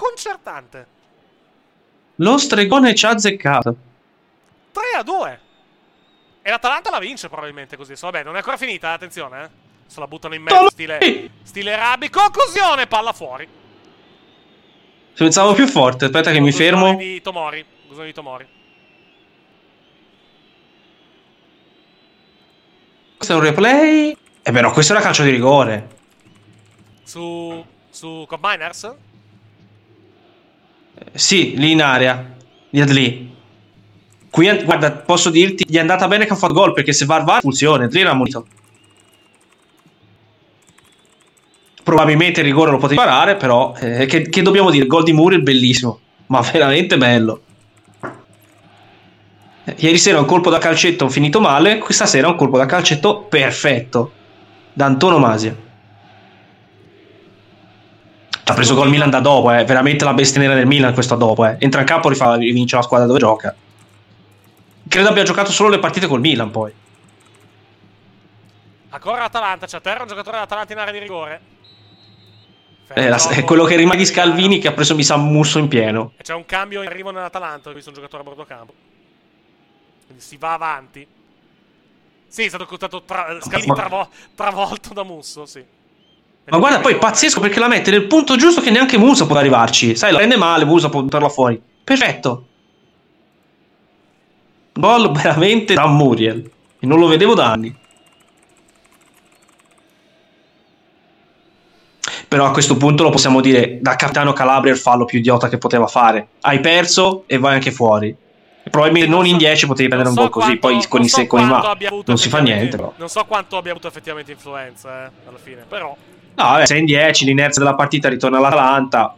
Lo stregone ci ha azzeccato. 3-2. E l'Atalanta la vince probabilmente così. Vabbè, non è ancora finita, attenzione, Se la buttano in mezzo, stile Rabbi. Conclusione, palla fuori. Pensavo più forte, aspetta che mi fermo. Conclusione di Tomori. Questo è un replay. Però questo era calcio di rigore. Su Combiners? Sì, lì in area. Lì. Qui, guarda, posso dirti, gli è andata bene che ha fatto gol, perché se va al VAR, espulsione, lì era ammonito. Probabilmente il rigore lo potevi parare, però che dobbiamo dire? Il gol di Muriel bellissimo, ma veramente bello. Ieri sera un colpo da calcetto finito male, questa sera un colpo da calcetto perfetto, da antonomasia. Ha preso gol Milan da dopo, veramente la bestia nera del Milan questo dopo, entra in campo e rivince la squadra dove gioca. Credo abbia giocato solo le partite col Milan poi. Ancora l'Atalanta, c'è a terra un giocatore dell'Atalanta in area di rigore. È quello che rimane di Scalvini, che ha preso mi sa Musso in pieno. E c'è un cambio in arrivo nell'Atalanta, ho visto un giocatore a bordo campo. Quindi si va avanti. Sì, è stato Scalvini travolto da Musso, sì. Ma guarda, poi è pazzesco perché la mette nel punto giusto che neanche Musa può arrivarci. Sai, la prende male, Musa può buttarla fuori. Perfetto. Gol veramente da Muriel. E non lo vedevo da anni. Però a questo punto lo possiamo dire, da capitano Calabria il fallo più idiota che poteva fare. Hai perso e vai anche fuori. E probabilmente non in 10 potevi prendere un gol così. Poi con i secoli ma non si fa niente. Però. Non so quanto abbia avuto effettivamente influenza alla fine, però. No, se in 10 l'inerzia della partita ritorna all'Atalanta.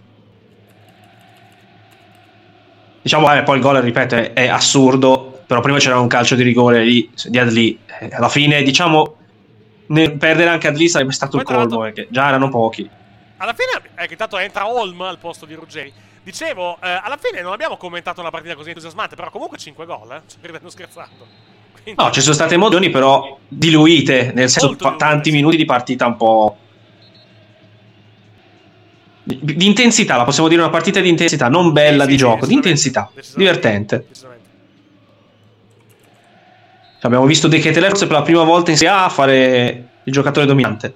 Diciamo, poi il gol, ripeto, è assurdo. Però prima c'era un calcio di rigore lì, di Adli. Alla fine, diciamo, perdere anche Adli sarebbe stato il colmo, perché già erano pochi. Alla fine, che intanto entra Holm al posto di Ruggeri. Dicevo, alla fine non abbiamo commentato una partita così entusiasmante, però comunque 5 gol, ridendo scherzando. Quindi... No, ci sono state emozioni però diluite, nel senso tanti minuti di partita un po'... Di intensità, la possiamo dire una partita di intensità, non bella di gioco, di intensità, divertente. Abbiamo visto De Ketelaere forse per la prima volta in Serie A fare il giocatore dominante.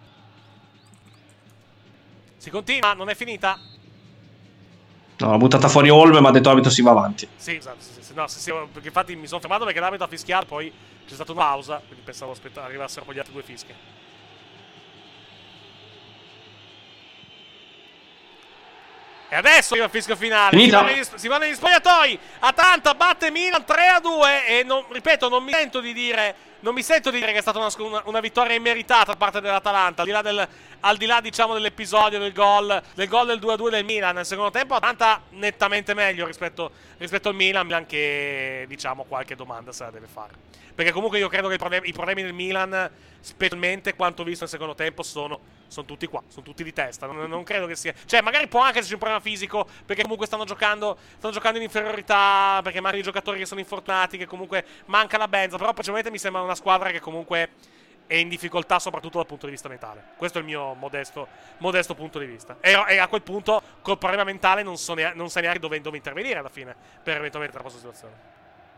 Si continua, non è finita. No, l'ha buttata fuori Holm, ma ha detto arbitro si va avanti. Sì, esatto, perché infatti mi sono fermato perché l'arbitro ha fischiato, poi c'è stata una pausa, quindi pensavo arrivassero poi gli altri due fischi. E adesso arriva il fischio finale. Si va negli spogliatoi. Atalanta batte Milan 3-2. E ripeto, non mi sento di dire che è stata una vittoria immeritata da parte dell'Atalanta. Al di là diciamo dell'episodio del gol del 2-2 del Milan. Nel secondo tempo Atalanta nettamente meglio rispetto al Milan che diciamo qualche domanda se la deve fare. Perché comunque io credo che i problemi del Milan, specialmente quanto visto nel secondo tempo, sono tutti qua, sono tutti di testa. Non credo che sia... Cioè, magari può anche esserci un problema fisico, perché comunque stanno giocando in inferiorità, perché magari i giocatori che sono infortunati, che comunque manca la benza. Però principalmente mi sembra una squadra che comunque è in difficoltà soprattutto dal punto di vista mentale. Questo è il mio modesto punto di vista. E a quel punto, col problema mentale, non sai neanche dove intervenire alla fine, per eventualmente la questa situazione.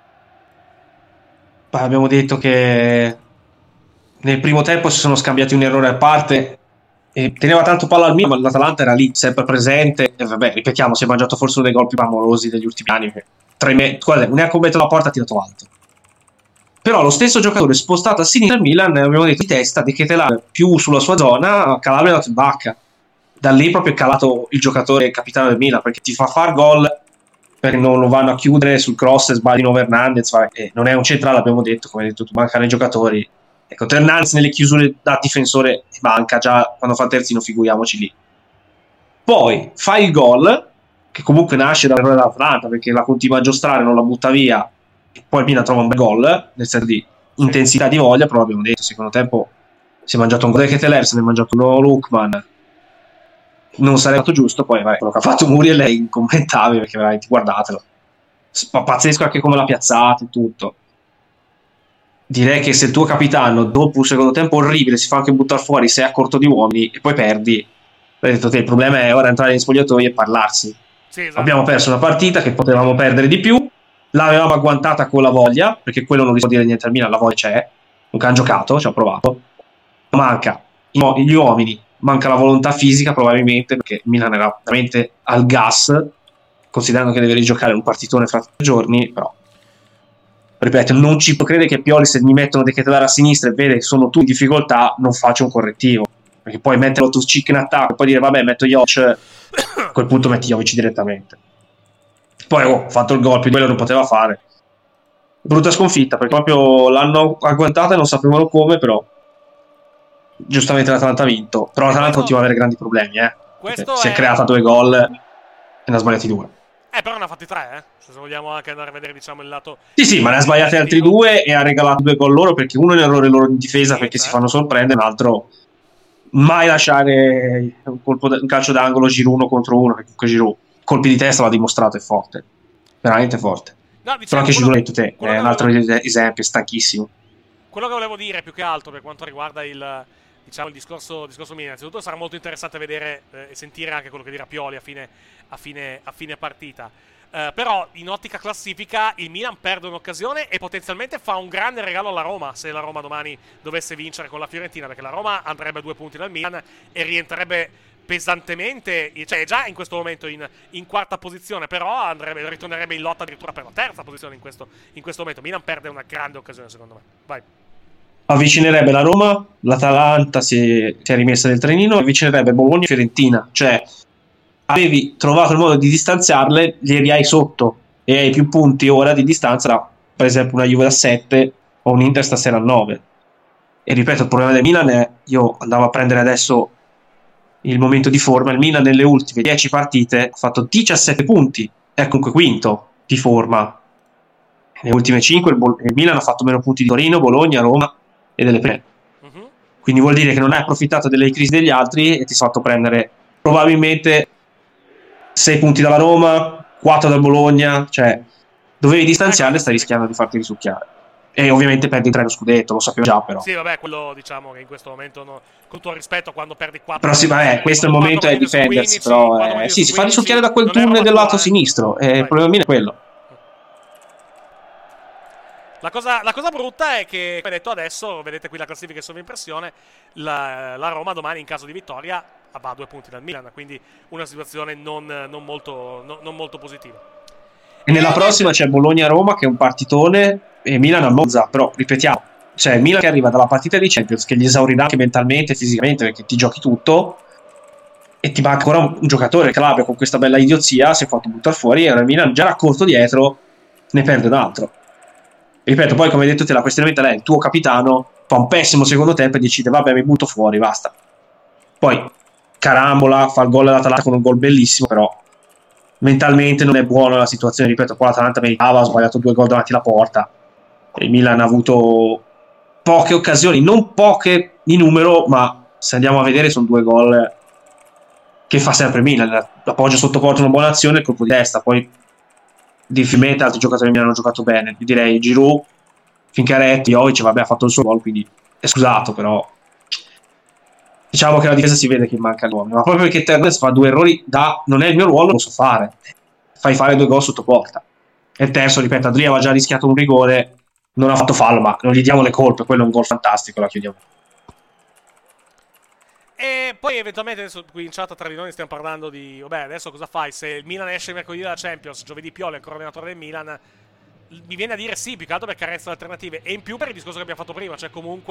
Abbiamo detto che nel primo tempo si sono scambiati un errore a parte e teneva tanto palla al Milan, ma l'Atalanta era lì sempre presente e vabbè, ripetiamo, si è mangiato forse uno dei gol più clamorosi degli ultimi anni. Guarda, neanche un metro da porta ha tirato alto. Però lo stesso giocatore spostato a sinistra al Milan, abbiamo detto di testa, De Ketelaere più sulla sua zona, Calabria è andato in bacca. Da lì proprio è calato il giocatore capitano del Milan, perché ti fa far gol perché non lo vanno a chiudere sul cross e sbaglino Hernandez, non è un centrale, abbiamo detto, come hai detto tu, mancano i giocatori. Ecco, Hernandez nelle chiusure da difensore manca, già quando fa terzino figuriamoci lì. Poi fa il gol, che comunque nasce dall'errore dell'Atalanta, perché la continua a giostrare, non la butta via, e poi il Milan trova un bel gol, nel senso di intensità di voglia, però abbiamo detto, secondo tempo si è mangiato un gol di Ketelaere, se ne è mangiato uno Lookman, non sarebbe stato giusto. Poi quello che ha fatto Muriel è incommentabile, perché veramente guardatelo, pazzesco anche come l'ha piazzato e tutto. Direi che se il tuo capitano dopo un secondo tempo orribile si fa anche buttare fuori, sei a corto di uomini e poi perdi, hai detto te, il problema è ora entrare negli spogliatoi e parlarsi. Sì, esatto. Abbiamo perso una partita che potevamo perdere di più, l'avevamo agguantata con la voglia, perché quello non riesco a dire niente al Milan, la voglia c'è, non hanno giocato, ci ha provato, manca gli uomini, manca la volontà fisica probabilmente, perché il Milan era veramente al gas, considerando che deve rigiocare un partitone fra 3 giorni, però ripeto, non ci può credere che Pioli, se mi mettono De Ketelaere a sinistra e vede che sono tutti in difficoltà, non faccia un correttivo, perché poi mettere Loftus-Cheek in attacco e poi dire vabbè metto Jovic, a quel punto metti Jovic direttamente. Poi ho fatto il gol, più di quello non poteva fare. Brutta sconfitta, perché proprio l'hanno agguantata e non sapevano come, però giustamente l'Atalanta ha vinto. Però l'Atalanta continua ad avere grandi problemi, si è creata 2 gol e ne ha sbagliati 2. Però ne ha fatti 3, se vogliamo anche andare a vedere, diciamo, il lato... Sì, ma ne ha sbagliati altri 2 e ha regalato 2 gol loro, perché uno è un errore loro in difesa perché si fanno sorprendere, l'altro mai lasciare un calcio d'angolo Giroud 1 contro 1, perché comunque Giroud colpi di testa l'ha dimostrato, è forte, veramente forte. No, diciamo, però anche Giroud, l'hai detto te, è un altro esempio, è stanchissimo. Quello che volevo dire più che altro per quanto riguarda il discorso Milan, innanzitutto sarà molto interessante vedere e sentire anche quello che dirà Pioli a fine partita. Però in ottica classifica il Milan perde un'occasione e potenzialmente fa un grande regalo alla Roma, se la Roma domani dovesse vincere con la Fiorentina, perché la Roma andrebbe a 2 punti dal Milan e rientrerebbe pesantemente, cioè già in questo momento in quarta posizione, però ritornerebbe in lotta addirittura per la terza posizione in questo momento. Milan perde una grande occasione, secondo me. Vai. Avvicinerebbe la Roma, l'Atalanta si è rimessa nel trenino, avvicinerebbe Bologna e Fiorentina, cioè avevi trovato il modo di distanziarle, li hai sotto e hai più punti ora di distanza da, per esempio, una Juve da 7 o un Inter stasera a 9. E ripeto, il problema del Milan è, io andavo a prendere adesso il momento di forma, il Milan nelle ultime 10 partite ha fatto 17 punti, è comunque quinto di forma. Nelle ultime 5 il Milan ha fatto meno punti di Torino, Bologna, Roma e delle prime. Quindi vuol dire che non hai approfittato delle crisi degli altri e ti sei fatto prendere probabilmente 6 punti dalla Roma, 4 dal Bologna, cioè dovevi distanziarle, stai rischiando di farti risucchiare. E ovviamente perdi 3 lo scudetto, lo sapevo già, però. Sì, vabbè, quello diciamo che in questo momento con tutto il rispetto, quando perdi 4. Però sì, vabbè, questo è il momento è difendersi, 15, però sì, si fa risucchiare da quel tunnel del lato sinistro, e il problema è quello. La cosa brutta è che, come detto adesso, vedete qui la classifica in sovraimpressione, la Roma domani in caso di vittoria va a 2 punti dal Milan, quindi una situazione non molto positiva. E nella prossima c'è Bologna-Roma che è un partitone e Milan a Monza, però ripetiamo, c'è il Milan che arriva dalla partita di Champions che gli esaurirà anche mentalmente e fisicamente perché ti giochi tutto e ti manca ancora un giocatore. Calabria con questa bella idiozia si è fatto buttare fuori e il Milan già raccolto dietro ne perde un altro. Ripeto, poi come hai detto te, la questione mentale è il tuo capitano fa un pessimo secondo tempo e decide vabbè mi butto fuori, basta. Poi carambola, fa il gol all'Atalanta con un gol bellissimo, però mentalmente non è buona la situazione. Ripeto, qua l'Atalanta meritava, ha sbagliato 2 gol davanti alla porta e il Milan ha avuto poche occasioni, non poche di numero, ma se andiamo a vedere sono 2 gol che fa sempre Milan. L'appoggio sotto porta, una buona azione, il colpo di testa, poi difficilmente altri giocatori mi hanno giocato bene. Io direi Giroud, Fincaretti, Jovic, vabbè, ha fatto il suo gol, quindi è scusato, però diciamo che la difesa si vede che manca l'uomo, ma proprio perché Ternes fa 2 errori da non è il mio ruolo, lo so fare, fai fare 2 gol sotto porta. E il terzo, ripeto, Adria aveva già rischiato un rigore, non ha fatto fallo, ma non gli diamo le colpe, quello è un gol fantastico, la chiudiamo. E poi eventualmente adesso qui in chat tra di noi stiamo parlando di vabbè, adesso cosa fai? Se il Milan esce mercoledì dalla Champions, giovedì Pioli è ancora allenatore del Milan, mi viene a dire sì, più che altro per carezza alternative e in più per il discorso che abbiamo fatto prima,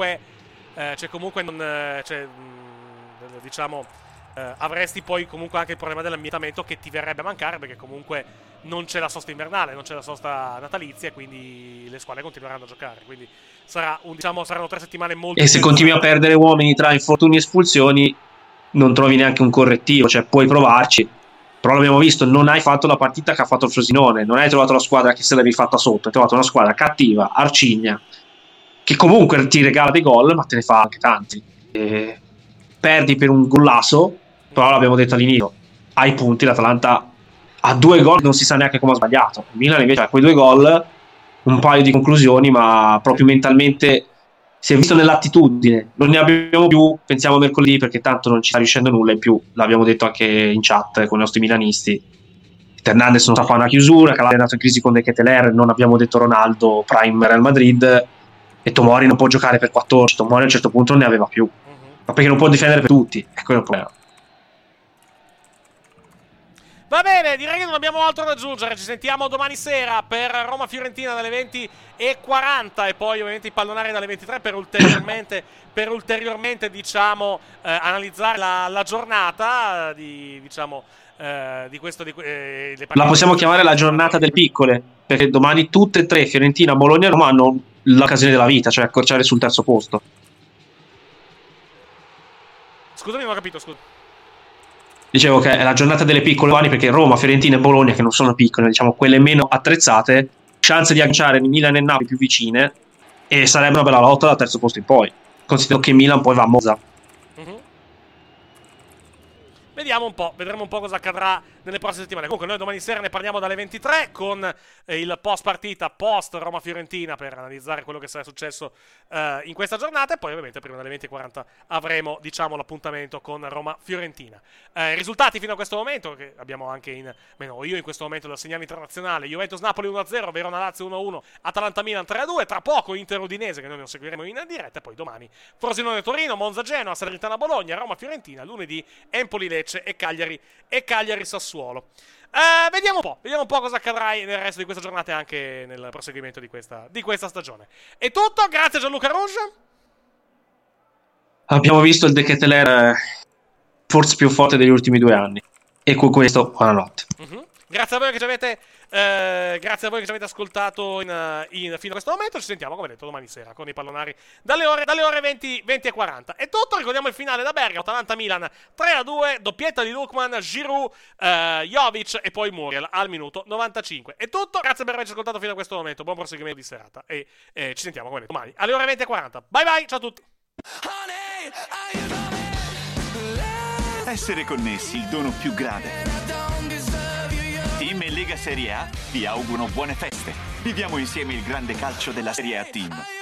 avresti poi comunque anche il problema dell'ambientamento che ti verrebbe a mancare, perché comunque non c'è la sosta invernale, non c'è la sosta natalizia e quindi le squadre continueranno a giocare, quindi saranno 3 settimane molto. E se continui a perdere uomini tra infortuni e espulsioni non trovi neanche un correttivo, cioè puoi provarci, però l'abbiamo visto, non hai fatto la partita che ha fatto il Frosinone, non hai trovato la squadra che se l'avevi fatta sotto, hai trovato una squadra cattiva, arcigna, che comunque ti regala dei gol ma te ne fa anche tanti. Perdi per un gollasso, però l'abbiamo detto all'inizio, ai punti l'Atalanta ha 2 gol, non si sa neanche come ha sbagliato. Il Milan invece ha quei 2 gol, un paio di conclusioni, ma proprio mentalmente si è visto nell'attitudine. Non ne abbiamo più, pensiamo a mercoledì perché tanto non ci sta riuscendo nulla, in più l'abbiamo detto anche in chat con i nostri milanisti, Hernandez non sa fare una chiusura, Calabria è andato in crisi con De Ketelaere, non abbiamo detto Ronaldo prime Real Madrid e Tomori non può giocare per 14, Tomori a un certo punto non ne aveva più, ma perché non può difendere per tutti, è quello il problema. Va bene, direi che non abbiamo altro da aggiungere. Ci sentiamo domani sera per Roma-Fiorentina dalle 20:40 e poi ovviamente i pallonari dalle 23 per ulteriormente diciamo analizzare la giornata di questo la possiamo chiamare la giornata del piccole, perché domani tutte e tre, Fiorentina, Bologna e Roma, hanno l'occasione della vita, cioè accorciare sul terzo posto. Scusami, non ho capito, scusa. Dicevo che è la giornata delle piccole domani, perché Roma, Fiorentina e Bologna, che non sono piccole, diciamo quelle meno attrezzate, chance di agganciare Milan e Napoli più vicine, e sarebbe una bella lotta dal terzo posto in poi, considerato che Milan poi va a Monza. Vedremo un po' cosa accadrà nelle prossime settimane. Comunque noi domani sera ne parliamo dalle 23 con il post partita, post Roma-Fiorentina, per analizzare quello che sarà successo in questa giornata, e poi ovviamente prima delle 20:40 avremo diciamo l'appuntamento con Roma-Fiorentina. Risultati fino a questo momento, che abbiamo anche io in questo momento dal segnale internazionale: Juventus-Napoli 1-0, Verona-Lazio 1-1, Atalanta-Milan 3-2, tra poco Inter-Udinese, che noi non seguiremo in diretta, e poi domani Frosinone-Torino, Monza-Genoa, Salernitana-Bologna, Roma-Fiorentina, lunedì Empoli-Lecce e Cagliari-Sassuolo. Vediamo un po' cosa accadrà nel resto di questa giornata e anche nel proseguimento di questa stagione. È tutto, grazie Gianluca Rouge. Abbiamo visto il De Ketelaere forse più forte degli ultimi 2 anni, e con questo buonanotte. Grazie a voi che ci avete ascoltato fino a questo momento. Ci sentiamo, come detto, domani sera con i pallonari dalle ore 20:40. È tutto, ricordiamo il finale da Bergamo, Atalanta-Milan 3-2, doppietta di Lookman, Giroud, Jovic e poi Muriel al minuto 95. È tutto, grazie per averci ascoltato fino a questo momento, buon proseguimento di serata e ci sentiamo, come detto, domani alle ore 20:40. Bye bye, ciao a tutti. Essere connessi, il dono più grande. Team e Lega Serie A vi augurano buone feste. Viviamo insieme il grande calcio della Serie A Team.